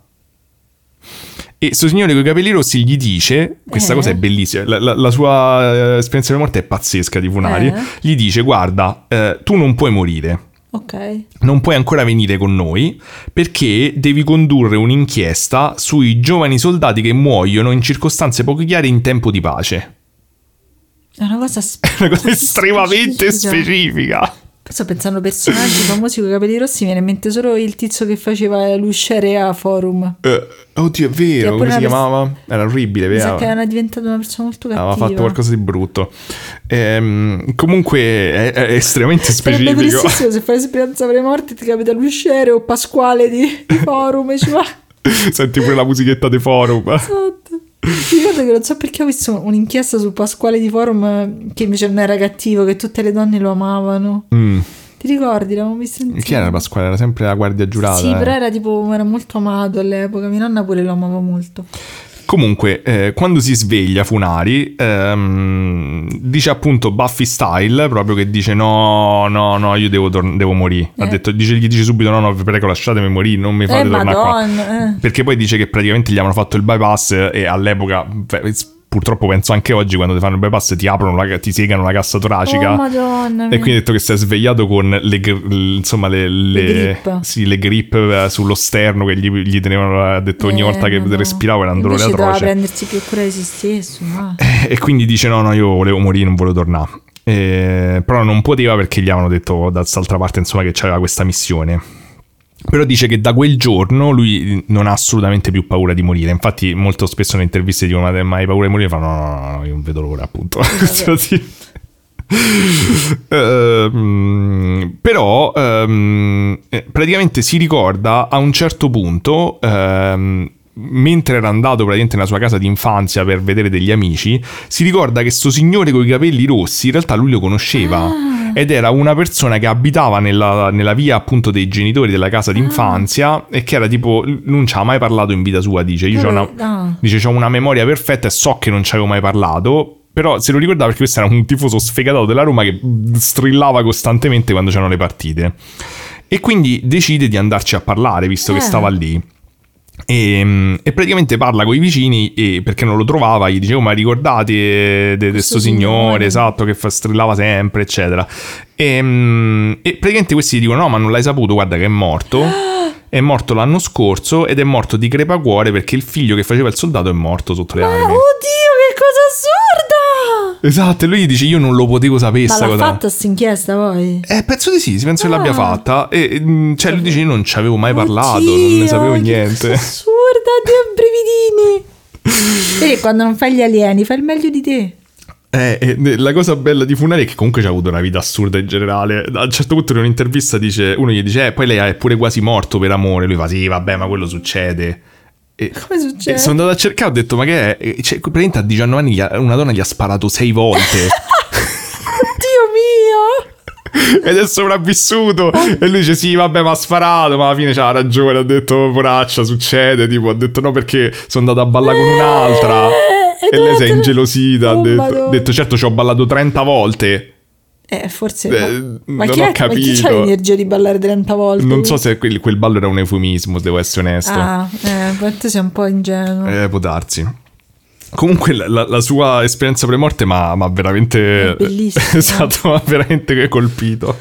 E questo signore con i capelli rossi gli dice, questa eh. cosa è bellissima, la, la, la sua esperienza di morte è pazzesca di Funari, eh. gli dice guarda, eh, tu non puoi morire. Ok. Non puoi ancora venire con noi perché devi condurre un'inchiesta sui giovani soldati che muoiono in circostanze poco chiare in tempo di pace. È una cosa, spe- una cosa estremamente specifica. Sto pensando a personaggi famosi con i capelli rossi, mi viene in mente solo il tizio che faceva l'usciere a Forum. Uh, oddio, è vero, come si chiamava? Pers- Era orribile, vero? Mi sa che era diventata una persona molto cattiva. Aveva fatto qualcosa di brutto. Ehm, comunque è, è estremamente specifico. Sarebbe bellissimo se fai esperienza pre-morte ti capita l'usciere o Pasquale di, di Forum e ci va. Senti pure la musichetta di Forum. Esatto. Mi ricordo che non so perché ho visto un'inchiesta su Pasquale di Forum che invece non era cattivo, che tutte le donne lo amavano. Mm. Ti ricordi? L'avevamo visto insieme. Chi era Pasquale? Era sempre la guardia giurata. Sì, eh. però era tipo era molto amato all'epoca. Mia nonna pure lo amava molto. Comunque, eh, quando si sveglia Funari, ehm, dice appunto Buffy style, proprio che dice no, no, no, io devo, tor- devo morire. Eh. Ha detto, dice, gli dice subito no, no, vi prego lasciatemi morire, non mi fate eh, tornare Madonna, qua. Eh. Perché poi dice che praticamente gli avevano fatto il bypass e all'epoca... Purtroppo penso anche oggi quando ti fanno il bypass ti aprono la, ti segano la cassa toracica. Oh, Madonna mia. E quindi ha detto che si è svegliato con le, insomma le, le, le grip, sì, le grip sullo sterno che gli, gli tenevano. Ha detto ogni eh, volta che no. respirava era un dolore atroce. Doveva prendersi più cura di se stesso. Ma. E quindi dice no no io volevo morire, non volevo tornare. E, però non poteva perché gli avevano detto da quest'altra parte insomma che c'aveva questa missione. Però dice che da quel giorno lui non ha assolutamente più paura di morire. Infatti molto spesso nelle interviste dicono ma hai paura di morire? Fanno no no no, no io non vedo l'ora appunto. uh, però um, praticamente si ricorda a un certo punto um, mentre era andato praticamente nella sua casa d'infanzia per vedere degli amici, si ricorda che sto signore con i capelli rossi in realtà lui lo conosceva. Ah. Ed era una persona che abitava nella, nella via appunto dei genitori della casa d'infanzia ah. e che era tipo, non ci ha mai parlato in vita sua, dice, io c'ho una, ah. dice, c'ho una memoria perfetta e so che non ci avevo mai parlato, però se lo ricordava perché questo era un tifoso sfegatato della Roma che strillava costantemente quando c'erano le partite. E quindi decide di andarci a parlare, visto eh. che stava lì. E, e praticamente parla con i vicini e perché non lo trovava, gli dicevo: ma ricordate di questo signore, signore esatto, che fa, strillava sempre eccetera, e, e praticamente questi gli dicono: no, ma non l'hai saputo, guarda che è morto, è morto l'anno scorso ed è morto di crepacuore perché il figlio che faceva il soldato è morto sotto le ma armi. Oddio, che cosa assurda! Esatto, e lui gli dice: io non lo potevo sapere ma sta l'ha cosa. fatta sta inchiesta poi? Eh, penso di sì, penso ah. che l'abbia fatta. E cioè lui dice: io non ci avevo mai Oddio, parlato, non ne sapevo niente. Che assurda, Dio, brividini. Vedi, quando non fai gli alieni fai il meglio di te. Eh, eh, la cosa bella di Funari è che comunque c'ha avuto una vita assurda in generale. A un certo punto in un'intervista dice, uno gli dice: eh, poi lei è pure quasi morto per amore. Lui fa: sì, vabbè, ma quello succede. E, come succede? E sono andato a cercare, ho detto: ma che è? Cioè, praticamente a diciannove anni una donna gli ha sparato sei volte. Dio mio! Ed è sopravvissuto. E lui dice: sì, vabbè, ma ha sparato. Ma alla fine c'ha ragione. Ha detto: poraccia, succede. Tipo, ha detto: no, perché sono andato a ballare con un'altra. E lei si è ingelosita. Ha oh, detto, detto: certo, ci ho ballato trenta volte. Eh, forse eh, ma, ma non chi ho è, capito. Ma chi c'ha l'energia di ballare trenta volte? Non so se quel, quel ballo era un eufemismo, devo essere onesto. Ah, eh, te sei un po' ingenuo. Eh, può darsi. Comunque la, la sua esperienza premorte mi ha veramente... È bellissima. Esatto, mi ha veramente colpito.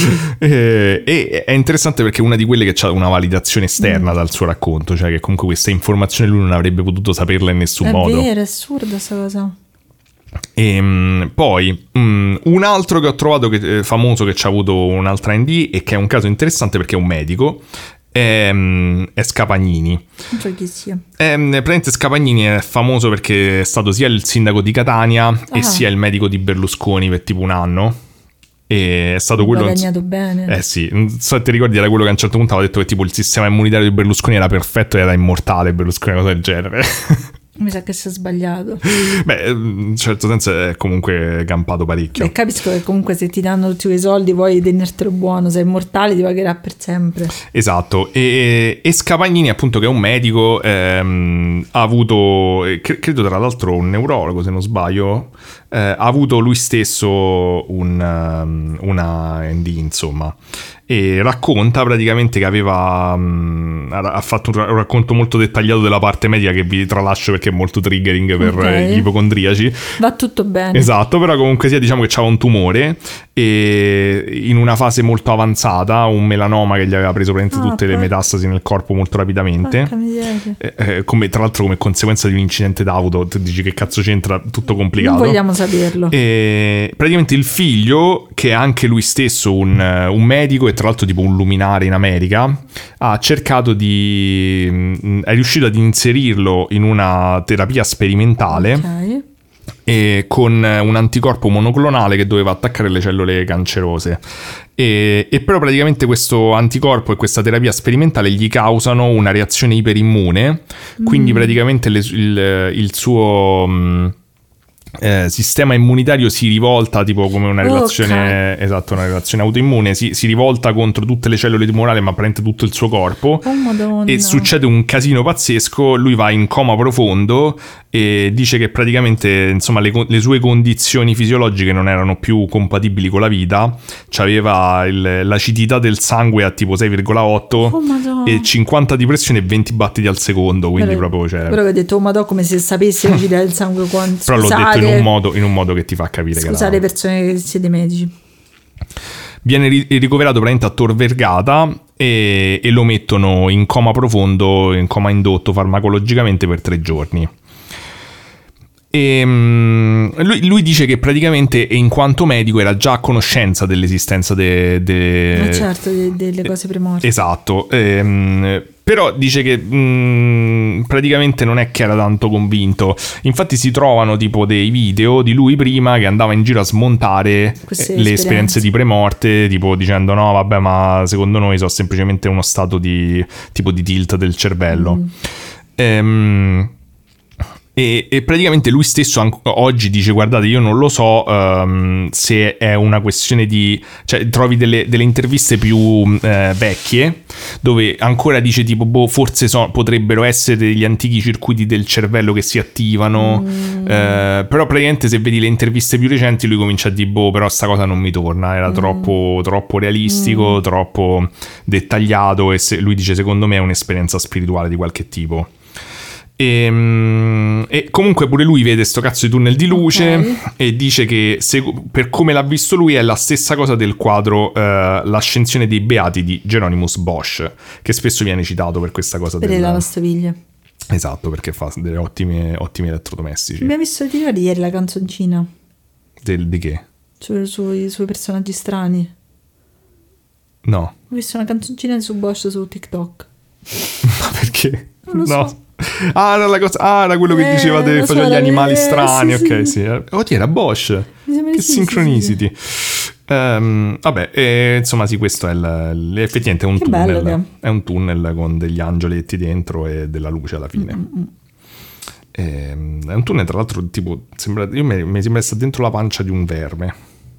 e, e è interessante perché è una di quelle che ha una validazione esterna mm. dal suo racconto, cioè che comunque questa informazione lui non avrebbe potuto saperla in nessun è modo. È vero, è assurda questa cosa. E um, poi um, un altro che ho trovato che, eh, famoso che ci ha avuto un'altra N D e che è un caso interessante perché è un medico è, um, è Scapagnini. Non so chi sia. È, praticamente Scapagnini è famoso perché è stato sia il sindaco di Catania ah. e sia il medico di Berlusconi per tipo un anno. E è stato quello. Guadagnato bene. Eh sì, non so se ti ricordi, era quello che a un certo punto aveva detto che tipo il sistema immunitario di Berlusconi era perfetto e era immortale. Berlusconi, una cosa del genere. Mi sa che si è sbagliato. Beh, in un certo senso è comunque campato parecchio. Beh, capisco che comunque se ti danno tutti quei soldi vuoi tenertelo buono, sei immortale ti pagherà per sempre. Esatto. E, e Scapagnini appunto, che è un medico, ehm, ha avuto, credo tra l'altro un neurologo se non sbaglio, eh, ha avuto lui stesso un, um, una N D, insomma. E racconta praticamente che aveva mh, ha fatto un racconto molto dettagliato della parte medica che vi tralascio perché è molto triggering per okay. gli ipocondriaci. Va tutto bene. Esatto, però comunque sia, diciamo che c'aveva un tumore e in una fase molto avanzata, un melanoma che gli aveva preso praticamente ah, tutte poi... le metastasi nel corpo molto rapidamente. Eh, eh, come, tra l'altro come conseguenza di un incidente d'auto, tu dici che cazzo c'entra, tutto complicato. Non vogliamo saperlo. E praticamente il figlio, che è anche lui stesso un, un medico e tra l'altro tipo un luminare in America, ha cercato di è riuscito ad inserirlo in una terapia sperimentale okay. e con un anticorpo monoclonale che doveva attaccare le cellule cancerose e, e però praticamente questo anticorpo e questa terapia sperimentale gli causano una reazione iperimmune, mm. quindi praticamente le, il, il suo mh, Eh, sistema immunitario si rivolta tipo come una relazione okay. esatto, una relazione autoimmune, si, si rivolta contro tutte le cellule tumorali ma prende tutto il suo corpo oh, e succede un casino pazzesco. Lui va in coma profondo e dice che praticamente insomma le, le sue condizioni fisiologiche non erano più compatibili con la vita, c'aveva il, l'acidità del sangue a tipo sei virgola otto oh, e cinquanta di pressione e venti battiti al secondo, quindi però, proprio cioè... però che ho detto oh madò, come se sapessi l'acidità del sangue quanto. Però l'ho detto in un modo, in un modo che ti fa capire. Scusate le persone che siete medici. Viene ricoverato praticamente a Tor Vergata e, e lo mettono in coma profondo, in coma indotto farmacologicamente per tre giorni. E, um, lui, lui dice che praticamente in quanto medico era già a conoscenza dell'esistenza de, de... Ma certo, de, delle cose premorte. Esatto. E, però dice che mh, praticamente non è che era tanto convinto. Infatti si trovano tipo dei video di lui prima che andava in giro a smontare Queste le esperienze. esperienze di premorte, tipo dicendo no vabbè ma secondo noi sono semplicemente uno stato di tipo di tilt del cervello. Mm. Ehm... E, e praticamente lui stesso an- oggi dice: guardate, io non lo so um, se è una questione di, cioè trovi delle, delle interviste più eh, vecchie dove ancora dice tipo boh, forse so, potrebbero essere degli antichi circuiti del cervello che si attivano, mm. eh, però praticamente se vedi le interviste più recenti lui comincia a dire boh, però sta cosa non mi torna, era mm. troppo, troppo realistico, mm. troppo dettagliato, e se, lui dice secondo me è un'esperienza spirituale di qualche tipo. E, e comunque pure lui vede sto cazzo di tunnel di luce, okay. E dice che se, per come l'ha visto lui è la stessa cosa del quadro uh, L'ascensione dei beati di Geronimus Bosch, che spesso viene citato per questa cosa per del... la lavastoviglie. Esatto, perché fa delle ottime, ottimi elettrodomestici. Abbiamo visto di ieri la canzoncina del, di che? Su, sui suoi personaggi strani. No, ho visto una canzoncina su Bosch su TikTok. Ma perché? Non lo no. so. Ah, era, la cosa, ah, era quello che eh, dicevate, faceva so, gli animali eh, strani, sì, ok, sì. sì. Oddio, era Bosch. Che sì, synchronicity. Sì, sì. Um, vabbè, eh, insomma, sì, questo è il, effettivamente è un che tunnel. Bello, è un tunnel con degli angioletti dentro e della luce alla fine. Mm-mm. E, è un tunnel, tra l'altro, tipo, sembra, io mi, mi sembra essere dentro la pancia di un verme.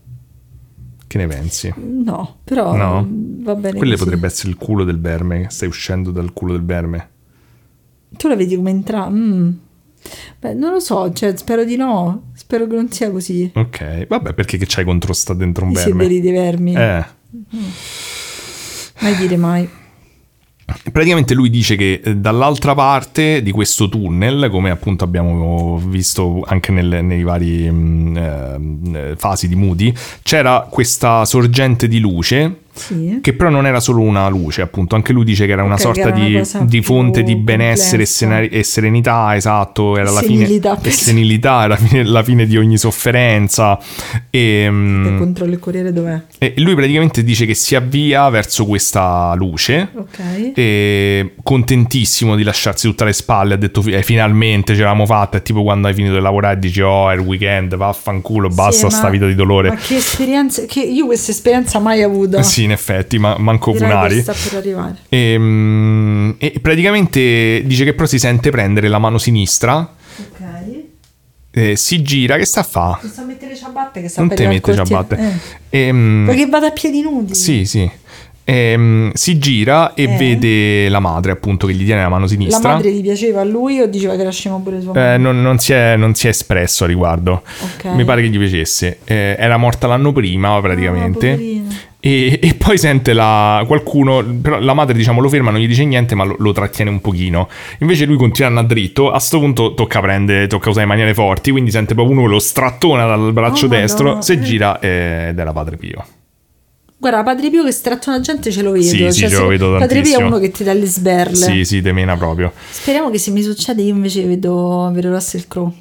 Che ne pensi? No, però no? va bene. Quello così. potrebbe essere il culo del verme, stai uscendo dal culo del verme. Tu la vedi come entra? Mm. Beh, non lo so, cioè, spero di no. Spero che non sia così. Ok, vabbè, perché che c'hai contro sta dentro un I verme? sederi dei vermi. Eh. Mm. Mai dire mai. Praticamente lui dice che dall'altra parte di questo tunnel, come appunto abbiamo visto anche nel, nei vari eh, fasi di Moody, c'era questa sorgente di luce. Sì. Che però non era solo una luce, appunto, anche lui dice che era una okay, sorta era di, una di fonte di benessere e, sena- e serenità, esatto, era la fine e senilità, era la fine, la fine di ogni sofferenza. E, e controllo il Corriere dov'è? E lui praticamente dice che si avvia verso questa luce, okay. E contentissimo di lasciarsi tutte le spalle, ha detto eh, finalmente ce l'avamo fatta, è tipo quando hai finito di lavorare e dici oh è il weekend, vaffanculo, basta sì, sta ma, vita di dolore. Ma che esperienza, che io questa esperienza mai avuta. Sì, in effetti, ma manco Funari. Sta per arrivare. E, e praticamente dice che però si sente prendere la mano sinistra. Ok. Eh, si gira, che sta a fa? Si sta a mettere le ciabatte, che sta non per te mette ciabatte. Eh. E, perché vado a piedi nudi. Sì, sì. E, si gira e eh. vede la madre, appunto, che gli tiene la mano sinistra. La madre gli piaceva a lui o diceva che lasciamo pure sua madre? Eh, non, non, si è, non si è espresso a riguardo. Okay. Mi pare che gli piacesse. Eh, era morta l'anno prima, praticamente. Oh, e, e poi sente la, qualcuno, però la madre, diciamo, lo ferma, non gli dice niente, ma lo, lo trattiene un pochino. Invece lui continua a andare dritto. A sto punto tocca prendere, tocca usare maniere forti. Quindi sente proprio uno che lo strattona dal braccio oh, destro. No. Si eh. gira ed era Padre Pio. Guarda, Padre Pio che stratta una gente ce lo vedo. Sì, cioè, sì, ce lo vedo Padre tantissimo. Pio è uno che ti dà le sberle. Sì, sì, te mena proprio. Speriamo che se mi succede io invece vedo, vedo Russell Crowe.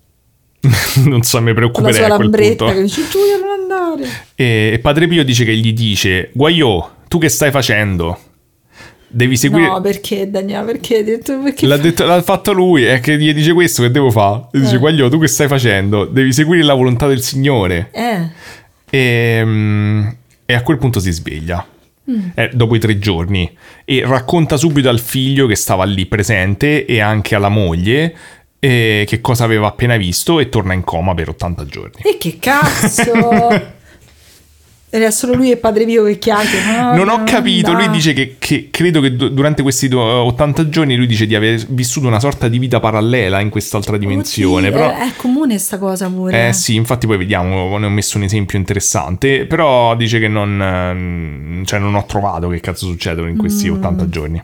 Non so, mi preoccuperei a quel punto. Con la sua lambretta che dice Giulia non andare. E, e Padre Pio dice che gli dice Guagliò, tu che stai facendo? Devi seguire... No, perché Daniela, perché? Detto, perché l'ha, detto, l'ha fatto lui, è che gli dice questo, che devo fare? Gli dice eh. Guagliò, tu che stai facendo? Devi seguire la volontà del Signore. Eh. E... Um, E a quel punto si sveglia mm. eh, dopo i tre giorni e racconta subito al figlio che stava lì presente e anche alla moglie eh, che cosa aveva appena visto e torna in coma per ottanta giorni. E che cazzo? Era solo lui e Padre Pio che chiacchierano. Non ho capito, lui dice che, che credo che durante questi ottanta giorni lui dice di aver vissuto una sorta di vita parallela in quest'altra dimensione. Oddio, però è comune sta cosa pure. Eh sì, infatti poi vediamo, ne ho messo un esempio interessante, però dice che non, cioè non ho trovato che cazzo succedono in questi mm. ottanta giorni.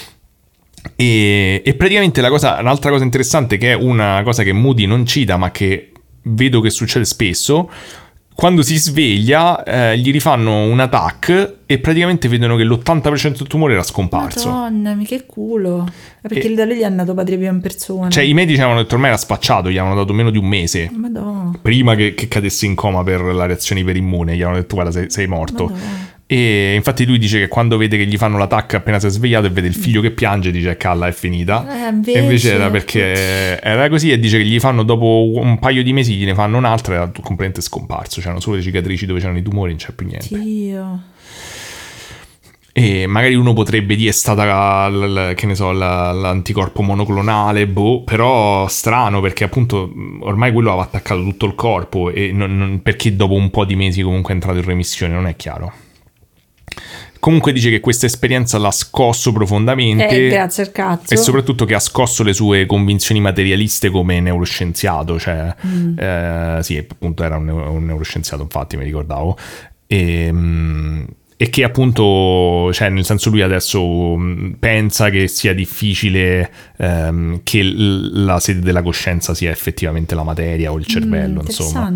E, e praticamente la cosa, un'altra cosa interessante, che è una cosa che Moody non cita ma che vedo che succede spesso. Quando si sveglia eh, gli rifanno un attack e praticamente vedono che l'ottanta per cento del tumore era scomparso. Madonna, mi che culo. Perché e... da lì gli è andato Padre Pio in persona. Cioè i medici avevano detto ormai era spacciato, gli avevano dato meno di un mese. Madonna. Prima che, che cadesse in coma per la reazione iperimmune, gli avevano detto guarda sei, sei morto. Madonna. E infatti lui dice che quando vede che gli fanno l'attacco appena si è svegliato e vede il figlio che piange dice calla è finita eh, invece... e invece era perché era così e dice che gli fanno dopo un paio di mesi gliene fanno un'altra e era completamente scomparso, c'erano solo le cicatrici dove c'erano i tumori, non c'è più niente. Dio. E magari uno potrebbe dire è stata la, la, che ne so, la, l'anticorpo monoclonale, boh, però strano perché appunto ormai quello aveva attaccato tutto il corpo e non, non, perché dopo un po' di mesi comunque è entrato in remissione, non è chiaro. Comunque dice che questa esperienza l'ha scosso profondamente, eh, grazie al cazzo, e soprattutto che ha scosso le sue convinzioni materialiste come neuroscienziato, cioè mm. eh, sì, appunto era un, un neuroscienziato, infatti mi ricordavo, e, e che appunto, cioè nel senso lui adesso pensa che sia difficile ehm, che l- la sede della coscienza sia effettivamente la materia o il cervello, mm, insomma.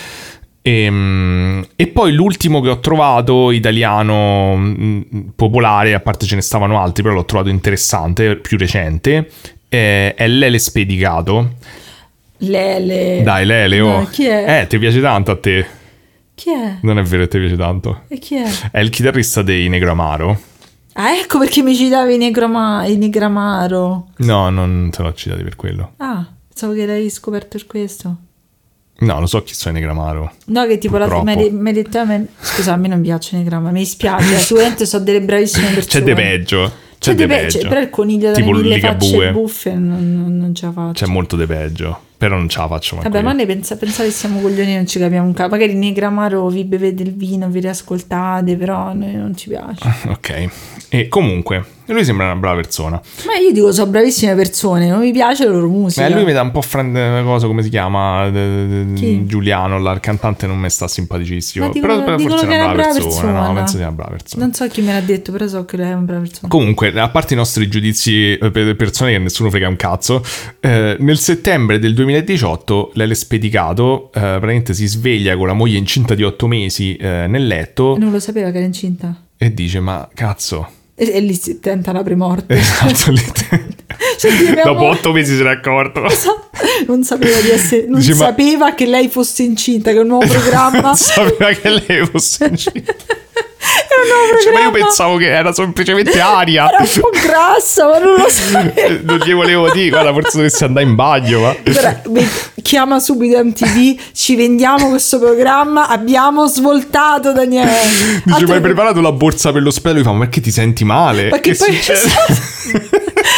E, e poi l'ultimo che ho trovato italiano mh, popolare, a parte ce ne stavano altri, però l'ho trovato interessante, più recente, è, è Lele Spedicato. Lele. Dai, Lele, oh. No, chi è? Eh, ti piace tanto a te? Chi è? Non è vero che ti piace tanto. E chi è? È il chitarrista dei Negramaro. Ah, ecco perché mi citavi i, Negrama- i Negramaro. No, non te l'ho citati per quello. Ah, pensavo che l'hai scoperto per questo. No, lo so chi sono i Negramaro. No, che tipo purtroppo. la tua medità. Scusa, a me non piacciono i Negramaro, mi dispiace. Sicuramente sono delle bravissime persone. C'è de peggio. C'è, C'è de de pe- peggio. C'è, però il coniglio tipo dalle mille Ligabue. facce buffe non, non, non ce la faccio. C'è molto de peggio. Però non ce la faccio mai. Vabbè, ma noi pensa, pensate che siamo coglioni e non ci capiamo un cazzo. Magari Negramaro vi bevete il vino, vi riascoltate, però a noi non ci piace. Ok. E comunque, lui sembra una brava persona. Ma io dico, sono bravissime persone, non mi piace la loro musica. Eh, lui mi dà un po' frande cosa, come si chiama? Chi? Giuliano, là, il cantante non mi sta simpaticissimo. Ma dicono, però, però dicono forse che è una brava, persona. persona. No, no? penso sia una brava persona. Non so chi me l'ha detto, però so che lei è una brava persona. Comunque, a parte i nostri giudizi per persone che nessuno frega un cazzo, eh, nel settembre del duemiladiciotto Lele Spedicato eh, praticamente si sveglia con la moglie incinta di otto mesi eh, nel letto. Non lo sapeva che era incinta. E dice, ma cazzo. E, e lì si tenta la premorte. Esatto, lì cioè, dopo otto mesi se ne è accorto. Esatto. Non sapeva di essere, non dice, sapeva ma... che lei fosse incinta, che è un nuovo programma. Non sapeva che lei fosse incinta. Era un nuovo cioè, ma io pensavo che era semplicemente aria. Era un po' grassa, ma non lo sapevo. Non gli volevo dire, guarda, forse dovresti andare in bagno. Ma... Però, chiama subito M T V, ci vendiamo questo programma, abbiamo svoltato Daniele. Dice, Altro... ma hai preparato la borsa per l'ospedale? Io fa, ma perché ti senti male? Ma che, che poi... succede?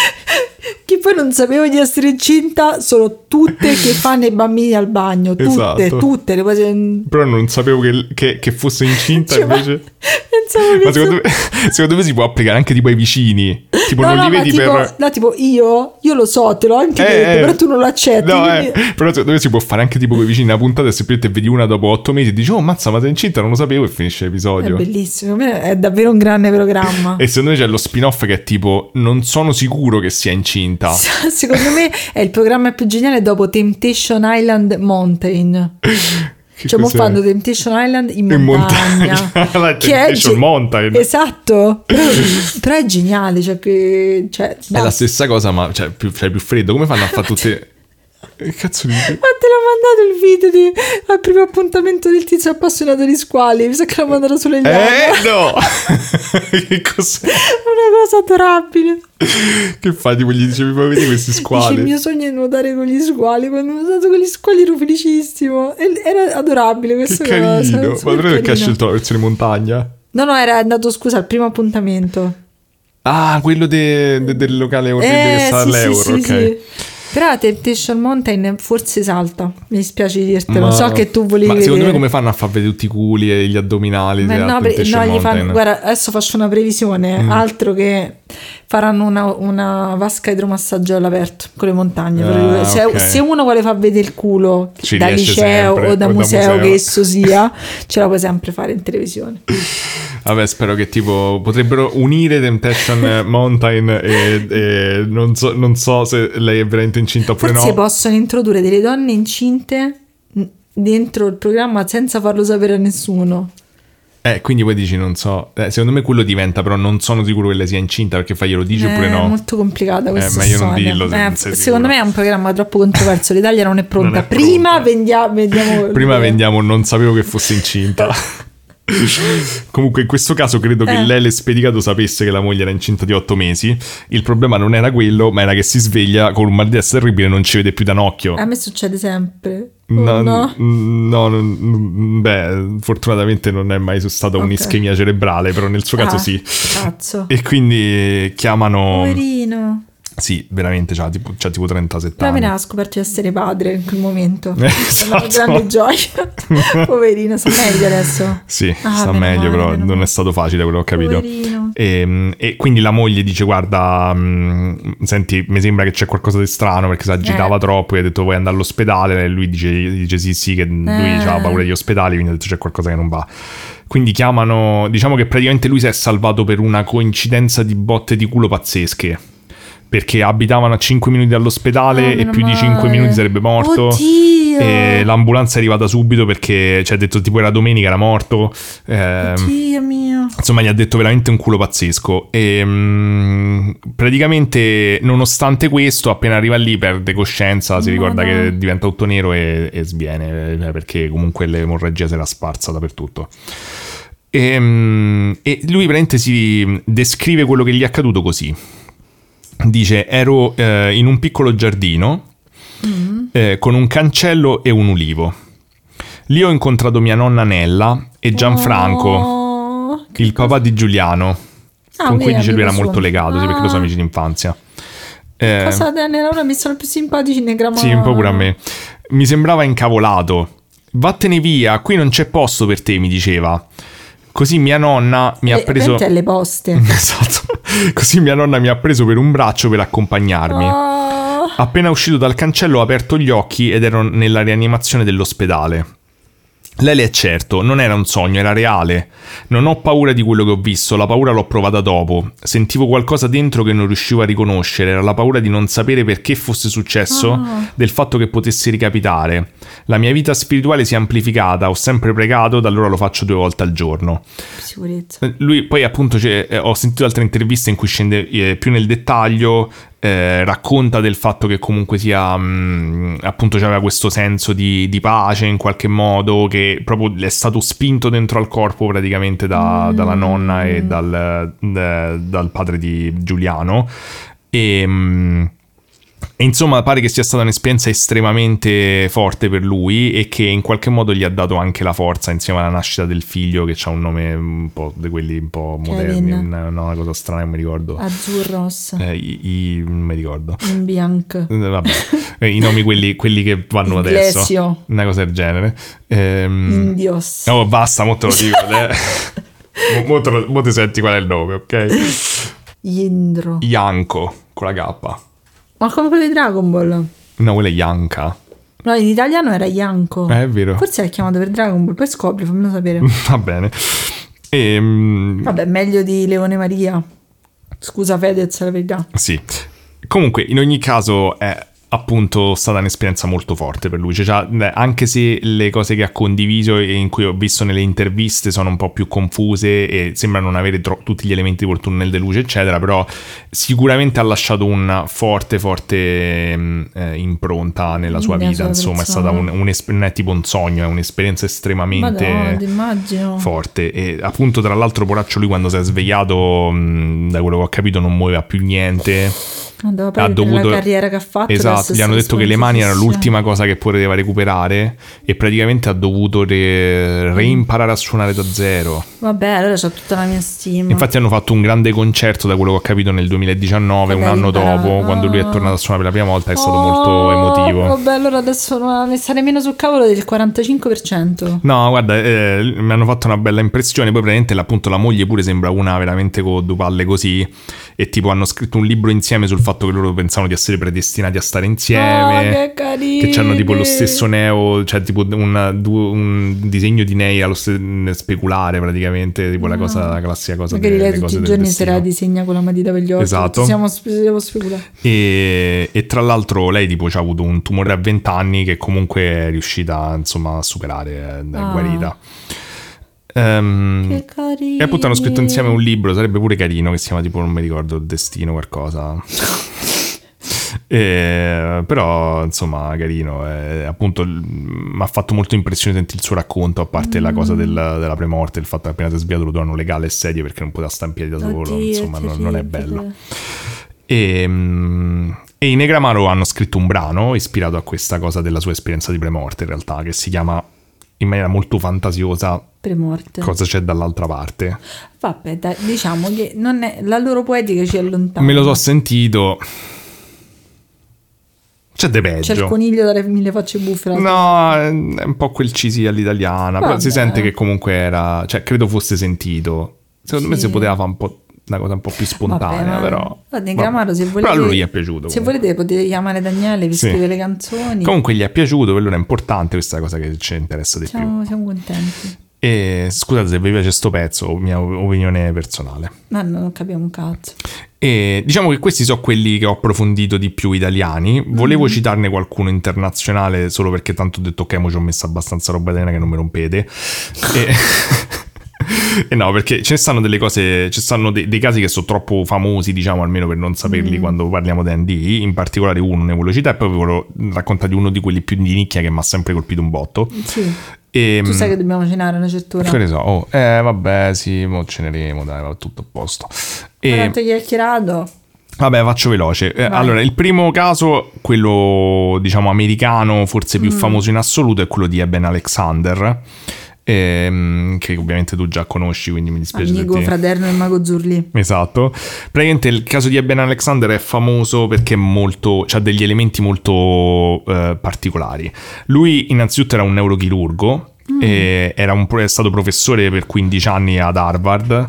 Che poi non sapevo di essere incinta, sono tutte che fanno i bambini al bagno, tutte, esatto. tutte le cose. Però non sapevo che, che, che fosse incinta, cioè, invece. Pensavo che ma secondo, so... me, secondo me si può applicare anche tipo ai vicini. Tipo, no, non no, li vedi tipo, per. No, tipo io, io lo so, te l'ho anche eh, detto, eh, però tu non lo accetti. No, quindi... eh, però secondo me si può fare anche tipo con i vicini una puntata e semplicemente vedi una dopo otto mesi e dici, oh, mazza, ma sei incinta, non lo sapevo, e finisce l'episodio. È bellissimo, è davvero un grande programma. E secondo me c'è lo spin-off che è tipo, non sono sicuro che sia incinta. Secondo me è il programma più geniale dopo Temptation Island Mountain. Che cioè, mo fanno Temptation Island in, in montagna, montagna. Che è ge- Mountain. Esatto. Però, però è geniale, cioè che cioè, è la stessa cosa, ma cioè più, cioè, più freddo. Come fanno a fare tutte. Che cazzo di. Ma te l'ho mandato il video di, al primo appuntamento del tizio appassionato di squali. Mi sa che l'ho mandato sulle gli Eh no. Che cos'è? Una cosa adorabile. Che fai? Tipo gli dicevi, ma vedi questi squali? Dice, il mio sogno è nuotare con gli squali. Quando ho usato con gli squali ero felicissimo. E era adorabile questa che cosa. Carino. Ma però perché ha scelto la versione montagna? No, no, era andato, scusa, al primo appuntamento. Ah, quello de, de, del locale orribile eh, che sta sì, all'euro, sì, ok. Sì. Però Temptation Mountain forse salta. Mi dispiace dirtelo. Ma, so che tu volevi. Ma secondo vedere. me come fanno a far vedere tutti i culi e gli addominali? Ma no, pre- no gli fanno, guarda, adesso faccio una previsione. Mm. Altro che faranno una, una vasca idromassaggio all'aperto con le montagne. Ah, se, okay. se uno vuole far vedere il culo ci da liceo sempre, o da o museo, da museo che esso sia, ce la puoi sempre fare in televisione. Vabbè, spero che tipo potrebbero unire Temptation Mountain e, e non, so, non so se lei è veramente incinta oppure Forse no. possono introdurre delle donne incinte dentro il programma senza farlo sapere a nessuno. Eh, quindi poi dici, non so, eh, secondo me quello diventa, però non sono sicuro che lei sia incinta, perché fai glielo dici eh, oppure no. È molto complicata questa eh, meglio storia. non dirlo, se eh, non sei secondo me è un programma troppo controverso, l'Italia non è pronta. Non è Prima pronta. vendiamo, vendiamo Prima vendiamo, non sapevo che fosse incinta. Comunque in questo caso credo che Eh. lei l'espedicato sapesse che la moglie era incinta di otto mesi. Il problema non era quello, ma era che si sveglia con un mal di testa terribile e non ci vede più da un occhio. A me succede sempre. Oh, No, no. no, no, beh, fortunatamente non è mai stata Ok. un'ischemia cerebrale, però nel suo caso Ah, sì. Cazzo. E quindi chiamano... Poverino. Sì, veramente, c'ha tipo, c'ha tipo trentasette Però me anni. ne ha scoperto di essere padre in quel momento. Eh, È una esatto. grande gioia. Poverino, sta meglio adesso. Sì, Ah, sta meno meglio, male, però meno non male. è stato facile quello che ho capito. Poverino. E, e quindi la moglie dice: guarda, mh, senti, mi sembra che c'è qualcosa di strano perché si agitava Eh. troppo. E ha detto: vuoi andare all'ospedale? E lui dice, dice sì, sì, che lui Eh. aveva paura degli ospedali, quindi ha detto c'è qualcosa che non va. Quindi chiamano, diciamo che praticamente lui si è salvato per una coincidenza di botte di culo pazzesche. Perché abitavano a cinque minuti dall'ospedale Oh, e meno più di cinque male. minuti sarebbe morto. Oddio. E l'ambulanza è arrivata subito perché ci ha detto tipo era domenica, era morto. Ehm, Dio mio. Insomma, gli ha detto veramente un culo pazzesco. E mm, praticamente, nonostante questo, appena arriva lì perde coscienza, si ricorda Madonna. che diventa tutto nero e, e sviene, eh, perché comunque l'emorragia si era sparsa dappertutto. E, mm, e lui veramente si descrive quello che gli è accaduto così. Dice: ero eh, in un piccolo giardino Mm. eh, con un cancello e un ulivo. Lì ho incontrato mia nonna Nella e Gianfranco, Oh, che il papà di Giuliano, Ah, con cui quindi dice lui era amico molto suo. legato, sì, perché loro sono Ah. amici d'infanzia. Eh, Cosa tenera, ora mi sono più simpatici nei gramma. sì, un po' pure a me. Mi sembrava incavolato. Vattene via, qui non c'è posto per te, mi diceva. Così mia nonna mi ha Le- preso... ovviamente alle poste. Esatto. Così mia nonna mi ha preso per un braccio per accompagnarmi. Oh. Appena uscito dal cancello ho aperto gli occhi ed ero nella rianimazione dell'ospedale. Lei è certo, non era un sogno, era reale. Non ho paura di quello che ho visto, la paura l'ho provata dopo. Sentivo qualcosa dentro che non riuscivo a riconoscere, era la paura di non sapere perché fosse successo, Ah. del fatto che potesse ricapitare. La mia vita spirituale si è amplificata, ho sempre pregato, da allora lo faccio due volte al giorno. Sicurezza. Lui poi appunto c'è- eh, ho sentito altre interviste in cui scende eh, più nel dettaglio, eh, racconta del fatto che comunque sia mh, appunto c'aveva questo senso di, di pace in qualche modo, che proprio è stato spinto dentro al corpo praticamente da- Mm. dalla nonna e dal, da- dal padre di Giuliano. E... mh, E insomma pare che sia stata un'esperienza estremamente forte per lui e che in qualche modo gli ha dato anche la forza insieme alla nascita del figlio, che ha un nome un po' di quelli un po' moderni, Kevin. una, una cosa strana, non mi ricordo. Azzurros. Eh, i, i- non mi ricordo. In bianco. Eh, Vabbè, Eh, i nomi quelli, quelli che vanno adesso. Iglesio. Una cosa del genere. Ehm, Indios. Oh, basta, mo te lo dico. eh. Mo, mo te lo- mo ti senti qual è il nome, ok? Indro. Yanko, con la K. Ma come quello di Dragon Ball? No, quella è Yanka. No, in italiano era Yanko. Eh, è vero. Forse è chiamato per Dragon Ball. Poi scopri, fammelo sapere. Va bene. Ehm, Vabbè, meglio di Leone Maria. Scusa Fedez, la verità. sì. Comunque, in ogni caso è appunto stata un'esperienza molto forte per lui. Cioè, già, beh, anche se le cose che ha condiviso e in cui ho visto nelle interviste sono un po' più confuse e sembrano non avere tro- tutti gli elementi col tunnel di luce, eccetera, però sicuramente ha lasciato una forte, forte mh, eh, impronta nella sua Nella vita. sua Insomma, è stata un, persona. un non è tipo un sogno, è un'esperienza estremamente... Madonna, ti immagino. forte. E appunto, tra l'altro, poraccio, lui quando si è svegliato, mh, da quello che ho capito, non muoveva più niente. Andava Ha poi dovuto... la carriera che ha fatto. Esatto, adesso gli hanno sta detto che le mani erano esponentissima. l'ultima cosa che poteva recuperare e praticamente ha dovuto re- reimparare a suonare da zero. Vabbè, allora c'ho tutta la mia stima. Infatti hanno fatto un grande concerto, da quello che ho capito, nel duemiladiciannove, un Vabbè, anno imparato. dopo, quando lui è Ah. tornato a suonare per la prima volta, è stato Oh, molto emotivo. Vabbè, allora adesso no, ne stare meno sul cavolo del quarantacinque per cento. No, guarda, eh, mi hanno fatto una bella impressione. Poi praticamente appunto la moglie pure sembra una veramente con due palle così. E tipo hanno scritto un libro insieme sul fatto che loro pensavano di essere predestinati a stare insieme. Oh, che carini. Che c'hanno tipo lo stesso neo, cioè tipo una- du- un disegno di Neo allo ste- speculare praticamente, tipo la cosa, la classica cosa. Magari de- lei le tutti cose i del giorni destino. se la disegna con la matita per gli occhi. Esatto. Siamo siamo speculati. E, e tra l'altro lei tipo ha avuto un tumore a venti anni che comunque è riuscita insomma a superare, è Ah. guarita. Ehm, Che carini. E appunto hanno scritto insieme un libro, sarebbe pure carino, che si chiama tipo, non mi ricordo, Destino qualcosa. E, però insomma carino, eh, appunto mi ha fatto molto impressione sentire il suo racconto, a parte mm. la cosa del, della premorte, il fatto che appena si è svegliato lo trovano legale e sedie perché non poteva stare in piedi da solo. Oddio, insomma non, non è bello. E, e i Negramaro hanno scritto un brano ispirato a questa cosa della sua esperienza di premorte, in realtà, che si chiama in maniera molto fantasiosa Premorte. Cosa c'è dall'altra parte. Vabbè, dai, diciamo che non è, la loro poetica ci allontana. Me lo so sentito. C'è de peggio. C'è il coniglio dalle mille facce buffe. No, è un po' quel cisi all'italiana. Vabbè. Però si sente che comunque era, cioè credo fosse sentito. Secondo sì. me si poteva fare un po' una cosa un po' più spontanea. Vabbè, però vabbè, Gramaro, se volete, però a lui gli è piaciuto. Se comunque. volete potete chiamare Daniele, vi sì. scrive le canzoni. Comunque gli è piaciuto, quello è importante, questa è la cosa che ci interessa di siamo, più. Siamo contenti. E scusate se vi piace sto pezzo, mia opinione personale. Ma no, non capiamo un cazzo. E diciamo che questi sono quelli che ho approfondito di più italiani. Volevo mm. citarne qualcuno internazionale solo perché tanto ho detto ok, mo ci ho messo abbastanza roba italiana che non mi rompete. e... E no, perché ce ne stanno delle cose, ci stanno dei, dei casi che sono troppo famosi, diciamo, almeno per non saperli mm. quando parliamo di N D. In particolare uno ne volevo citare e poi vi volevo raccontare di uno di quelli più di nicchia che mi ha sempre colpito un botto. Sì. E, tu sai che dobbiamo cenare una certa ora. Che ne so, oh, eh vabbè sì, mo ceneremo, dai, va tutto a posto. E quanto chiacchierato? Vabbè, faccio veloce. Eh, allora, il primo caso, quello diciamo americano, forse più mm. famoso in assoluto, è quello di Eben Alexander. Ehm, che ovviamente tu già conosci, quindi mi dispiace. Amico ti... fraterno del mago Zurli. Esatto. Praticamente il caso di Eben Alexander è famoso perché è molto, c'ha degli elementi molto eh, particolari. Lui innanzitutto era un neurochirurgo. Mm. E era un, è stato professore per quindici anni ad Harvard.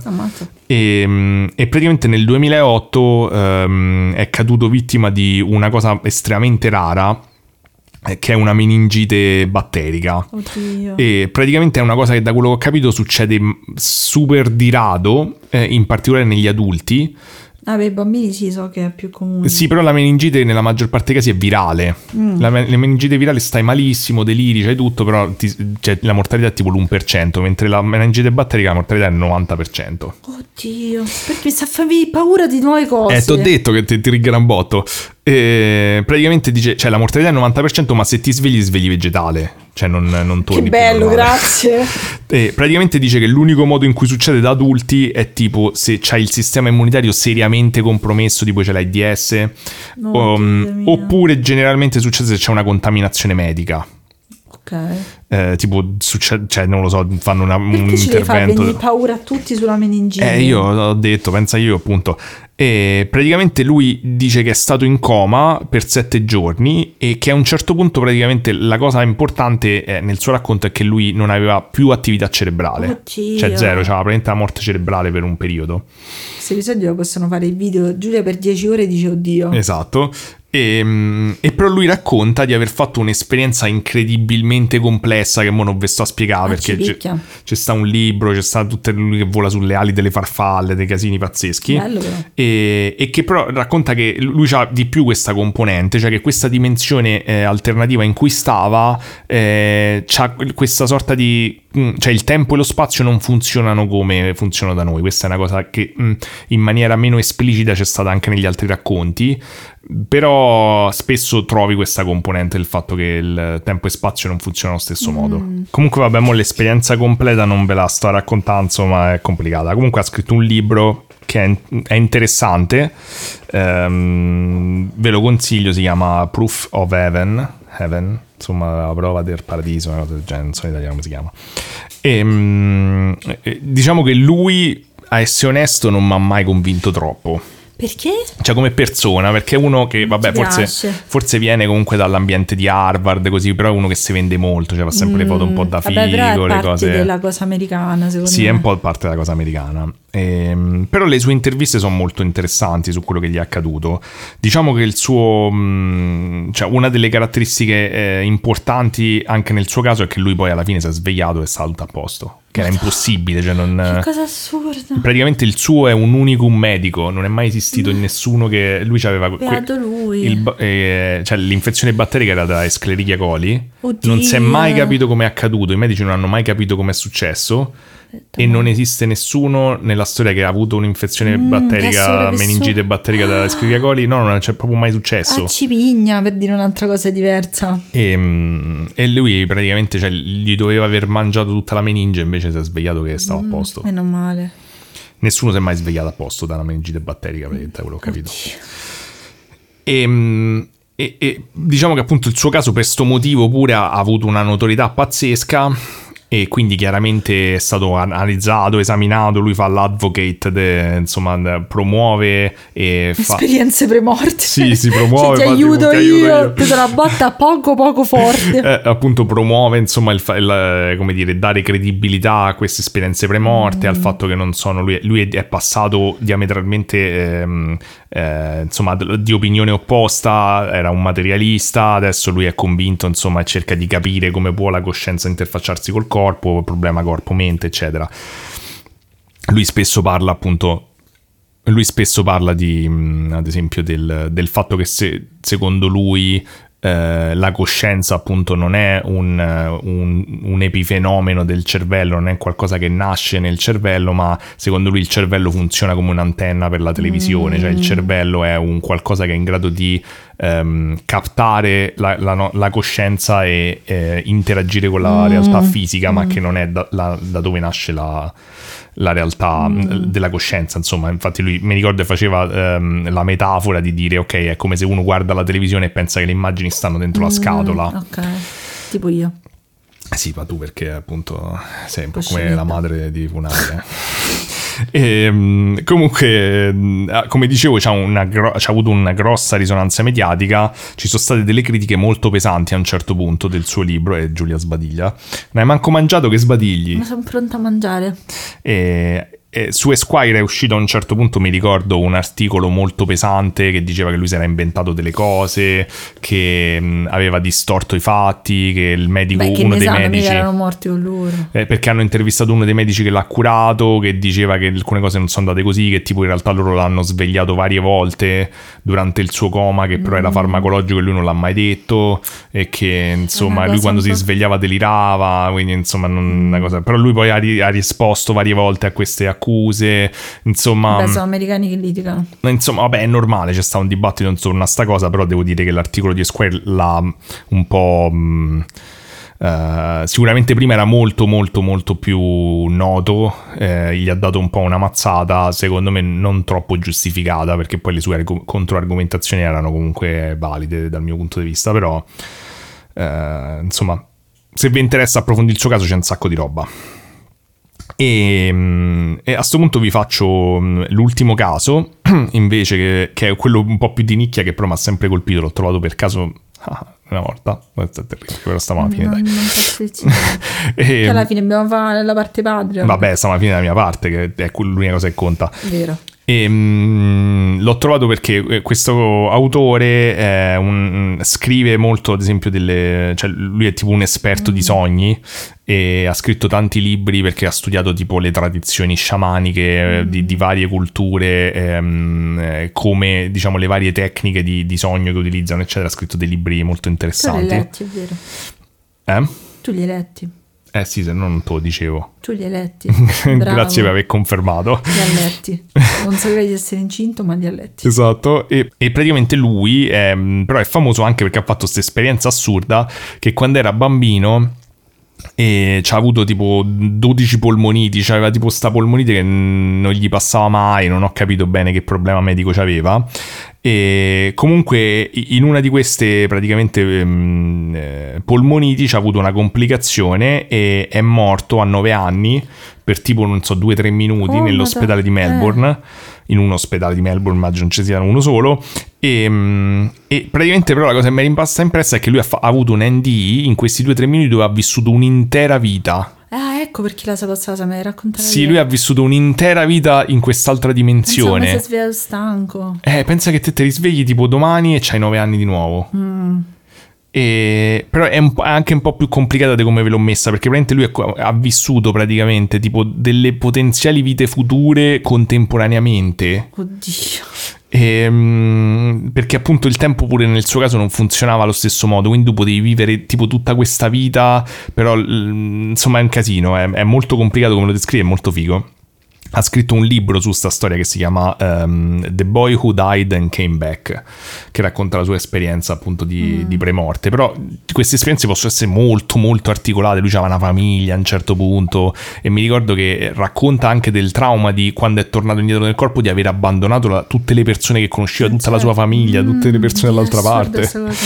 e, e praticamente nel duemilaotto um, è caduto vittima di una cosa estremamente rara, che è una meningite batterica. Oddio. E praticamente è una cosa che da quello che ho capito succede super di rado, eh, in particolare negli adulti. Ah, beh, i bambini sì, so che è più comune. Sì, però la meningite nella maggior parte dei casi è virale. Mm. La, la meningite virale stai malissimo, deliri, c'hai tutto, però ti, cioè, la mortalità è tipo l'uno per cento, mentre la meningite batterica la mortalità è il novanta per cento. Oddio, perché sta a farmi paura di nuove cose. Eh, t'ho detto che ti, ti triggera un botto. E praticamente dice, cioè la mortalità è il novanta per cento, ma se ti svegli svegli vegetale, cioè non, non torni. Che bello, grazie. E praticamente dice che l'unico modo in cui succede da adulti è tipo se c'hai il sistema immunitario seriamente compromesso, tipo c'è l'AIDS, oh, um, oppure generalmente succede se c'è una contaminazione medica. Ok. Eh, tipo succede, cioè non lo so, fanno una, un Perché ci intervento. Perché ci fa paura a tutti sulla meningite? Eh, io ho detto, pensa io appunto. E praticamente lui dice che è stato in coma per sette giorni e che a un certo punto praticamente la cosa importante è, nel suo racconto, è che lui non aveva più attività cerebrale. Oddio. Cioè zero, c'era praticamente la morte cerebrale per un periodo. Questo episodio lo possono fare il video Giulia per dieci ore dice oddio. Esatto. E, e però lui racconta di aver fatto un'esperienza incredibilmente complessa che mo non vi sto a spiegare, ah, perché c'è, c'è sta un libro, c'è sta tutto lui che vola sulle ali delle farfalle, dei casini pazzeschi. Bello, però. E, e che però racconta che lui ha di più questa componente, cioè che questa dimensione eh, alternativa in cui stava eh, c'ha questa sorta di, cioè il tempo e lo spazio non funzionano come funzionano da noi. Questa è una cosa che mh, in maniera meno esplicita c'è stata anche negli altri racconti, però spesso trovi questa componente del fatto che il tempo e spazio non funzionano allo stesso mm. modo. Comunque vabbè, mo l'esperienza completa non ve la sto raccontando, insomma è complicata. Comunque ha scritto un libro che è, è interessante, ehm, ve lo consiglio, si chiama Proof of Heaven, Heaven, insomma la prova del paradiso, una cosa del genere, non so in italiano come si chiama. E, mh, diciamo che lui, a essere onesto, non mi ha mai convinto troppo. Perché? Cioè come persona, perché è uno che vabbè forse, forse viene comunque dall'ambiente di Harvard così, però è uno che si vende molto, cioè fa sempre mm, le foto un po' da figo, vabbè, però è le parte cose della cosa americana, secondo sì, me. è un po' parte della cosa americana. Ehm, però le sue interviste sono molto interessanti su quello che gli è accaduto. Diciamo che il suo mh, cioè una delle caratteristiche eh, importanti anche nel suo caso è che lui poi alla fine si è svegliato e sta tutto a posto, che era impossibile, cioè non, che cosa assurda. Praticamente il suo è un unicum medico, non è mai esistito in nessuno che lui c'aveva beato lui. Il, eh, cioè l'infezione batterica era da Escherichia coli. Oddio. Non si è mai capito come è accaduto, i medici non hanno mai capito come è successo. e non esiste nessuno nella storia che ha avuto un'infezione Mm, che batterica, ha meningite batterica da Escherichia coli. No, non c'è proprio mai successo. A Cipigna, per dire un'altra cosa diversa. E, mm, e lui praticamente, cioè, gli doveva aver mangiato tutta la meninge, invece si è svegliato che stava a posto. Mm, meno male. Nessuno si è mai svegliato a posto da una meningite batterica, praticamente, quello che ho capito. E, mm, e, e diciamo che appunto il suo caso per sto motivo pure ha avuto una notorietà pazzesca. E quindi chiaramente è stato analizzato, esaminato, lui fa l'advocate, de, insomma promuove e fa... esperienze premorte. Sì, si promuove. Cioè, ti tipo, aiuto ti io, io. ti do una botta poco poco forte. eh, appunto promuove insomma il, il, come dire, dare credibilità a queste esperienze premorte, mm. al fatto che non sono... Lui, lui è passato diametralmente... Ehm, Eh, insomma di opinione opposta, era un materialista, adesso lui è convinto insomma e cerca di capire come può la coscienza interfacciarsi col corpo, problema corpo-mente eccetera. Lui spesso parla appunto lui spesso parla di ad esempio del, del fatto che se, secondo lui eh, la coscienza appunto non è un, un, un epifenomeno del cervello, non è qualcosa che nasce nel cervello, ma secondo lui il cervello funziona come un'antenna per la televisione, mm. cioè il cervello è un qualcosa che è in grado di ehm, captare la, la, la coscienza e eh, interagire con la mm. realtà fisica, mm. ma che non è da, la, da dove nasce la la realtà mm. della coscienza, insomma. Infatti lui, mi ricordo, faceva ehm, la metafora di dire ok, è come se uno guarda la televisione e pensa che le immagini stanno dentro mm, la scatola. Ok, tipo io. Sì, ma tu perché appunto sei un po' come la madre di Funare. E, comunque, come dicevo, c'ha, una, c'ha avuto una grossa risonanza mediatica. Ci sono state delle critiche molto pesanti a un certo punto del suo libro. E Giulia sbadiglia. Non hai manco mangiato, che sbadigli? Ma sono pronta a mangiare. E... E su Esquire è uscito a un certo punto, mi ricordo, un articolo molto pesante che diceva che lui si era inventato delle cose, che mh, aveva distorto i fatti, che il medico, Beh, che uno dei sanno, medici erano morti con loro, eh, perché hanno intervistato uno dei medici che l'ha curato, che diceva che alcune cose non sono andate così, che tipo in realtà loro l'hanno svegliato varie volte durante il suo coma, che però mm. era farmacologico e lui non l'ha mai detto, e che insomma lui quando si svegliava delirava, quindi insomma non una cosa. Però lui poi ha, ri- ha risposto varie volte a queste accuse, insomma. Beh, sono americani che litigano. Insomma, vabbè, è normale, c'è stato un dibattito intorno a sta cosa, però devo dire che l'articolo di Esquire l'ha un po'... Mh, Uh, sicuramente prima era molto molto molto più noto, eh, gli ha dato un po' una mazzata, secondo me non troppo giustificata, perché poi le sue arg- controargomentazioni erano comunque valide dal mio punto di vista, però uh, insomma, se vi interessa approfondire il suo caso c'è un sacco di roba. E, e a sto punto vi faccio l'ultimo caso invece, che, che è quello un po' più di nicchia, che però mi ha sempre colpito, l'ho trovato per caso una volta, però stiamo alla fine, non, dai. Non posso e... che alla fine dobbiamo fare la parte padre. Vabbè, stiamo alla fine della mia parte, che è l'unica cosa che conta. Vero. E, mh, l'ho trovato perché questo autore è un, scrive molto, ad esempio, delle, cioè lui è tipo un esperto mm. di sogni, e ha scritto tanti libri perché ha studiato tipo le tradizioni sciamaniche mm. di, di varie culture, ehm, come diciamo le varie tecniche di, di sogno che utilizzano, eccetera. Ha scritto dei libri molto interessanti. Tu li hai letti, è vero? Eh? Tu li hai letti? Eh sì, se no non te lo dicevo. Tu li hai letti. Grazie per aver confermato. Li ha letti. Non sapevi di essere incinto, ma li ha letti. Esatto. E, e praticamente lui è, però è famoso anche perché ha fatto questa esperienza assurda, che quando era bambino e c'ha avuto tipo dodici polmoniti, c'aveva tipo sta polmonite che non gli passava mai, non ho capito bene che problema medico c'aveva. E comunque in una di queste praticamente ehm, eh, polmoniti c'ha avuto una complicazione e è morto a nove anni per tipo non so due o tre minuti oh, nell'ospedale da... di Melbourne, eh. in un ospedale di Melbourne, immagino non ci sia uno solo, e, e praticamente però la cosa che mi è rimasta impressa è che lui ha, fa- ha avuto un N D E in questi due o tre minuti dove ha vissuto un'intera vita. Ah, ecco perché la sua cosa mi hai raccontato. Sì, lui ha vissuto un'intera vita in quest'altra dimensione. Pensavo, mi si è svegliato stanco. Eh, pensa che te te risvegli tipo domani e c'hai nove anni di nuovo. Mm. E, però è, un po', è anche un po' più complicata di come ve l'ho messa, perché praticamente lui ha vissuto praticamente tipo delle potenziali vite future contemporaneamente. Oddio. E, um, perché appunto il tempo pure nel suo caso non funzionava allo stesso modo, quindi tu potevi vivere tipo tutta questa vita, però l- insomma è un casino, è, è molto complicato come lo descrive, è molto figo. Ha scritto un libro su sta storia che si chiama um, The Boy Who Died and Came Back, che racconta la sua esperienza appunto di, mm. di premorte. Però queste esperienze possono essere molto molto articolate. Lui aveva una famiglia a un certo punto, e mi ricordo che racconta anche del trauma di quando è tornato indietro nel corpo, di aver abbandonato la, tutte le persone che conosceva, tutta certo. la sua famiglia, tutte le persone mm, dall'altra parte.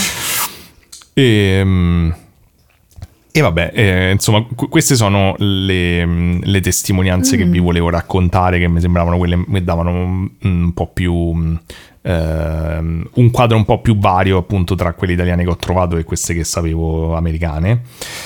E... Um, E vabbè, eh, insomma, qu- queste sono le, le testimonianze mm. che vi volevo raccontare, che mi sembravano quelle che davano un, un po' più... Eh, un quadro un po' più vario appunto tra quelle italiane che ho trovato e queste che sapevo americane.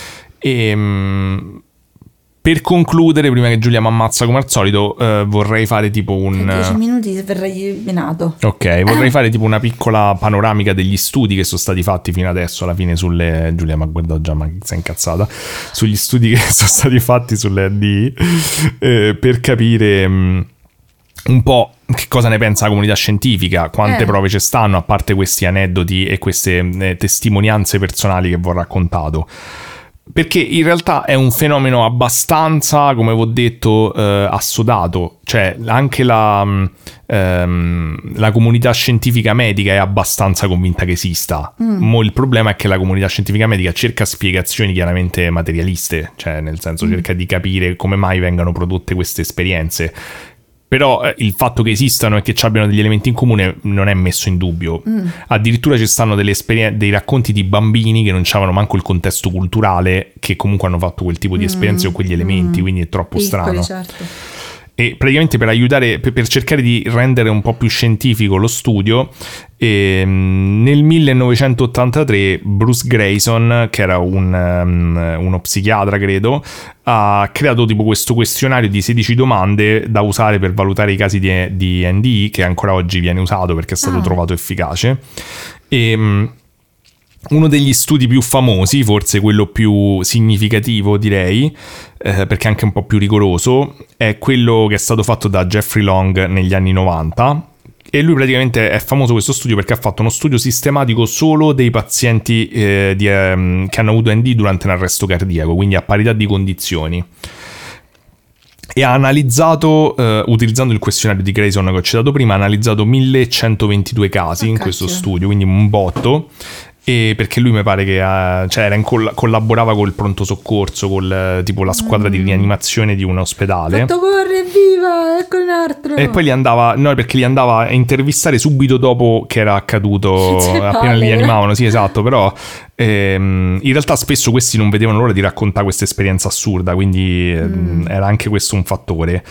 E... Per concludere, prima che Giulia mi ammazza come al solito, eh, vorrei fare tipo un... dieci minuti verrai menato. Ok, vorrei ah. fare tipo una piccola panoramica degli studi che sono stati fatti fino adesso, alla fine sulle... Giulia mi ha guardato già, ma si è incazzata. Sugli studi che sono stati fatti sulle N D I, eh, per capire... Mh, un po' che cosa ne pensa la comunità scientifica, quante eh. prove ci stanno, a parte questi aneddoti e queste eh, testimonianze personali che vi ho raccontato. Perché in realtà è un fenomeno abbastanza, come vi ho detto, eh, assodato. Cioè anche la, ehm, la comunità scientifica medica è abbastanza convinta che esista. Mm. Mo il problema è che la comunità scientifica medica cerca spiegazioni chiaramente materialiste, cioè nel senso mm. cerca di capire come mai vengano prodotte queste esperienze. Però eh, il fatto che esistano e che ci abbiano degli elementi in comune non è messo in dubbio. Mm. Addirittura ci stanno delle esperien- dei racconti di bambini che non c'avevano manco il contesto culturale, che comunque hanno fatto quel tipo di esperienze mm. o quegli elementi, mm. quindi è troppo Piccoli, strano. Certo. E praticamente per aiutare, per, per cercare di rendere un po' più scientifico lo studio, ehm, nel millenovecentottantatré Bruce Grayson, che era un, um, uno psichiatra credo, ha creato tipo questo questionario di sedici domande da usare per valutare i casi di, di N D I, che ancora oggi viene usato perché è stato ah. trovato efficace. E... Um, uno degli studi più famosi, forse quello più significativo direi, eh, perché è anche un po' più rigoroso, è quello che è stato fatto da Jeffrey Long negli anni novanta. E lui praticamente è famoso questo studio perché ha fatto uno studio sistematico solo dei pazienti eh, di, eh, che hanno avuto N D I durante un arresto cardiaco, quindi a parità di condizioni. E ha analizzato, eh, utilizzando il questionario di Grayson che ho citato prima, ha analizzato millecentoventidue casi oh, in questo studio, quindi un botto. E perché lui mi pare che uh, cioè era in coll- collaborava col pronto soccorso, col tipo la squadra mm. di rianimazione di un ospedale. Fatto corre, viva, ecco un altro. E poi li andava, no, perché li andava a intervistare subito dopo che era accaduto, appena vale. li rianimavano, sì esatto, però ehm, in realtà spesso questi non vedevano l'ora di raccontare questa esperienza assurda, quindi mm. era anche questo un fattore.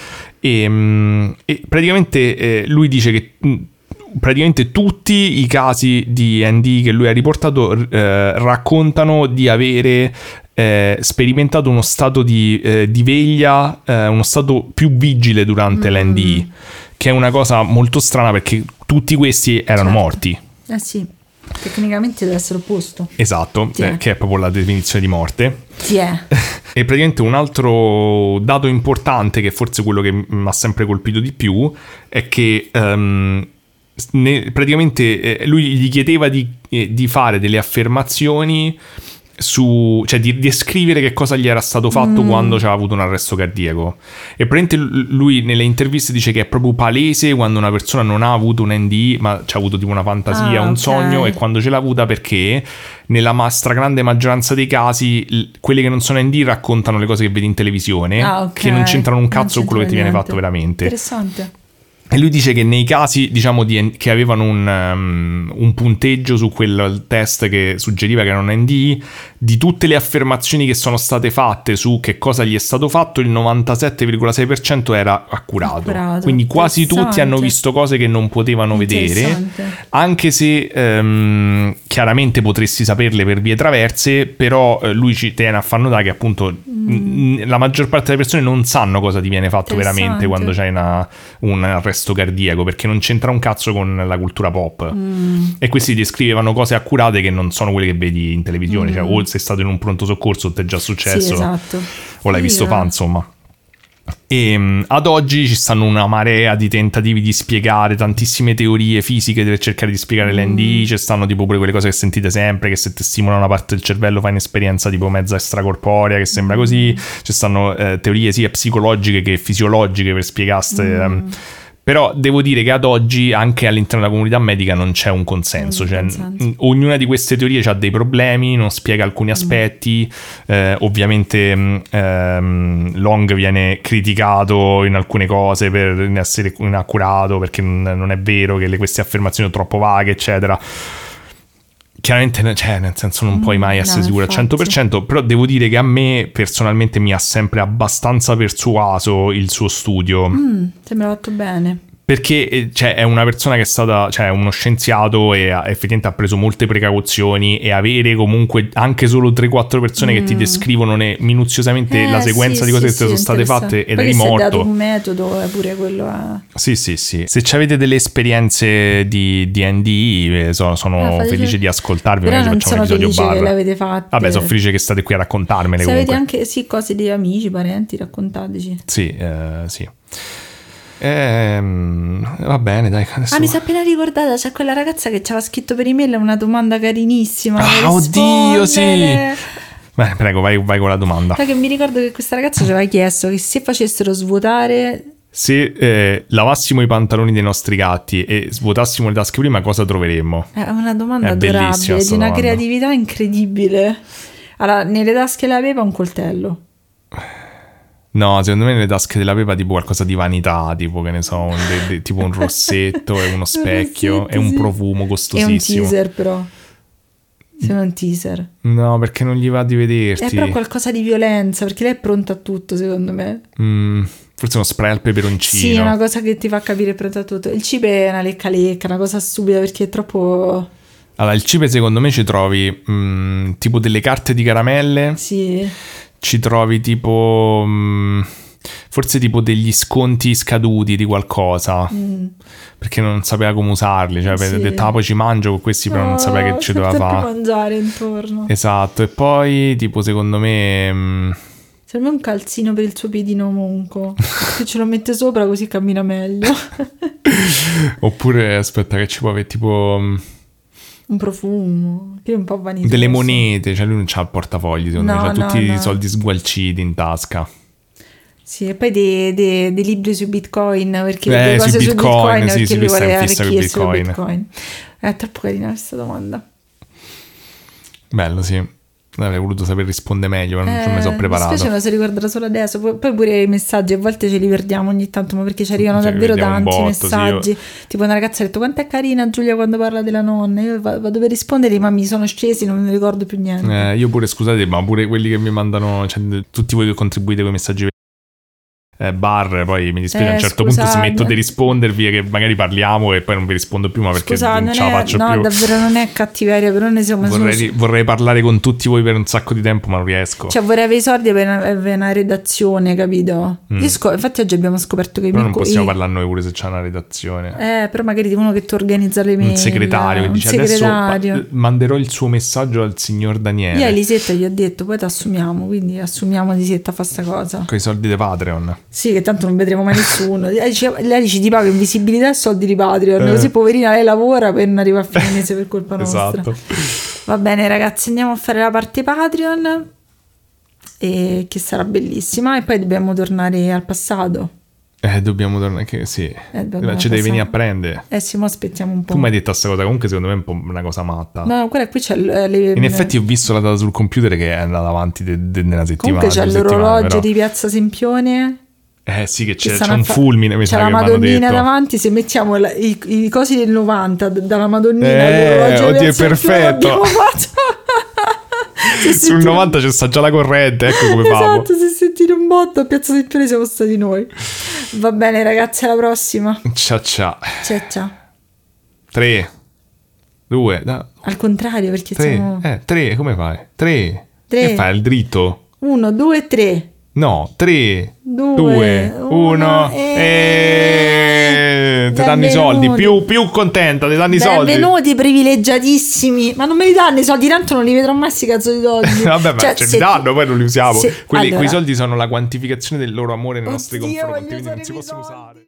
E, e praticamente eh, lui dice che praticamente tutti i casi di N D I che lui ha riportato eh, raccontano di avere eh, sperimentato uno stato di, eh, di veglia, eh, uno stato più vigile durante mm. l'N D I, che è una cosa molto strana perché tutti questi erano certo. morti. Eh sì, tecnicamente deve essere opposto. Esatto, eh, che è proprio la definizione di morte. Sì è. E praticamente un altro dato importante, che è forse quello che mi ha sempre colpito di più, è che... Um, Ne, praticamente eh, lui gli chiedeva di, eh, di fare delle affermazioni su, cioè di descrivere che cosa gli era stato fatto mm. quando c'era avuto un arresto cardiaco, e praticamente lui nelle interviste dice che è proprio palese quando una persona non ha avuto un N D I ma c'ha avuto tipo una fantasia, ah, un okay. sogno, e quando ce l'ha avuta, perché nella ma- stragrande maggioranza dei casi l- quelli che non sono N D I raccontano le cose che vedi in televisione, ah, okay. che non c'entrano un cazzo con quello che ti viene fatto veramente. Interessante. E lui dice che nei casi, diciamo, di, che avevano un, um, un punteggio su quel test che suggeriva che erano N D I, di tutte le affermazioni che sono state fatte su che cosa gli è stato fatto, il novantasette virgola sei per cento era accurato. accurato. Quindi quasi tutti hanno visto cose che non potevano vedere, anche se um, chiaramente potresti saperle per vie traverse, però uh, lui ci tiene a far notare che appunto mm. la maggior parte delle persone non sanno cosa ti viene fatto veramente quando c'hai una, un arresto cardiaco, perché non c'entra un cazzo con la cultura pop. Mm. E questi descrivevano cose accurate che non sono quelle che vedi in televisione, mm. cioè o sei stato in un pronto soccorso o ti è già successo, sì, esatto. o l'hai sì, visto eh. fa, insomma. E mh, ad oggi ci stanno una marea di tentativi di spiegare tantissime teorie fisiche per cercare di spiegare mm. l'N D E. Ci stanno tipo pure quelle cose che sentite sempre, che se ti stimolano una parte del cervello fai un'esperienza tipo mezza extracorporea che sembra mm. così. Ci stanno eh, teorie sia psicologiche che fisiologiche per spiegaste mm. um, però devo dire che ad oggi anche all'interno della comunità medica non c'è un consenso, cioè n- ognuna di queste teorie ha dei problemi, non spiega alcuni aspetti, mm. eh, ovviamente ehm, Long viene criticato in alcune cose per essere inaccurato, perché non, non è vero, che le, queste affermazioni sono troppo vaghe, eccetera. Chiaramente, cioè, nel senso, non puoi mai essere no, sicuro al cento per cento, però devo dire che a me personalmente mi ha sempre abbastanza persuaso il suo studio. Mm, sembra fatto bene. Perché cioè, è una persona che è stata, cioè uno scienziato e ha, effettivamente ha preso molte precauzioni, e avere comunque anche solo tre quattro persone mm. che ti descrivono ne, minuziosamente eh, la sequenza sì, di cose sì, che sì, sono state fatte ed eri morto. Poi dato un metodo, è pure quello a... Sì, sì, sì. Se avete delle esperienze di, di N D E sono, sono ah, felice di ascoltarvi. Però non facciamo sono un episodio felice bar. Che l'avete fatte. Vabbè, sono felice che state qui a raccontarmele. Se comunque. avete anche sì, cose di amici, parenti, raccontateci. Sì, eh, sì. Ehm, va bene, dai. Adesso... Ah, mi si è appena ricordata, c'è quella ragazza che ci aveva scritto per email una domanda carinissima. Ah, oddio, sì. Beh, prego, vai, vai con la domanda. Perché mi ricordo che questa ragazza ci aveva chiesto che se facessero svuotare... Se eh, lavassimo i pantaloni dei nostri gatti e svuotassimo le tasche prima, cosa troveremmo? È una domanda è adorabile, di una domanda. Creatività incredibile. Allora, nelle tasche la Pepa un coltello. No, secondo me nelle tasche della Pepa tipo qualcosa di vanità, tipo che ne so, un, de, de, tipo un rossetto e uno specchio e un profumo costosissimo. È un teaser però. Se non un teaser. No, perché non gli va di vederti. È però qualcosa di violenza, perché lei è pronta a tutto, secondo me. Mm, forse uno spray al peperoncino. Sì, è una cosa che ti fa capire pronta a tutto. Il cibe è una lecca lecca, una cosa stupida perché è troppo... Allora, il cibe secondo me ci trovi mm, tipo delle carte di caramelle. Sì. Ci trovi tipo mh, forse tipo degli sconti scaduti di qualcosa mm. perché non sapeva come usarli, cioè sì. detto poi ci mangio con questi, però no, non sapeva che ci doveva fare mangiare intorno. Esatto. E poi tipo secondo me mh, secondo me un calzino per il suo piedino monco che ce lo mette sopra così cammina meglio. Oppure aspetta, che ci può avere tipo mh, un profumo, che è un po' vanitoso. Delle monete, cioè lui non c'ha il portafogli, secondo no, me, c'ha no, tutti no. i soldi sgualciti in tasca. Sì, e poi dei, dei, dei libri su Bitcoin, perché eh, le cose su Bitcoin, su Bitcoin, sì, perché sì, lui vuole arricchire su Bitcoin. È troppo carina questa domanda. Bello, sì. Avrei voluto saper rispondere meglio, ma non eh, mi sono preparato. Mi spiace, me lo ricorderò solo adesso. Poi, poi pure i messaggi, a volte ce li perdiamo ogni tanto, ma perché ci arrivano ci davvero tanti botto, messaggi. Sì, io... Tipo una ragazza ha detto: quanto è carina Giulia quando parla della nonna. Io vado per rispondere, ma mi sono scesi, non ne ricordo più niente. Eh, io pure, scusate, ma pure quelli che mi mandano, cioè, tutti voi che contribuite con i messaggi Eh, bar, poi mi dispiace eh, a un certo scusate. punto smetto di rispondervi e che magari parliamo e poi non vi rispondo più, ma perché Scusate, non ce la faccio no, più. No, davvero non è cattiveria, però ne siamo vorrei, su... vorrei parlare con tutti voi per un sacco di tempo, ma non riesco. Cioè vorrei avere i soldi per una, per una redazione, capito? Mm. Io scop- infatti oggi abbiamo scoperto che però non co- possiamo i... parlare noi pure se c'è una redazione. Eh, però magari di uno che ti organizza le mail. Un segretario che un dice segretario. adesso manderò il suo messaggio al signor Daniele. Io a Elisetta gli ho detto poi ti assumiamo, quindi assumiamo Elisetta a fare sta cosa. Con i soldi di Patreon. Sì, che tanto non vedremo mai nessuno. Lei dice ti pago invisibilità e soldi di Patreon, eh. così poverina lei lavora per non arrivare a fine mese per colpa nostra. Esatto. Va bene ragazzi, andiamo a fare la parte Patreon e che sarà bellissima e poi dobbiamo tornare al passato. Eh, dobbiamo tornare, che sì. Eh, ci devi venire a prendere. Eh sì, ma aspettiamo un po'. Tu mi hai detto questa cosa, comunque secondo me è un po' una cosa matta. No, quella qui c'è le... In effetti ho visto la data sul computer che è andata avanti de- de- nella settimana. Comunque c'è l'orologio di Piazza Sempione. Eh sì, che c'è, c'è un fulmine, mi c'è sa la che Madonnina davanti, se mettiamo la, i, i cosi del novanta dalla Madonnina eh, all'orologio oddio, è perfetto. Sul sentire... novanta c'è sta già la corrente, ecco come famo. Esatto, se sentire un botto a Piazza Sempione siamo stati noi. Va bene ragazzi, alla prossima. Ciao ciao. Ciao ciao. Tre, due, da... al contrario perché tre, siamo... eh, tre, come fai? Tre. Tre. Che fai, il dritto? Uno, due, tre. No, tre, Due, due, uno e... Ti danno i soldi, più, più contenta, ti danno i soldi. Benvenuti privilegiatissimi. Ma non me li danno i soldi, tanto non li vedrò mai sti cazzo di soldi. Vabbè, ma cioè, ce li danno, poi non li usiamo. se, Quelli, allora, quei soldi sono la quantificazione del loro amore nei nostri oddio, confronti, voglio quindi non usare si i possono soldi. usare.